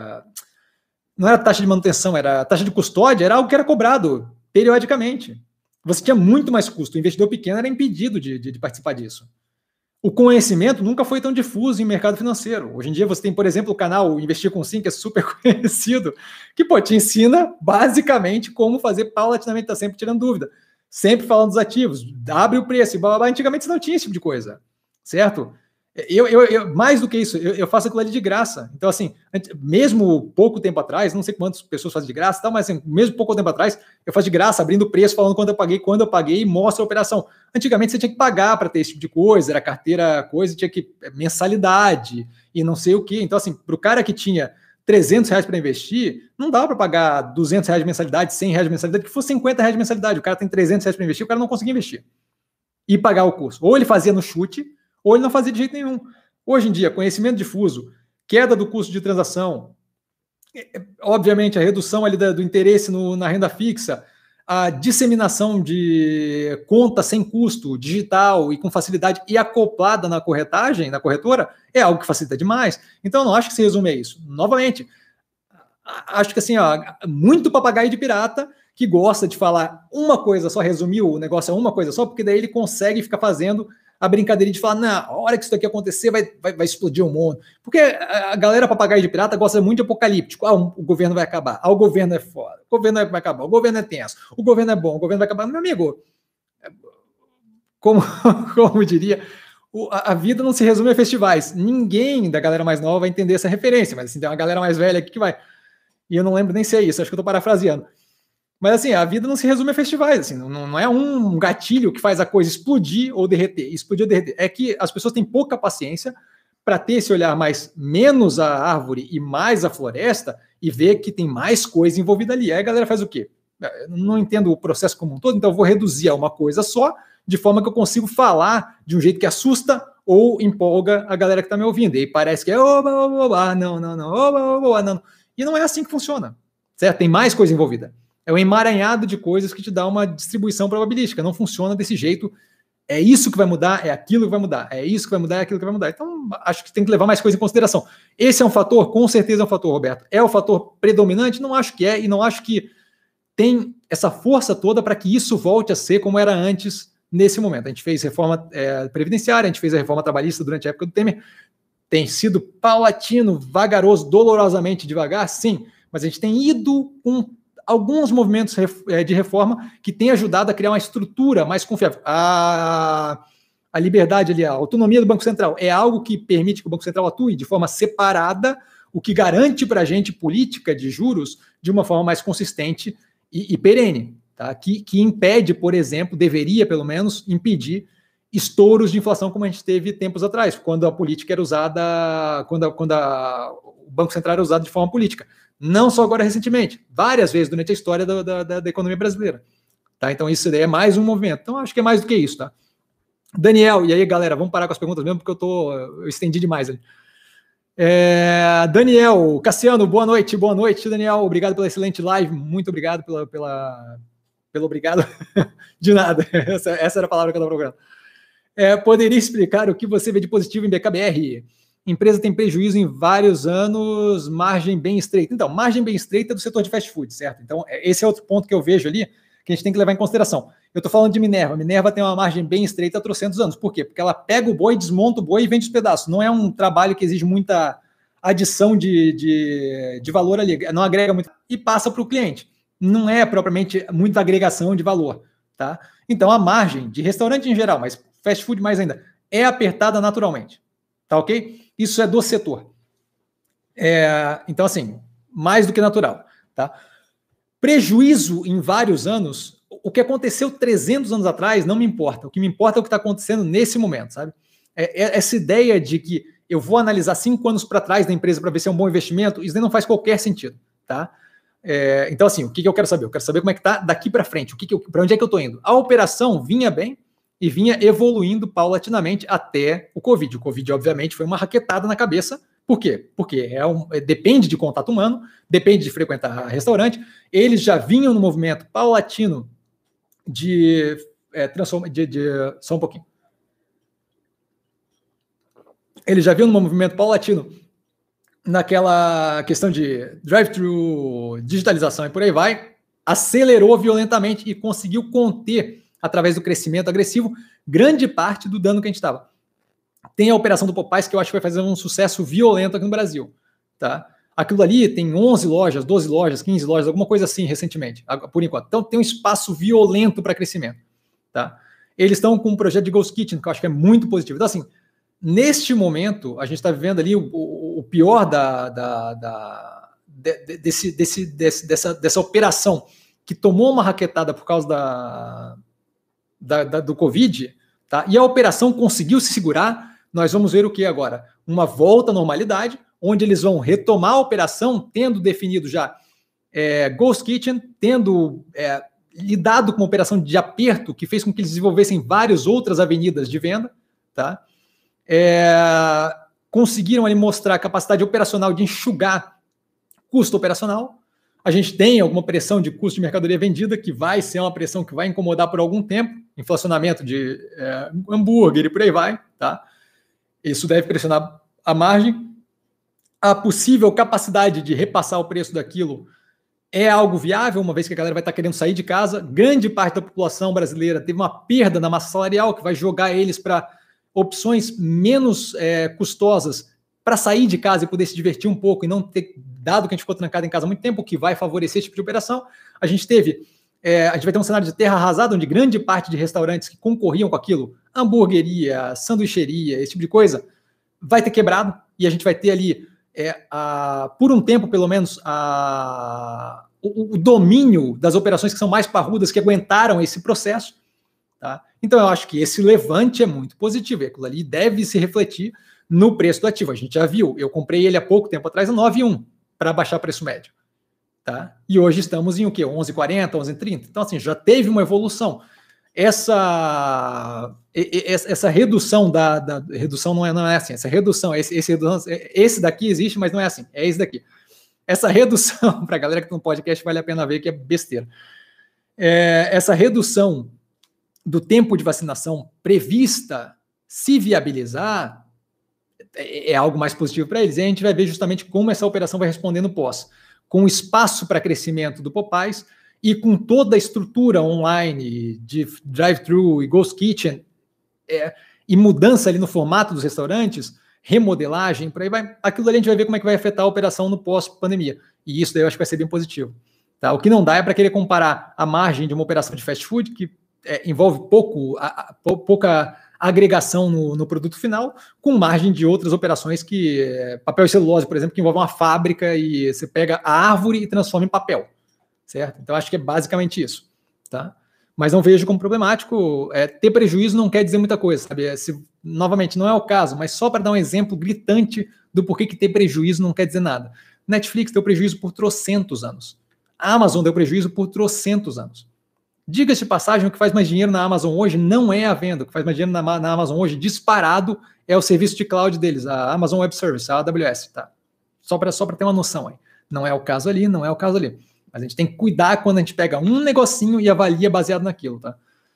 Não era taxa de manutenção, era taxa de custódia, era algo que era cobrado periodicamente. Você tinha muito mais custo. O investidor pequeno era impedido de participar disso. O conhecimento nunca foi tão difuso em mercado financeiro. Hoje em dia você tem, por exemplo, o canal Investir com Sim, que é super conhecido, que te ensina basicamente como fazer paulatinamente, tá sempre tirando dúvida, sempre falando dos ativos, abre o preço, blá, blá, blá. Antigamente você não tinha esse tipo de coisa, certo? Eu mais do que isso, eu faço aquilo ali de graça. Então, assim, mesmo pouco tempo atrás, não sei quantas pessoas fazem de graça, mas assim, mesmo pouco tempo atrás, eu faço de graça, abrindo o preço, falando quando eu paguei, e mostra a operação. Antigamente você tinha que pagar para ter esse tipo de coisa, era carteira, coisa, tinha que mensalidade e não sei o quê. Então, assim, para o cara que tinha R$300 para investir, não dava para pagar R$200 de mensalidade, R$100 de mensalidade, que fosse R$50 de mensalidade. O cara tem R$300 para investir, o cara não conseguia investir e pagar o curso. Ou ele fazia no chute, ou ele não fazia de jeito nenhum. Hoje em dia, conhecimento difuso, queda do custo de transação, obviamente a redução ali do interesse na renda fixa, a disseminação de conta sem custo, digital e com facilidade e acoplada na corretagem, na corretora, é algo que facilita demais. Então, eu não acho que se resume a isso. Novamente, acho que assim, muito papagaio de pirata que gosta de falar uma coisa só, resumir o negócio a uma coisa só, porque daí ele consegue ficar fazendo a brincadeira de falar, na hora que isso daqui acontecer, vai explodir o mundo. Porque a galera papagaio de pirata gosta muito de apocalíptico. O governo vai acabar. O governo é foda. O governo vai acabar. O governo é tenso. O governo é bom. O governo vai acabar. Meu amigo, como diria, a vida não se resume a festivais. Ninguém da galera mais nova vai entender essa referência, mas assim, tem uma galera mais velha aqui que vai. E eu não lembro nem se é isso, acho que eu estou parafraseando. Mas assim, a vida não se resume a festivais, assim, não é um gatilho que faz a coisa explodir ou derreter. Explodir ou derreter. É que as pessoas têm pouca paciência para ter esse olhar menos a árvore e mais a floresta e ver que tem mais coisa envolvida ali. Aí a galera faz o quê? Eu não entendo o processo como um todo, então eu vou reduzir a uma coisa só, de forma que eu consigo falar de um jeito que assusta ou empolga a galera que está me ouvindo. E aí parece que é não. E não é assim que funciona, certo? Tem mais coisa envolvida. É um emaranhado de coisas que te dá uma distribuição probabilística. Não funciona desse jeito. É isso que vai mudar, é aquilo que vai mudar. É isso que vai mudar, é aquilo que vai mudar. Então, acho que tem que levar mais coisa em consideração. Esse é um fator? Com certeza é um fator, Roberto. É o fator predominante? Não acho que é, e não acho que tem essa força toda para que isso volte a ser como era antes, nesse momento. A gente fez reforma previdenciária, a gente fez a reforma trabalhista durante a época do Temer. Tem sido paulatino, vagaroso, dolorosamente devagar, sim. Mas a gente tem ido com alguns movimentos de reforma que têm ajudado a criar uma estrutura mais confiável. A liberdade ali, a autonomia do Banco Central é algo que permite que o Banco Central atue de forma separada, o que garante para a gente política de juros de uma forma mais consistente e perene, tá? Que impede, por exemplo, deveria pelo menos impedir estouros de inflação como a gente teve tempos atrás, quando a política era usada, quando o Banco Central era usado de forma política. Não só agora recentemente, várias vezes durante a história da economia brasileira. Tá? Então isso daí é mais um movimento. Então acho que é mais do que isso. Tá? Daniel, e aí galera, vamos parar com as perguntas mesmo, porque eu estendi demais ali. Daniel, Cassiano, boa noite, Daniel, obrigado pela excelente live, muito obrigado pelo obrigado, de nada, essa era a palavra que eu estava procurando. Poderia explicar o que você vê de positivo em BKBR? Empresa tem prejuízo em vários anos, margem bem estreita. Então, margem bem estreita é do setor de fast food, certo? Então, esse é outro ponto que eu vejo ali, que a gente tem que levar em consideração. Eu estou falando de Minerva. Minerva tem uma margem bem estreita há trocentos anos. Por quê? Porque ela pega o boi, desmonta o boi e vende os pedaços. Não é um trabalho que exige muita adição de valor ali, não agrega muito e passa para o cliente. Não é propriamente muita agregação de valor, tá? Então, a margem de restaurante em geral, mas fast food mais ainda, é apertada naturalmente. Tá ok? Isso é do setor. Então, assim, mais do que natural. Tá? Prejuízo em vários anos, o que aconteceu 300 anos atrás não me importa. O que me importa é o que está acontecendo nesse momento, sabe? Essa ideia de que eu vou analisar 5 anos para trás da empresa para ver se é um bom investimento, isso não faz qualquer sentido. Tá? Então, assim, o que eu quero saber? Eu quero saber como é que está daqui para frente, para onde é que eu estou indo. A operação vinha bem, e vinha evoluindo paulatinamente até o Covid. O Covid, obviamente, foi uma raquetada na cabeça. Por quê? Porque depende de contato humano, depende de frequentar restaurante. Eles já vinham no movimento paulatino só um pouquinho. Eles já vinham no movimento paulatino naquela questão de drive-thru, digitalização e por aí vai, acelerou violentamente e conseguiu conter, através do crescimento agressivo, grande parte do dano que a gente estava. Tem a operação do Popeyes, que eu acho que vai fazer um sucesso violento aqui no Brasil. Tá? Aquilo ali tem 11 lojas, 12 lojas, 15 lojas, alguma coisa assim recentemente, por enquanto. Então tem um espaço violento para crescimento. Tá? Eles estão com um projeto de Ghost Kitchen, que eu acho que é muito positivo. Então, assim, neste momento, a gente está vivendo ali o pior dessa operação que tomou uma raquetada por causa do Covid, tá? E a operação conseguiu se segurar. Nós vamos ver o que agora? Uma volta à normalidade, onde eles vão retomar a operação, tendo definido já Ghost Kitchen, tendo lidado com uma operação de aperto que fez com que eles desenvolvessem várias outras avenidas de venda, tá? Conseguiram ali mostrar a capacidade operacional de enxugar custo operacional. A gente tem alguma pressão de custo de mercadoria vendida, que vai ser uma pressão que vai incomodar por algum tempo, inflacionamento de hambúrguer e por aí vai, tá? Isso deve pressionar a margem. A possível capacidade de repassar o preço daquilo é algo viável, uma vez que a galera vai estar querendo sair de casa. Grande parte da população brasileira teve uma perda na massa salarial, que vai jogar eles para opções menos custosas para sair de casa e poder se divertir um pouco e não ter, dado que a gente ficou trancado em casa há muito tempo, o que vai favorecer esse tipo de operação. A gente vai ter um cenário de terra arrasada, onde grande parte de restaurantes que concorriam com aquilo, hamburgueria, sanduicheria, esse tipo de coisa, vai ter quebrado, e a gente vai ter ali, por um tempo pelo menos, o domínio das operações que são mais parrudas, que aguentaram esse processo. Tá? Então eu acho que esse levante é muito positivo, e aquilo ali deve se refletir no preço do ativo. A gente já viu, eu comprei ele há pouco tempo atrás a 9,1 para baixar o preço médio. Tá? E hoje estamos em o quê? 11,40, 11,30. Então, assim, já teve uma evolução. Essa redução redução não é assim. Essa redução, esse daqui existe, mas não é assim. É esse daqui. Essa redução, para a galera que está no podcast, vale a pena ver que é besteira. Essa redução do tempo de vacinação prevista, se viabilizar, é algo mais positivo para eles. E a gente vai ver justamente como essa operação vai responder no pós, com espaço para crescimento do Popeyes e com toda a estrutura online de drive-thru e Ghost Kitchen e mudança ali no formato dos restaurantes, remodelagem, por aí vai. Aquilo ali a gente vai ver como é que vai afetar a operação no pós-pandemia. E isso daí eu acho que vai ser bem positivo. Tá? O que não dá é para querer comparar a margem de uma operação de fast food, que envolve pouca agregação no produto final, com margem de outras operações papel e celulose, por exemplo, que envolve uma fábrica e você pega a árvore e transforma em papel, certo? Então, acho que é basicamente isso, tá? Mas não vejo como problemático. Ter prejuízo não quer dizer muita coisa, sabe? Novamente, não é o caso, mas só para dar um exemplo gritante do porquê que ter prejuízo não quer dizer nada. Netflix deu prejuízo por trocentos anos. A Amazon deu prejuízo por trocentos anos. Diga-se de passagem, o que faz mais dinheiro na Amazon hoje não é a venda. O que faz mais dinheiro na Amazon hoje, disparado, é o serviço de cloud deles, a Amazon Web Service, a AWS. Tá? Só para ter uma noção aí. Não é o caso ali, não é o caso ali. Mas a gente tem que cuidar quando a gente pega um negocinho e avalia baseado naquilo. Tá?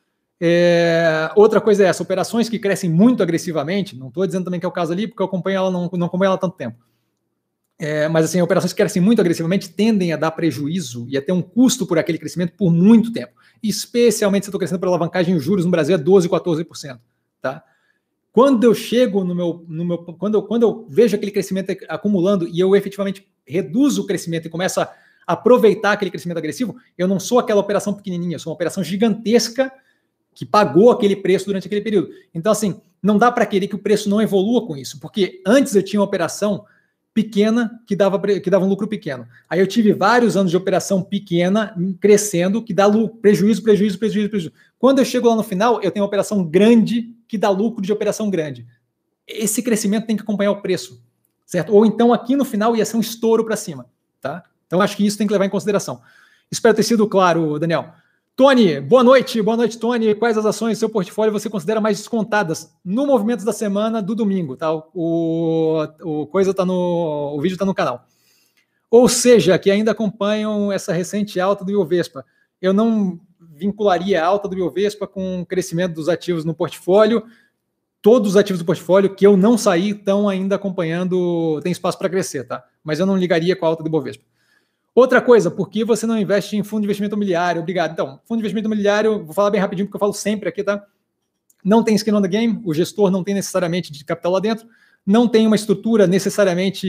Outra coisa é essa, operações que crescem muito agressivamente, não estou dizendo também que é o caso ali, porque eu acompanho ela, não acompanho ela há tanto tempo. Mas assim, operações que crescem muito agressivamente tendem a dar prejuízo e a ter um custo por aquele crescimento por muito tempo. Especialmente se eu estou crescendo por alavancagem, os juros no Brasil é 12%, 14%. Tá? Quando eu chego quando eu vejo aquele crescimento acumulando e eu efetivamente reduzo o crescimento e começo a aproveitar aquele crescimento agressivo, eu não sou aquela operação pequenininha, eu sou uma operação gigantesca que pagou aquele preço durante aquele período. Então, assim, não dá para querer que o preço não evolua com isso, porque antes eu tinha uma operação pequena que dava um lucro pequeno. Aí eu tive vários anos de operação pequena crescendo que dá prejuízo. Quando eu chego lá no final, eu tenho uma operação grande que dá lucro de operação grande. Esse crescimento tem que acompanhar o preço, certo? Ou então aqui no final ia ser um estouro para cima, tá? Então acho que isso tem que levar em consideração. Espero ter sido claro, Daniel. Tony, boa noite, Tony. Quais as ações do seu portfólio você considera mais descontadas no movimento da semana do domingo? Tá? O vídeo está no canal. Ou seja, que ainda acompanham essa recente alta do Ibovespa. Eu não vincularia a alta do Ibovespa com o crescimento dos ativos no portfólio. Todos os ativos do portfólio que eu não saí estão ainda acompanhando, tem espaço para crescer, tá? Mas eu não ligaria com a alta do Ibovespa. Outra coisa, por que você não investe em fundo de investimento imobiliário? Obrigado. Então, fundo de investimento imobiliário, vou falar bem rapidinho, porque eu falo sempre aqui, tá? Não tem skin on the game, o gestor não tem necessariamente de capital lá dentro, não tem uma estrutura necessariamente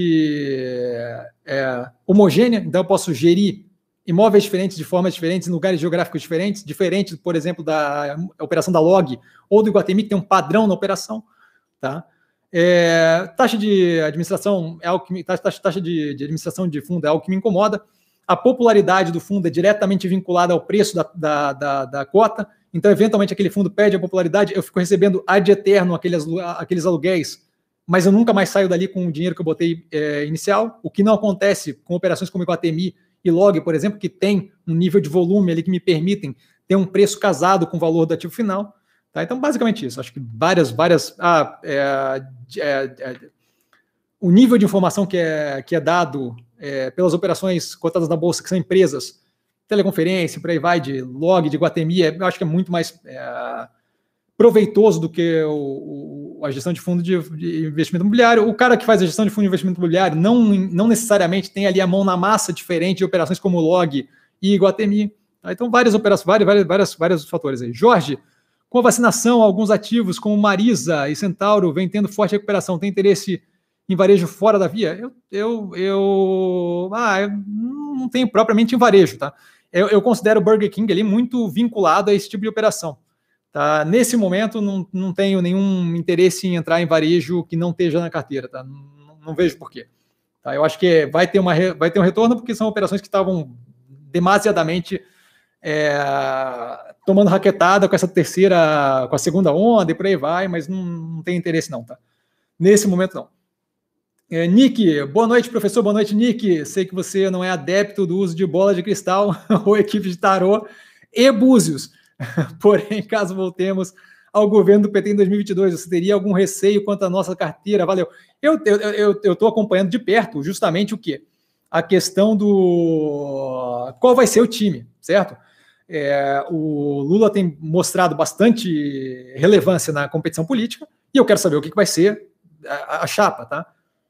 homogênea, então eu posso gerir imóveis diferentes, de formas diferentes, em lugares geográficos diferentes, diferente, por exemplo, da operação da Log ou do Iguatemi, que tem um padrão na operação, tá? Taxa de administração é algo que taxa de administração de fundo é algo que me incomoda. A popularidade do fundo é diretamente vinculada ao preço da cota. Então, eventualmente, aquele fundo perde a popularidade, eu fico recebendo ad eterno aqueles aluguéis, mas eu nunca mais saio dali com o dinheiro que eu botei inicial, o que não acontece com operações como Iguatemi e Log, por exemplo, que tem um nível de volume ali que me permitem ter um preço casado com o valor do ativo final. Tá? Então, basicamente isso. Acho que o nível de informação que é dado pelas operações cotadas na Bolsa, que são empresas, teleconferência, por aí vai, de Log, de Iguatemi, eu acho que é muito mais proveitoso do que a gestão de fundo de investimento imobiliário. O cara que faz a gestão de fundo de investimento imobiliário não necessariamente tem ali a mão na massa diferente de operações como Log e Iguatemi. Tá? Então, várias operações, vários fatores aí. Jorge, com a vacinação, alguns ativos como Marisa e Centauro vem tendo forte recuperação. Tem interesse em varejo fora da Via? Eu não tenho propriamente em varejo, tá? Eu considero o Burger King ali muito vinculado a esse tipo de operação. Tá? Nesse momento, não tenho nenhum interesse em entrar em varejo que não esteja na carteira. Tá? Não vejo por quê. Tá? Eu acho que vai ter um retorno porque são operações que estavam demasiadamente tomando raquetada com a segunda onda e por aí vai, mas não tem interesse não, tá? Nesse momento não. Nick, boa noite, professor, boa noite, Nick. Sei que você não é adepto do uso de bola de cristal ou equipe de tarô e búzios. Porém, caso voltemos ao governo do PT em 2022, você teria algum receio quanto à nossa carteira? Valeu. Eu estou acompanhando de perto justamente o quê? A questão do qual vai ser o time, certo? O Lula tem mostrado bastante relevância na competição política e eu quero saber o que vai ser a chapa, tá?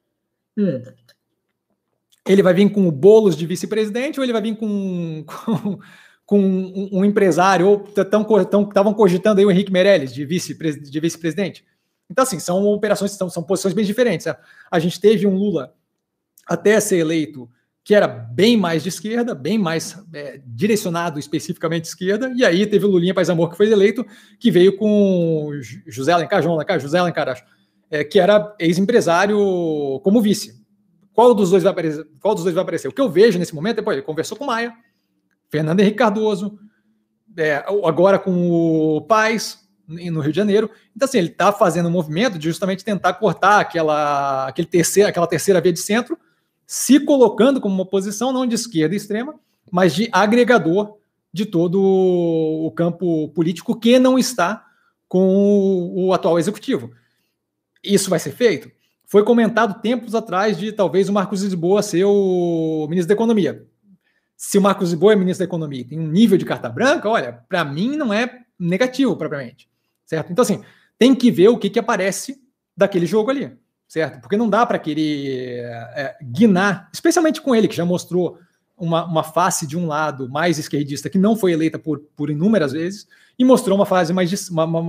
Ele vai vir com o Boulos de vice-presidente ou ele vai vir com um empresário, ou estavam cogitando aí o Henrique Meirelles de vice-presidente? Então, assim, são operações, são posições bem diferentes. Né? A gente teve um Lula, até ser eleito, que era bem mais de esquerda, bem mais direcionado especificamente à esquerda, e aí teve o Lulinha Paz Amor, que foi eleito, que veio com José Alencar, acho, que era ex-empresário como vice. Qual dos dois vai aparecer? O que eu vejo nesse momento ele conversou com o Maia, Fernando Henrique Cardoso, agora com o Paes, no Rio de Janeiro. Então, assim, ele está fazendo um movimento de justamente tentar cortar aquela terceira via de centro, se colocando como uma oposição não de esquerda extrema, mas de agregador de todo o campo político que não está com o atual executivo. Isso vai ser feito? Foi comentado tempos atrás de talvez o Marcos Lisboa ser o ministro da Economia. Se o Marcos Lisboa é ministro da Economia e tem um nível de carta branca, olha, para mim não é negativo propriamente, certo? Então, assim, tem que ver o que aparece daquele jogo ali, certo? Porque não dá para querer guinar, especialmente com ele, que já mostrou uma face de um lado mais esquerdista, que não foi eleita por inúmeras vezes, e mostrou uma face mais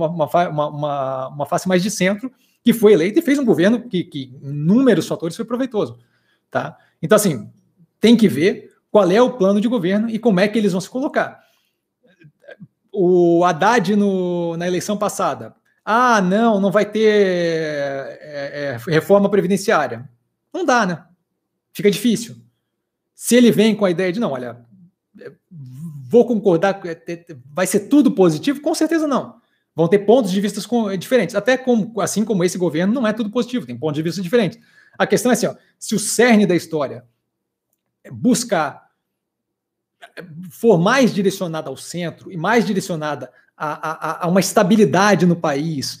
de centro, que foi eleita e fez um governo que em inúmeros fatores foi proveitoso. Tá? Então, assim, tem que ver qual é o plano de governo e como é que eles vão se colocar. O Haddad, na eleição passada, não vai ter reforma previdenciária. Não dá, né? Fica difícil. Se ele vem com a ideia de, não, olha, vou concordar, vai ser tudo positivo? Com certeza não. Vão ter pontos de vista diferentes. Até assim como esse governo não é tudo positivo, tem pontos de vista diferentes. A questão é assim, se o cerne da história é buscar for mais direcionada ao centro e mais direcionada a uma estabilidade no país,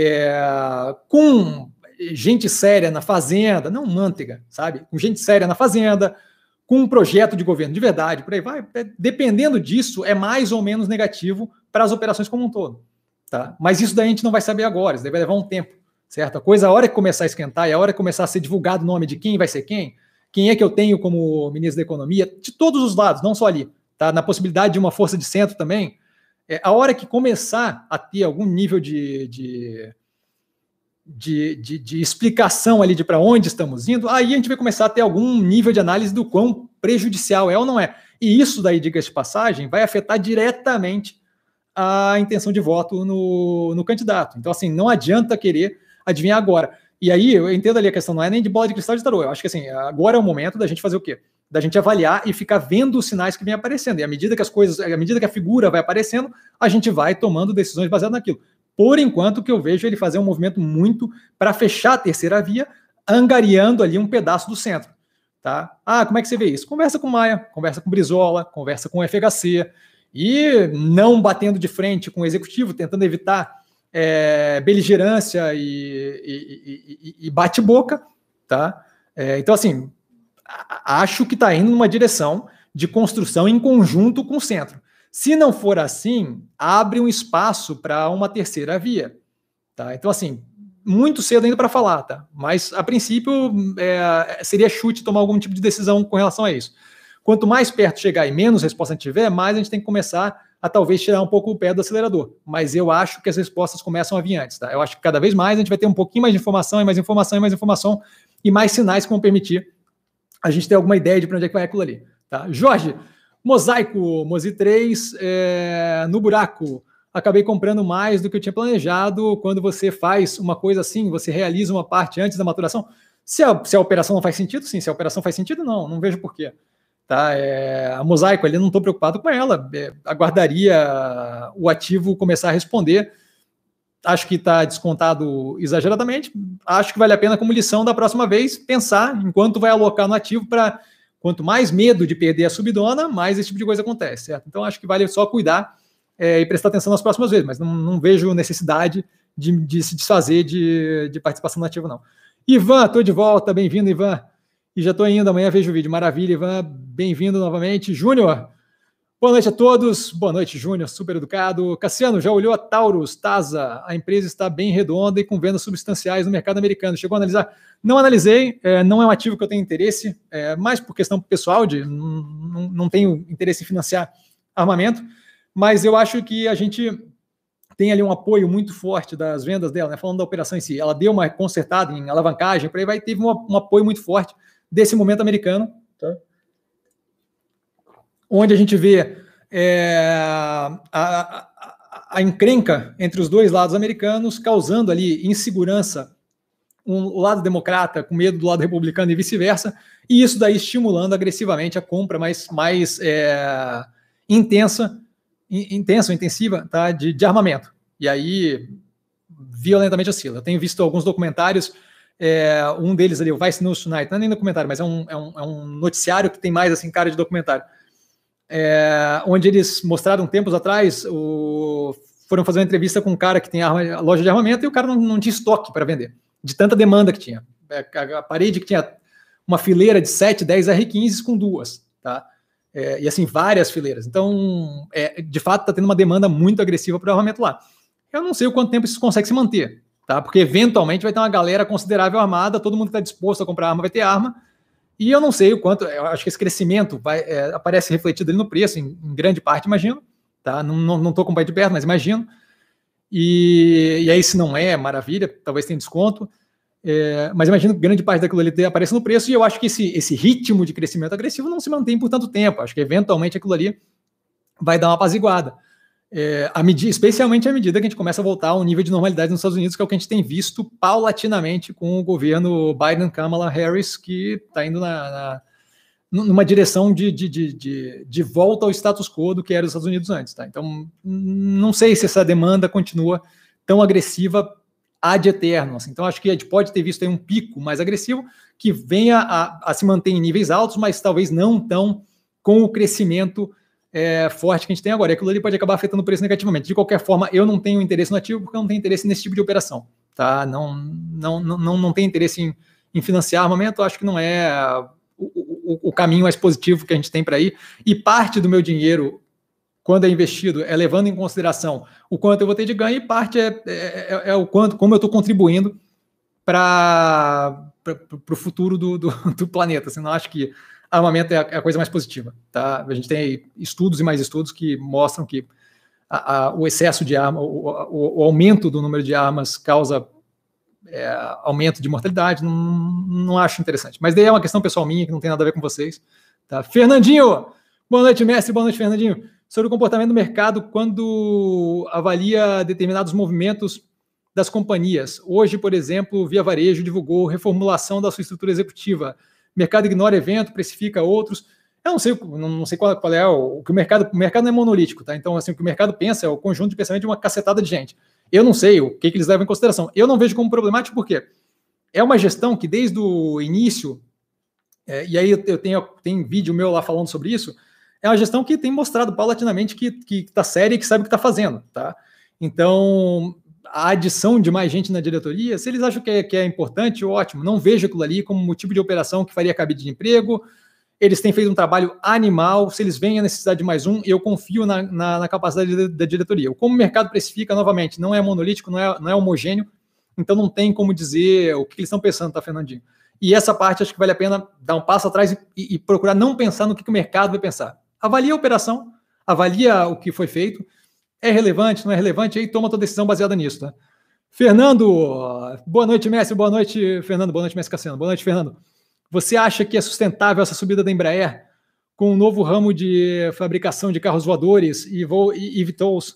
com gente séria na fazenda, não manteiga, sabe? Com gente séria na fazenda, com um projeto de governo de verdade, por aí vai. Dependendo disso, é mais ou menos negativo para as operações como um todo. Tá? Mas isso daí a gente não vai saber agora, isso daí vai levar um tempo, certo? A hora que começar a esquentar e a hora que começar a ser divulgado o nome de quem vai ser quem é que eu tenho como ministro da Economia, de todos os lados, não só ali, tá? Na possibilidade de uma força de centro também, a hora que começar a ter algum nível de explicação ali de para onde estamos indo, aí a gente vai começar a ter algum nível de análise do quão prejudicial é ou não é. E isso daí, diga-se de passagem, vai afetar diretamente a intenção de voto no candidato. Então, assim, não adianta querer adivinhar agora. E aí, eu entendo ali a questão, não é nem de bola de cristal de tarô. Eu acho que, assim, agora é o momento da gente fazer o quê? Da gente avaliar e ficar vendo os sinais que vêm aparecendo. E à medida que as coisas, à medida que a figura vai aparecendo, a gente vai tomando decisões baseadas naquilo. Por enquanto, o que eu vejo é ele fazer um movimento muito para fechar a terceira via, angariando ali um pedaço do centro. Tá? Como é que você vê isso? Conversa com o Maia, conversa com o Brizola, conversa com o FHC, e não batendo de frente com o executivo, tentando evitar beligerância e bate-boca, tá? Então, assim, acho que está indo numa direção de construção em conjunto com o centro. Se não for assim, abre um espaço para uma terceira via, tá? Então, assim, muito cedo ainda para falar, tá? Mas, a princípio, seria chute tomar algum tipo de decisão com relação a isso. Quanto mais perto chegar e menos resposta a gente tiver, mais a gente tem que começar a talvez tirar um pouco o pé do acelerador. Mas eu acho que as respostas começam a vir antes, tá? Eu acho que cada vez mais a gente vai ter um pouquinho mais de informação, e mais informação, e mais informação, e mais sinais que vão permitir a gente ter alguma ideia de para onde é que vai aquilo ali, tá? Jorge, Mosaico, Mozi 3, no buraco. Acabei comprando mais do que eu tinha planejado. Quando você faz uma coisa assim, você realiza uma parte antes da maturação. Se a operação não faz sentido, sim. Se a operação faz sentido, não vejo porquê. Tá? A Mosaico ali, não estou preocupado com ela. Aguardaria o ativo começar a responder. Acho que está descontado exageradamente. Acho que vale a pena, como lição da próxima vez, pensar enquanto vai alocar no ativo para... Quanto mais medo de perder a subidona, mais esse tipo de coisa acontece, certo? Então, acho que vale só cuidar e prestar atenção nas próximas vezes, mas não vejo necessidade de se desfazer de participação no ativo, não. Ivan, estou de volta, bem-vindo, Ivan. E já estou indo, amanhã vejo o vídeo. Maravilha, Ivan, bem-vindo novamente. Júnior, boa noite a todos. Boa noite, Júnior, super educado. Cassiano, já olhou a Taurus, TASA? A empresa está bem redonda e com vendas substanciais no mercado americano. Chegou a analisar? Não analisei, não é um ativo que eu tenho interesse, mais por questão pessoal, não tenho interesse em financiar armamento, mas eu acho que a gente tem ali um apoio muito forte das vendas dela, né? Falando da operação em si. Ela deu uma consertada em alavancagem, por aí vai, teve um apoio muito forte desse momento americano, tá? Onde a gente vê a encrenca entre os dois lados americanos, causando ali insegurança, o lado democrata com medo do lado republicano e vice-versa, e isso daí estimulando agressivamente a compra mais intensiva, tá, de armamento. E aí, violentamente oscila. Eu tenho visto alguns documentários, um deles ali, o Vice News Tonight, não é nem documentário, mas é um noticiário que tem mais assim cara de documentário, onde eles mostraram tempos atrás, foram fazer uma entrevista com um cara que tem loja de armamento e o cara não tinha estoque para vender, de tanta demanda que tinha. A parede que tinha uma fileira de 7, 10 R15 com duas, tá? E assim, várias fileiras. Então, de fato, está tendo uma demanda muito agressiva para o armamento lá. Eu não sei o quanto tempo isso consegue se manter, tá? Porque eventualmente vai ter uma galera considerável armada, todo mundo que está disposto a comprar arma vai ter arma, e eu não sei o quanto, eu acho que esse crescimento aparece refletido ali no preço, em grande parte, imagino, tá? Não estou acompanhando de perto, mas imagino. E aí, se não maravilha, talvez tenha desconto, mas imagino que grande parte daquilo ali apareça no preço, e eu acho que esse ritmo de crescimento agressivo não se mantém por tanto tempo. Acho que eventualmente aquilo ali vai dar uma apaziguada, especialmente à medida que a gente começa a voltar a um nível de normalidade nos Estados Unidos, que é o que a gente tem visto paulatinamente com o governo Biden-Kamala Harris, que está indo numa direção de volta ao status quo do que era os Estados Unidos antes. Tá? Então, não sei se essa demanda continua tão agressiva ad eterno. Assim. Então, acho que a gente pode ter visto aí um pico mais agressivo que venha a se manter em níveis altos, mas talvez não tão com o crescimento forte que a gente tem agora. E aquilo ali pode acabar afetando o preço negativamente. De qualquer forma, eu não tenho interesse no ativo porque eu não tenho interesse nesse tipo de operação. Tá? Não tenho interesse em financiar armamento, acho que não é o caminho mais positivo que a gente tem para ir. E parte do meu dinheiro, quando é investido, é levando em consideração o quanto eu vou ter de ganho, e parte é o quanto, como eu estou contribuindo para o futuro do planeta. Assim, não acho que armamento é a coisa mais positiva. Tá? A gente tem estudos e mais estudos que mostram que o excesso de arma, o aumento do número de armas causa aumento de mortalidade. Não acho interessante. Mas daí é uma questão pessoal minha, que não tem nada a ver com vocês. Tá? Fernandinho! Boa noite, mestre. Boa noite, Fernandinho. Sobre o comportamento do mercado quando avalia determinados movimentos das companhias. Hoje, por exemplo, Via Varejo divulgou reformulação da sua estrutura executiva. O mercado ignora evento, precifica outros. Eu não sei qual é o que o mercado não é monolítico, tá? Então, assim, o que o mercado pensa é o conjunto de pensamento de uma cacetada de gente. Eu não sei o que eles levam em consideração. Eu não vejo como problemático, porque é uma gestão que desde o início, e aí eu tenho vídeo meu lá falando sobre isso, é uma gestão que tem mostrado paulatinamente que está séria e que sabe o que está fazendo, tá? Então, a adição de mais gente na diretoria, se eles acham que é importante, ótimo. Não vejo aquilo ali como um tipo de operação que faria cabide de emprego. Eles têm feito um trabalho animal. Se eles veem a necessidade de mais um, eu confio na capacidade da diretoria. Como o mercado precifica, novamente, não é monolítico, não é homogêneo, então não tem como dizer o que eles estão pensando, tá, Fernandinho? E essa parte acho que vale a pena dar um passo atrás e procurar não pensar no que o mercado vai pensar. Avalia a operação, avalia o que foi feito, é relevante, não é relevante, aí toma a tua decisão baseada nisso, tá? Fernando, boa noite, mestre, boa noite, Fernando, boa noite, mestre Cassiano, boa noite, Fernando. Você acha que é sustentável essa subida da Embraer com um novo ramo de fabricação de carros voadores e VTOLs,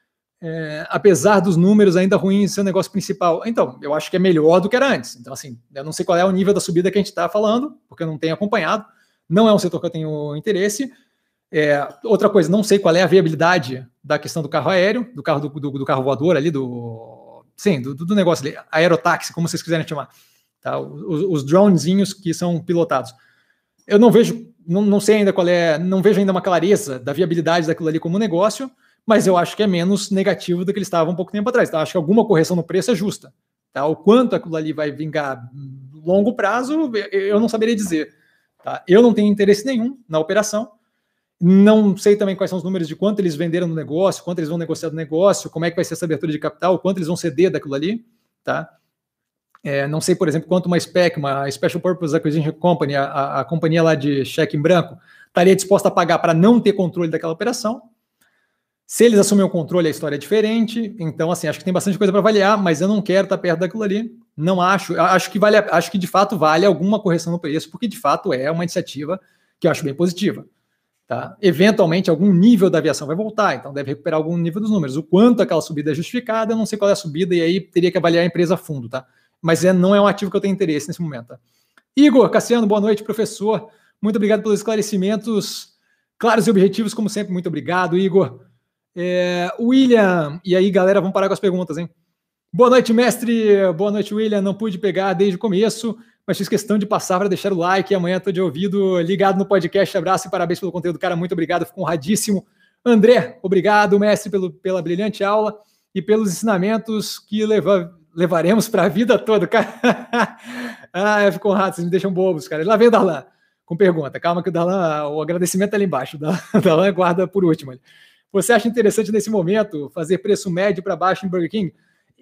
apesar dos números ainda ruins em seu negócio principal? Então, eu acho que é melhor do que era antes. Então, assim, eu não sei qual é o nível da subida que a gente está falando, porque eu não tenho acompanhado, não é um setor que eu tenho interesse. Outra coisa, não sei qual é a viabilidade da questão do carro aéreo, do carro voador ali, do negócio ali, aerotáxi, como vocês quiserem chamar. Tá? Os dronezinhos que são pilotados. Eu não vejo, não sei ainda qual é, não vejo ainda uma clareza da viabilidade daquilo ali como negócio, mas eu acho que é menos negativo do que ele estava um pouco tempo atrás. Tá? Acho que alguma correção no preço é justa. Tá? O quanto aquilo ali vai vingar longo prazo, eu não saberia dizer. Tá? Eu não tenho interesse nenhum na operação. Não sei também quais são os números de quanto eles venderam no negócio, quanto eles vão negociar no negócio, como é que vai ser essa abertura de capital, quanto eles vão ceder daquilo ali. Tá? Não sei, por exemplo, quanto uma SPAC, uma Special Purpose Acquisition Company, a companhia lá de cheque em branco, estaria disposta a pagar para não ter controle daquela operação. Se eles assumem o controle, a história é diferente. Então, assim, acho que tem bastante coisa para avaliar, mas eu não quero estar perto daquilo ali. Não acho. Acho que de fato vale alguma correção no preço, porque de fato é uma iniciativa que eu acho bem positiva. Tá? Eventualmente, algum nível da aviação vai voltar, então deve recuperar algum nível dos números. O quanto aquela subida é justificada, eu não sei qual é a subida, e aí teria que avaliar a empresa a fundo, tá? Mas não é um ativo que eu tenho interesse nesse momento. Tá? Igor, Cassiano, boa noite, professor. Muito obrigado pelos esclarecimentos claros e objetivos, como sempre. Muito obrigado, Igor. William, e aí, galera, vamos parar com as perguntas, hein? Boa noite, mestre. Boa noite, William. Não pude pegar desde o começo, mas fiz questão de passar para deixar o like. Amanhã estou de ouvido ligado no podcast. Abraço e parabéns pelo conteúdo, cara. Muito obrigado, fico honradíssimo. André, obrigado, mestre, pela brilhante aula e pelos ensinamentos que levaremos para a vida toda, cara. Eu fico honrado, vocês me deixam bobos, cara. Lá vem o Darlan com pergunta. Calma que o Darlan, o agradecimento é ali embaixo. O Darlan guarda por último. Você acha interessante nesse momento fazer preço médio para baixo em Burger King?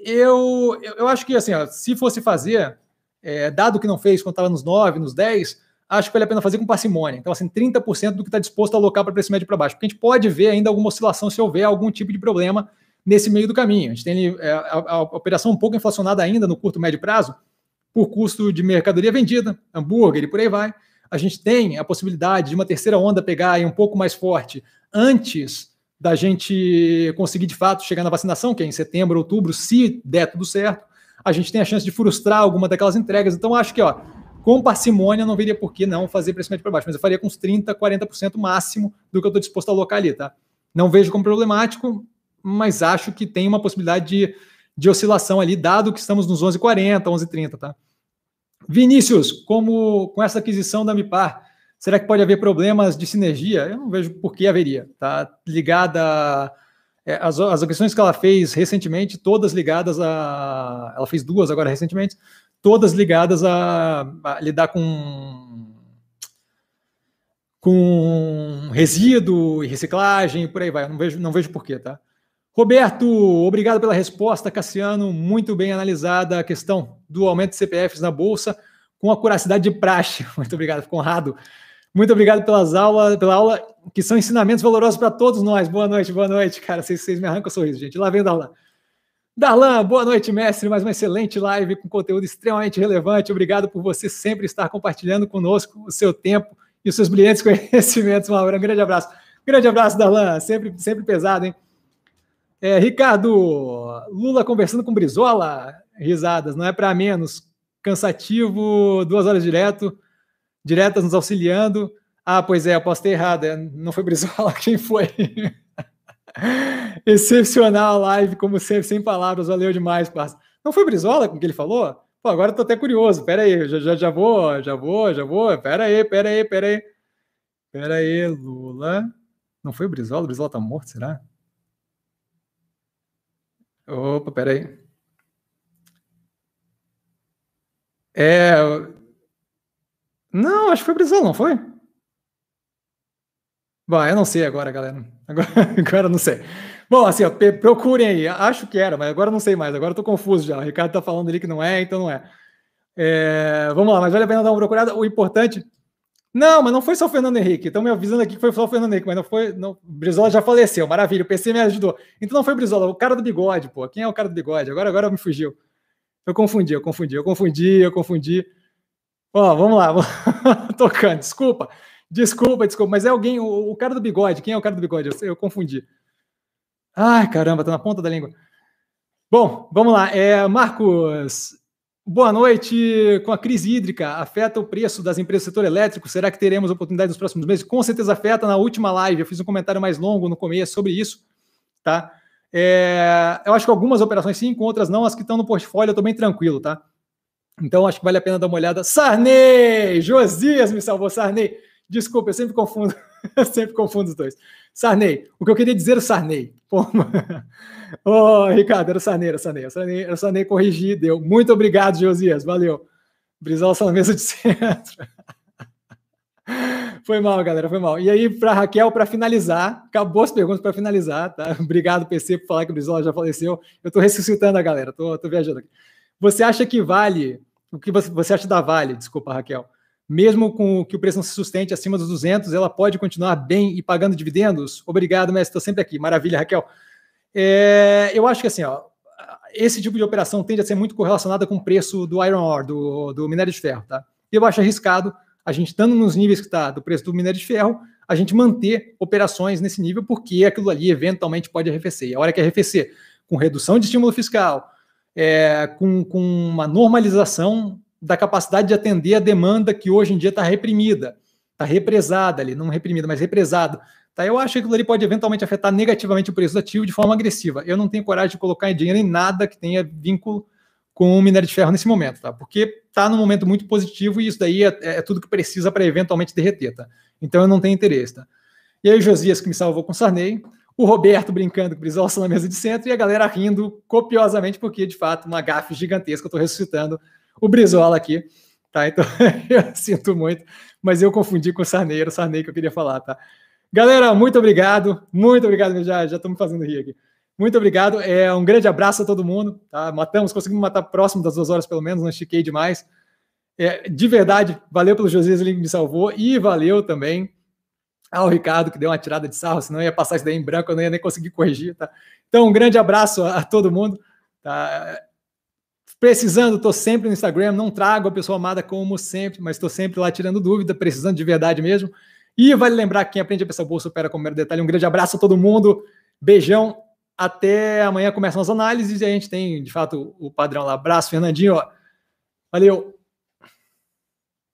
Eu acho que, assim, ó, se fosse fazer, dado que não fez quando estava nos 9, nos 10, acho que vale a pena fazer com parcimônia. Então, assim, 30% do que está disposto a alocar para preço médio para baixo. Porque a gente pode ver ainda alguma oscilação se houver algum tipo de problema nesse meio do caminho. A gente tem a operação um pouco inflacionada ainda no curto e médio prazo, por custo de mercadoria vendida, hambúrguer e por aí vai. A gente tem a possibilidade de uma terceira onda pegar aí um pouco mais forte antes da gente conseguir, de fato, chegar na vacinação, que é em setembro, outubro, se der tudo certo. A gente tem a chance de frustrar alguma daquelas entregas. Então, acho que, ó, com parcimônia, não veria por que não fazer preço médio para baixo, mas eu faria com uns 30%, 40% máximo do que eu estou disposto a alocar ali, tá? Não vejo como problemático, mas acho que tem uma possibilidade de oscilação ali, dado que estamos nos 11,40, 11,30, tá? Vinícius, com essa aquisição da Mipar, Será que pode haver problemas de sinergia? Eu não vejo por que haveria. Tá ligada... as objeções que ela fez recentemente, todas ligadas a... Ela fez 2 agora recentemente, todas ligadas a lidar com resíduo e reciclagem e por aí vai. Eu não vejo porquê, tá? Roberto, obrigado pela resposta, Cassiano. Muito bem analisada a questão do aumento de CPFs na Bolsa com a curacidade de praxe. Muito obrigado, fico honrado. Muito obrigado pela aula, que são ensinamentos valorosos para todos nós. Boa noite, cara. Vocês me arrancam o sorriso, gente. Lá vem o Darlan. Darlan, boa noite, mestre. Mais uma excelente live com conteúdo extremamente relevante. Obrigado por você sempre estar compartilhando conosco o seu tempo e os seus brilhantes conhecimentos. Um grande abraço. Grande abraço, Darlan. Sempre pesado, hein? Ricardo, Lula conversando com Brizola. Risadas, não é para menos. Cansativo, 2 horas diretas nos auxiliando. Ah, pois é, eu posso ter errado. Não foi Brizola, quem foi? Excepcional live, como sempre, sem palavras. Valeu demais, parça. Não foi Brizola com que ele falou? Pô, agora eu tô até curioso. Pera aí, já vou. Pera aí, Lula. Não foi o Brizola? O Brizola tá morto, será? Opa, pera aí. Não, acho que foi o Brizola, não foi? Bom, eu não sei agora, galera. Agora não sei. Bom, assim, ó, procurem aí. Acho que era, mas agora não sei mais. Agora eu tô confuso já. O Ricardo tá falando ali que não é, então não é. Vamos lá, mas vale a pena dar uma procurada. O importante... Não, mas não foi só o Fernando Henrique. Estão me avisando aqui que foi só o Fernando Henrique, mas não foi... Não, o Brizola já faleceu, maravilha. O PC me ajudou. Então não foi o Brizola, o cara do bigode, pô. Quem é o cara do bigode? Agora me fugiu. Eu confundi. Ó, vamos lá. Tocando, desculpa, mas é alguém, o cara do bigode. Quem é o cara do bigode? Eu confundi. Ai, caramba, tá na ponta da língua. Bom, vamos lá. Marcos, boa noite. Com a crise hídrica, afeta o preço das empresas do setor elétrico? Será que teremos oportunidade nos próximos meses? Com certeza afeta. Na última live, eu fiz um comentário mais longo no começo sobre isso, tá? Eu acho que algumas operações sim, com outras não. As que estão no portfólio, eu tô bem tranquilo, tá? Então, acho que vale a pena dar uma olhada. Sarney! Josias me salvou, Sarney. Desculpa, eu sempre confundo. Eu sempre confundo os dois. Sarney. O que eu queria dizer era Sarney. Ricardo, era o Sarney, corrigi, deu. Muito obrigado, Josias. Valeu. Brizola só na mesa de centro. Foi mal, galera, foi mal. E aí, para Raquel, para finalizar, acabou as perguntas para finalizar, tá? Obrigado, PC, por falar que o Brizola já faleceu. Eu estou ressuscitando a galera, tô viajando aqui. Você acha que Vale, o que você acha da Vale, desculpa, Raquel, mesmo com que o preço não se sustente acima dos 200, ela pode continuar bem e pagando dividendos? Obrigado, mestre, estou sempre aqui. Maravilha, Raquel. Eu acho que assim, ó, esse tipo de operação tende a ser muito correlacionada com o preço do iron ore, do minério de ferro, tá? Eu acho arriscado a gente, estando nos níveis que está do preço do minério de ferro, a gente manter operações nesse nível, porque aquilo ali eventualmente pode arrefecer. E a hora que arrefecer, com redução de estímulo fiscal, com uma normalização da capacidade de atender a demanda que hoje em dia está reprimida, está represada ali, não reprimida, mas represado. Tá? Eu acho que aquilo ali pode eventualmente afetar negativamente o preço do ativo de forma agressiva. Eu não tenho coragem de colocar dinheiro em nada que tenha vínculo com o minério de ferro nesse momento, tá? Porque está num momento muito positivo e isso daí é tudo que precisa para eventualmente derreter, tá? Então eu não tenho interesse, tá? E aí o Josias que me salvou com o Sarney, o Roberto brincando com o Brizola na mesa de centro e a galera rindo copiosamente porque, de fato, uma gafe gigantesca, eu estou ressuscitando o Brizola aqui, tá? Então eu sinto muito, mas eu confundi com o Sarney, era o Sarney que eu queria falar, tá? Galera, muito obrigado, já estou me fazendo rir aqui. Muito obrigado, um grande abraço a todo mundo, tá? Conseguimos matar próximo das 2 horas pelo menos, não estiquei demais. De verdade, valeu pelo Josias, ele me salvou, e valeu também ao Ricardo, que deu uma tirada de sarro, senão eu ia passar isso daí em branco, eu não ia nem conseguir corrigir, tá? Então, um grande abraço a todo mundo, tá? Precisando, estou sempre no Instagram, não trago a pessoa amada como sempre, mas estou sempre lá tirando dúvida, precisando de verdade mesmo. E vale lembrar que quem aprende a pensar bolsa opera com mero detalhe. Um grande abraço a todo mundo, beijão. Até amanhã começam as análises e a gente tem, de fato, o padrão lá. Abraço, Fernandinho. Valeu!